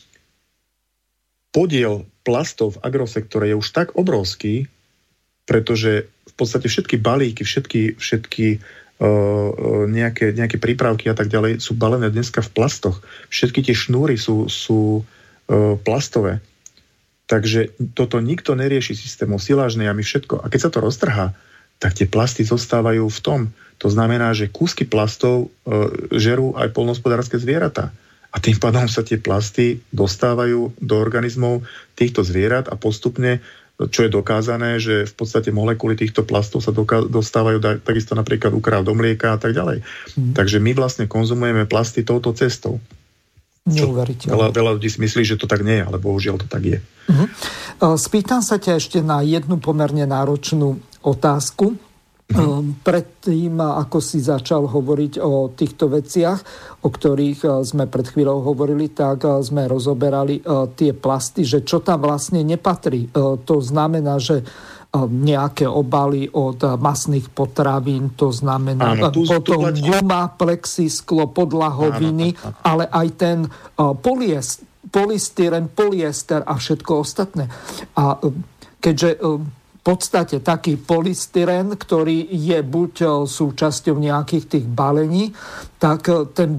Podiel plastov v agrosektore je už tak obrovský, pretože v podstate všetky balíky, všetky, všetky e, nejaké, nejaké prípravky a tak ďalej sú balené dneska v plastoch. Všetky tie šnúry sú, sú e, plastové. Takže toto nikto nerieši systémom silážnej a my všetko. A keď sa to roztrhá, tak tie plasty zostávajú v tom. To znamená, že kúsky plastov e, žerú aj poľnohospodárske zvieratá. A tým pádom sa tie plasty dostávajú do organizmov týchto zvierat a postupne, čo je dokázané, že v podstate molekuly týchto plastov sa doká- dostávajú da- takisto napríklad u kráv do mlieka a tak ďalej. Mm. Takže my vlastne konzumujeme plasty touto cestou. Neuveriteľné. Veľa, veľa ľudí si myslí, že to tak nie je, ale bohužiaľ to tak je. Uh-huh. Spýtam sa ťa ešte na jednu pomerne náročnú otázku. Uh-huh. Predtým, ako si začal hovoriť o týchto veciach, o ktorých sme pred chvíľou hovorili, tak sme rozoberali tie plasty, že čo tam vlastne nepatrí. To znamená, že nejaké obaly od masných potravín, to znamená áno, tu, potom tu guma, plexisklo, podlahoviny, áno, áno. ale aj ten poliest, polystyren, polyester a všetko ostatné. A keďže v podstate taký polystyren, ktorý je buď súčasťou nejakých tých balení, tak ten by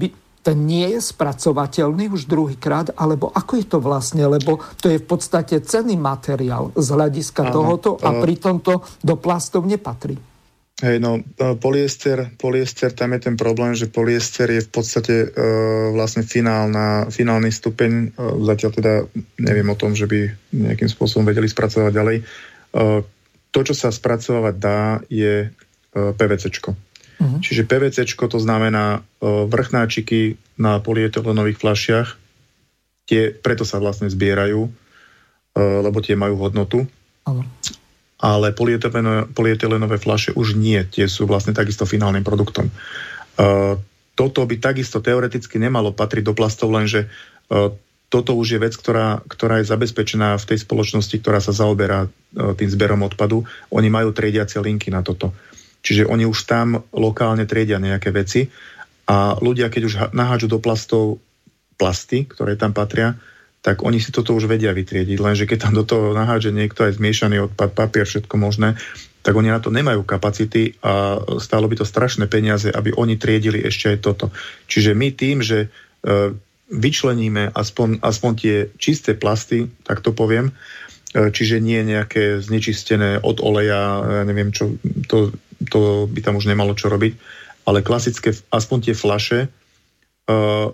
ten nie je spracovateľný už druhýkrát, alebo ako je to vlastne, lebo to je v podstate cenný materiál z hľadiska Áno, tohoto a uh, pritom to do plastov nepatrí. Hej, no, polyester, polyester, tam je ten problém, že polyester je v podstate uh, vlastne finálna, finálny stupeň, uh, zatiaľ teda neviem o tom, že by nejakým spôsobom vedeli spracovať ďalej. Uh, to, čo sa spracovať dá, je uh, PVCčko. Uh-huh. Čiže PVCčko to znamená uh, vrchnáčiky na polyetylenových fľašiach, tie preto sa vlastne zbierajú, uh, lebo tie majú hodnotu. Uh-huh. Ale polyetylenové, polyetylenové fľaše už nie, tie sú vlastne takisto finálnym produktom. Uh, toto by takisto teoreticky nemalo patriť do plastov, lenže uh, toto už je vec, ktorá, ktorá je zabezpečená v tej spoločnosti, ktorá sa zaoberá uh, tým zberom odpadu. Oni majú triediace linky na toto. Čiže oni už tam lokálne triedia nejaké veci a ľudia, keď už nahádžu do plastov plasty, ktoré tam patria, tak oni si toto už vedia vytriediť. Lenže keď tam do toho nahádže niekto aj zmiešaný odpad, papier, všetko možné, tak oni na to nemajú kapacity a stálo by to strašné peniaze, aby oni triedili ešte aj toto. Čiže my tým, že vyčleníme aspoň, aspoň tie čisté plasty, tak to poviem, čiže nie nejaké znečistené od oleja, ja neviem čo, to, to by tam už nemalo čo robiť, ale klasické, aspoň tie fľaše, uh,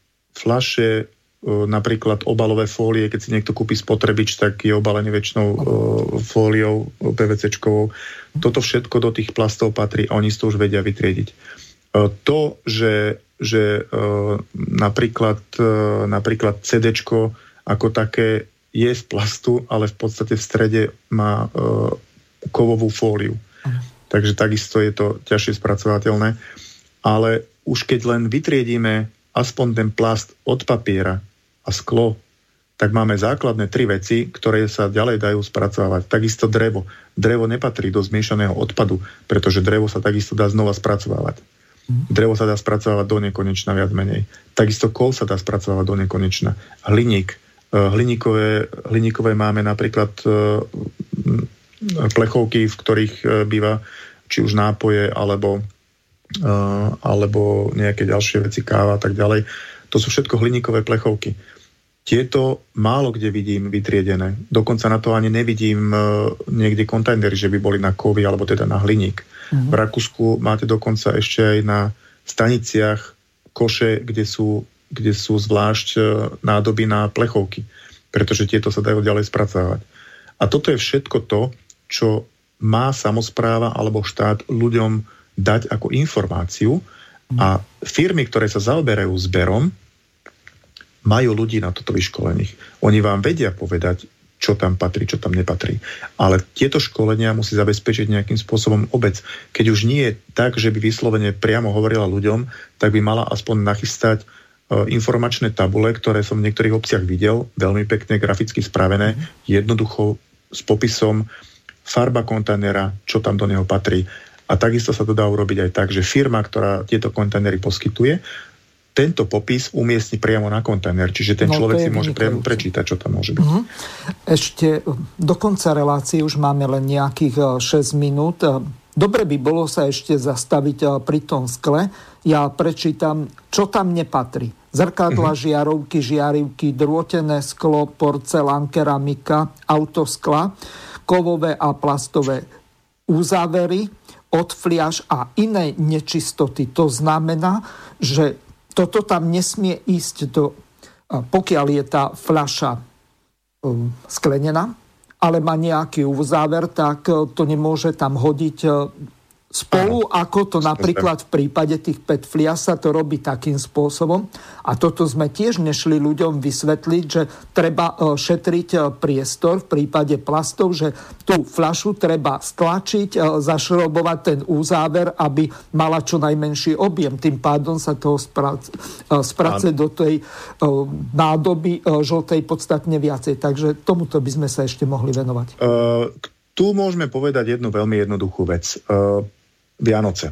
fľaše, uh, napríklad obalové fólie, keď si niekto kúpi spotrebič, tak je obalený väčšinou uh, fóliou PVCčkovou. Toto všetko do tých plastov patrí a oni si to už vedia vytriediť. Uh, to, že, že uh, napríklad, uh, napríklad CDčko ako také je z plastu, ale v podstate v strede má uh, kovovú fóliu. Takže takisto je to ťažšie spracovateľné. Ale už keď len vytriedíme aspoň ten plast od papiera a sklo, tak máme základné tri veci, ktoré sa ďalej dajú spracovať. Takisto drevo. Drevo nepatrí do zmiešaného odpadu, pretože drevo sa takisto dá znova spracovávať. Drevo sa dá spracovať do nekonečna viac menej. Takisto kol sa dá spracovať do nekonečna. Hliník. Hliníkové, hliníkové máme napríklad plechovky, v ktorých býva či už nápoje, alebo, alebo nejaké ďalšie veci, káva a tak ďalej. To sú všetko hliníkové plechovky. Tieto málo kde vidím vytriedené. Dokonca na to ani nevidím niekde kontajnery, že by boli na kovy, alebo teda na hliník. Mm-hmm. V Rakúsku máte dokonca ešte aj na staniciach koše, kde sú kde sú zvlášť nádoby na plechovky, pretože tieto sa dajú ďalej spracovať. A toto je všetko to, čo má samospráva alebo štát ľuďom dať ako informáciu a firmy, ktoré sa zaoberajú zberom, majú ľudí na toto vyškolených. Oni vám vedia povedať, čo tam patrí, čo tam nepatrí. Ale tieto školenia musí zabezpečiť nejakým spôsobom obec. Keď už nie je tak, že by vyslovene priamo hovorila ľuďom, tak by mala aspoň nachystať informačné tabule, ktoré som v niektorých obciach videl, veľmi pekne graficky spravené, jednoducho s popisom farba kontajnera, čo tam do neho patrí. A takisto sa to dá urobiť aj tak, že firma, ktorá tieto kontajnery poskytuje, tento popis umiestni priamo na kontajner, čiže ten no, človek si môže priamo prečítať, čo tam môže byť. Uh-huh. Ešte do konca relácie už máme len nejakých šesť minút. Dobre by bolo sa ešte zastaviť pri tom skle. Ja prečítam, čo tam nepatrí. Zrkadla, uh-huh. žiarovky, žiarivky, drôtené sklo, porcelán, keramika, autoskla, kovové a plastové uzávery od fliaš a iné nečistoty. To znamená, že toto tam nesmie ísť do, pokiaľ je tá fľaša um, sklenená, ale má nejaký uzáver, tak to nemôže tam hodiť spolu, ako to napríklad v prípade tých pé é té fliaš sa to robí takým spôsobom. A toto sme tiež nešli ľuďom vysvetliť, že treba šetriť priestor v prípade plastov, že tú fľašu treba stlačiť, zašrobovať ten uzáver, aby mala čo najmenší objem. Tým pádom sa toho sprace do tej nádoby žltej podstatne viacej. Takže tomuto by sme sa ešte mohli venovať. Uh, tu môžeme povedať jednu veľmi jednoduchú vec. Uh, Vianoce.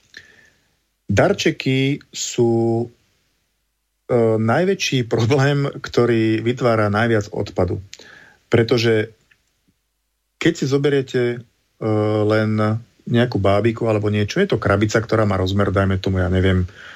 Darčeky sú e, najväčší problém, ktorý vytvára najviac odpadu. Pretože keď si zoberiete e, len nejakú bábiku alebo niečo, je to krabica, ktorá má rozmer, dajme tomu, ja neviem,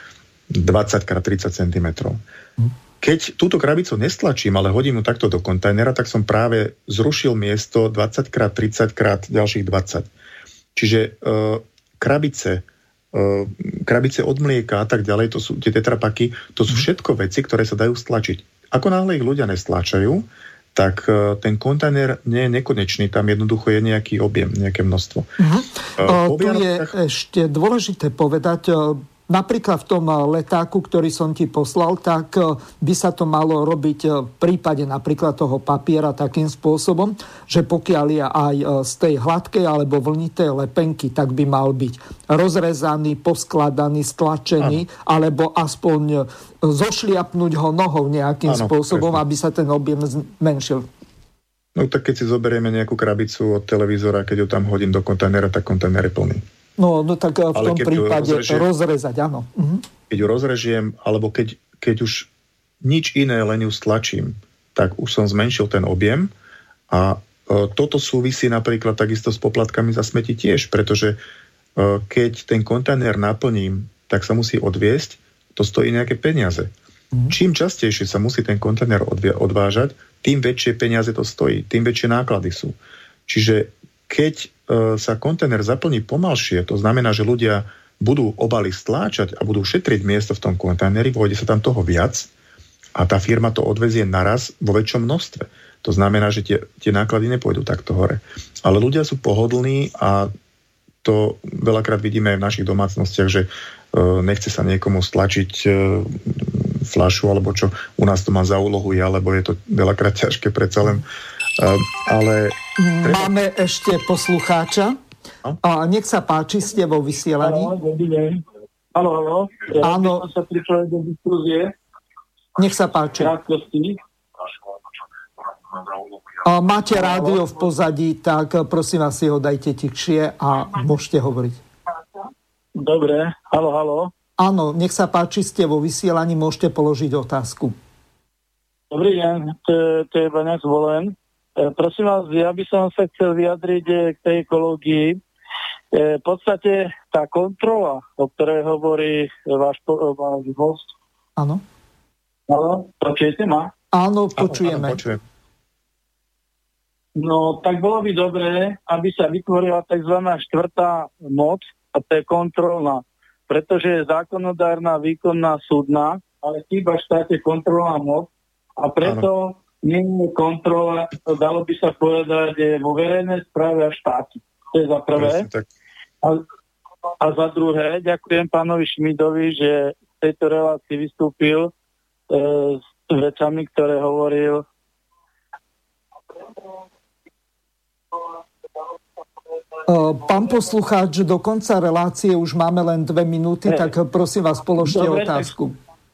dvadsať krát tridsať centimetrov. Keď túto krabicu nestlačím, ale hodím ju takto do kontajnera, tak som práve zrušil miesto dvadsať krát tridsať krát ďalších dvadsať. Čiže e, krabice, e, krabice od mlieka a tak ďalej, to sú tie tetrapaky, to sú všetko veci, ktoré sa dajú stlačiť. Ako náhle ich ľudia nestlačajú, tak e, ten kontajner nie je nekonečný, tam jednoducho je nejaký objem, nejaké množstvo. Uh-huh. E, tu je ešte dôležité povedať, napríklad v tom letáku, ktorý som ti poslal, tak by sa to malo robiť v prípade napríklad toho papiera takým spôsobom, že pokiaľ je aj z tej hladkej alebo vlnitej lepenky, tak by mal byť rozrezaný, poskladaný, stlačený, ano. Alebo aspoň zošliapnúť ho nohou nejakým ano, spôsobom, presne. Aby sa ten objem zmenšil. No tak keď si zoberieme nejakú krabicu od televízora, keď ju tam hodím do kontajnera, tak kontajner je plný. No, no tak v ale tom prípade rozrežiem, rozrezať, áno. Uh-huh. Keď ju rozrežiem, alebo keď, keď už nič iné, len ju stlačím, tak už som zmenšil ten objem a e, toto súvisí napríklad takisto s poplatkami za smeti tiež, pretože e, keď ten kontajner naplním, tak sa musí odviesť, to stojí nejaké peniaze. Uh-huh. Čím častejšie sa musí ten kontajner odvie- odvážať, tým väčšie peniaze to stojí, tým väčšie náklady sú. Čiže keď sa kontajner zaplní pomalšie, to znamená, že ľudia budú obaly stláčať a budú šetriť miesto v tom kontajneri, vôjde sa tam toho viac a tá firma to odvezie naraz vo väčšom množstve. To znamená, že tie, tie náklady nepôjdu takto hore. Ale ľudia sú pohodlní a to veľakrát vidíme aj v našich domácnostiach, že e, nechce sa niekomu stlačiť e, fľašu alebo čo. U nás to má za úlohu ja, lebo je to veľakrát ťažké predsa len. E, ale máme ešte poslucháča. A nech sa páči, ste vo vysielaní. Áno, dobrý deň. Áno, áno. Ja áno. som sa prišiel do diskusie. Nech sa páči. A máte rádio v pozadí, tak prosím vás, si ho dajte tichšie a môžete hovoriť. Dobre, halo, halo. Áno, nech sa páči, ste vo vysielaní, môžete položiť otázku. Dobrý deň, to, to je Baňak Zvolen. E, prosím vás, ja by som sa chcel vyjadriť k tej ekológii. E, v podstate tá kontrola, o ktorej hovorí váš, váš host. Áno. Áno, počujete ma? Áno, počujeme. Áno, počujem. No, tak bolo by dobré, aby sa vytvorila tzv. Štvrtá moc, a to je kontrolná. Pretože je zákonodárna, výkonná, súdna, ale chýba v štáte kontrolná moc a preto nie je kontrola, dalo by sa povedať, je vo verejnej správe a štáte. To je za prvé. A, a za druhé, ďakujem pánovi Šmidovi, že v tejto relácii vystúpil e, s vecami, ktoré hovoril. Pán poslucháč, do konca relácie už máme len dve minúty, tak prosím vás, položte Dobre, otázku.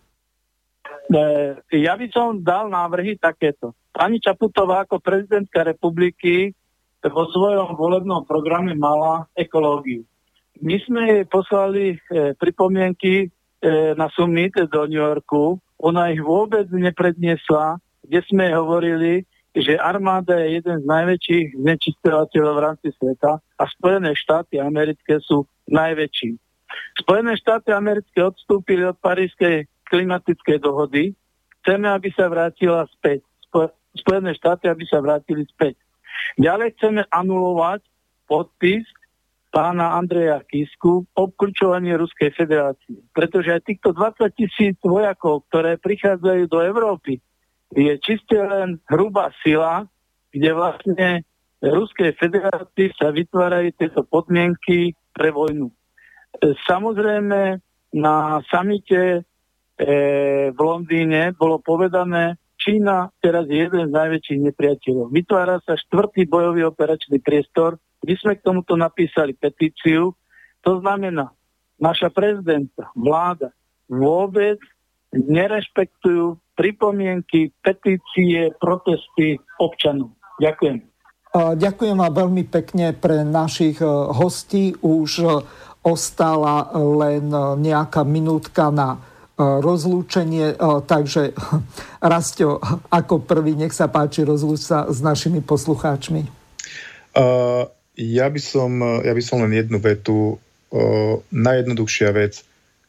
Ja by som dal návrhy takéto. Pani Čaputová ako prezidentka republiky vo svojom volebnom programe mala ekológiu. My sme jej poslali pripomienky na summit do New Yorku. Ona ich vôbec nepredniesla, kde sme hovorili, že armáda je jeden z najväčších znečistovateľov v rámci sveta a Spojené štáty americké sú najväčší. Spojené štáty americké odstúpili od Parískej klimatickej dohody. Chceme, aby sa vrátila späť. Spojené štáty, aby sa vrátili späť. Ďalej chceme anulovať podpis pána Andreja Kisku obklúčovanie Ruskej federácie. Pretože aj týchto dvadsať tisíc vojakov, ktoré prichádzajú do Európy, je čiste len hrubá sila, kde vlastne Ruskej federácii sa vytvárajú tieto podmienky pre vojnu. Samozrejme, na samite e, v Londýne bolo povedané, Čína teraz je jeden z najväčších nepriateľov. Vytvára sa štvrtý bojový operačný priestor. My sme k tomuto napísali petíciu. To znamená, naša prezidenta, vláda vôbec nerešpektujú pripomienky, petície, protesty občanov. Ďakujem. Ďakujem vám veľmi pekne. Pre našich hostí už ostala len nejaká minútka na rozlúčenie, takže Rasťo, ako prvý, nech sa páči, rozlúč sa s našimi poslucháčmi. Uh, ja, by som, ja by som len jednu vetu. Uh, najjednoduchšia vec.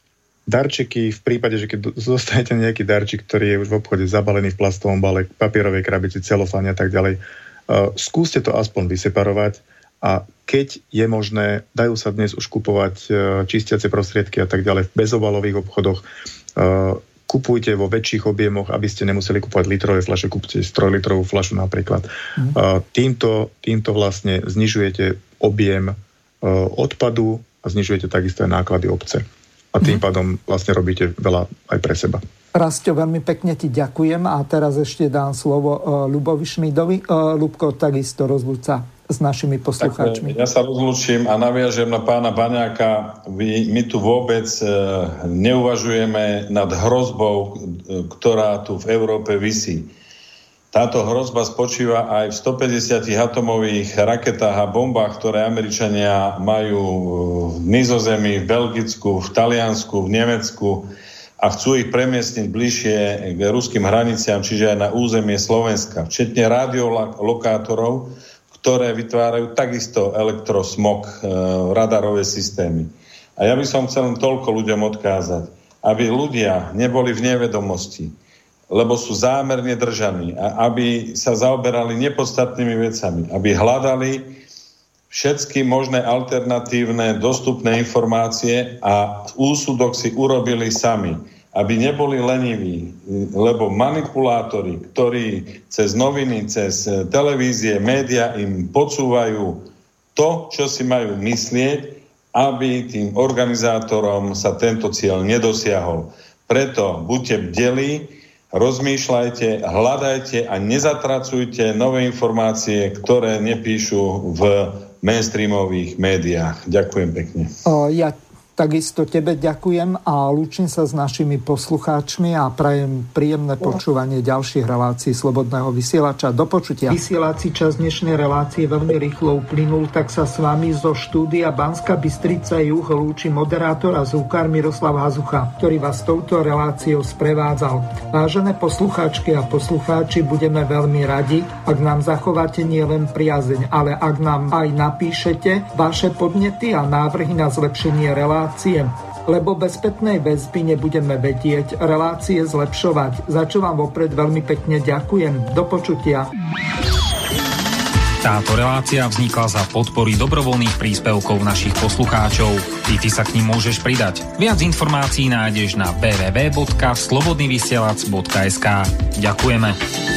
darčeky, v prípade, že keď zostanete nejaký darček, ktorý je už v obchode zabalený v plastovom bale, papierovej krabici, celofáne a tak ďalej, uh, skúste to aspoň vyseparovať a keď je možné, dajú sa dnes už kupovať uh, čistiace prostriedky a tak ďalej v bezobalových obchodoch. Uh, kupujte vo väčších objemoch, aby ste nemuseli kupovať litrové fľaše, kúpte trojlitrovú fľašu napríklad. Mm. Uh, týmto, týmto vlastne znižujete objem uh, odpadu a znižujete takisto aj náklady obce. A tým pádom vlastne robíte veľa aj pre seba. Rastio, veľmi pekne ti ďakujem a teraz ešte dám slovo uh, Ľubovi Šmidovi. Uh, Ľubko, takisto rozlúca s našimi poslucháčmi. Tak, ja sa rozlúčim a naviažem na pána Baňáka. My, my tu vôbec uh, neuvažujeme nad hrozbou, uh, ktorá tu v Európe visí. Táto hrozba spočíva aj v stopäťdesiatich atomových raketách a bombách, ktoré Američania majú v Nizozemí, v Belgicku, v Taliansku, v Nemecku a chcú ich premiestniť bližšie k ruským hraniciam, čiže aj na územie Slovenska, včetne radiolokátorov, ktoré vytvárajú takisto elektrosmog, radarové systémy. A ja by som chcel toľko ľuďom odkázať, aby ľudia neboli v nevedomosti, lebo sú zámerne držaní a aby sa zaoberali nepodstatnými vecami, aby hľadali všetky možné alternatívne dostupné informácie a úsudok si urobili sami, aby neboli leniví, lebo manipulátori, ktorí cez noviny, cez televízie, média im podsúvajú to, čo si majú myslieť, aby tým organizátorom sa tento cieľ nedosiahol. Preto buďte bdelí, rozmýšľajte, hľadajte a nezatracujte nové informácie, ktoré nepíšu v mainstreamových médiách. Ďakujem pekne. Ja takisto tebe ďakujem a lúčim sa s našimi poslucháčmi a prajem príjemné počúvanie ďalších relácií Slobodného vysielača. Do počutia. Vysielací čas dnešnej relácie veľmi rýchlo uplynul, tak sa s vami zo štúdia Banská Bystrica juh lúči moderátor a zvukár Miroslav Hazucha, ktorý vás touto reláciou sprevádzal. Vážené poslucháčky a poslucháči, budeme veľmi radi, ak nám zachováte nielen priazeň, ale ak nám aj napíšete vaše podnety a návrhy na zlepšenie relácie, lebo bez spätnej väzby nebudeme vedieť relácie zlepšovať, za čo vám vopred veľmi pekne ďakujem. Do počutia. Táto relácia vznikla za podpory dobrovoľných príspevkov našich poslucháčov. I ty sa k nim môžeš pridať. Viac informácií nájdeš na w w w bodka slobodnyvysielac bodka es ka. Ďakujeme.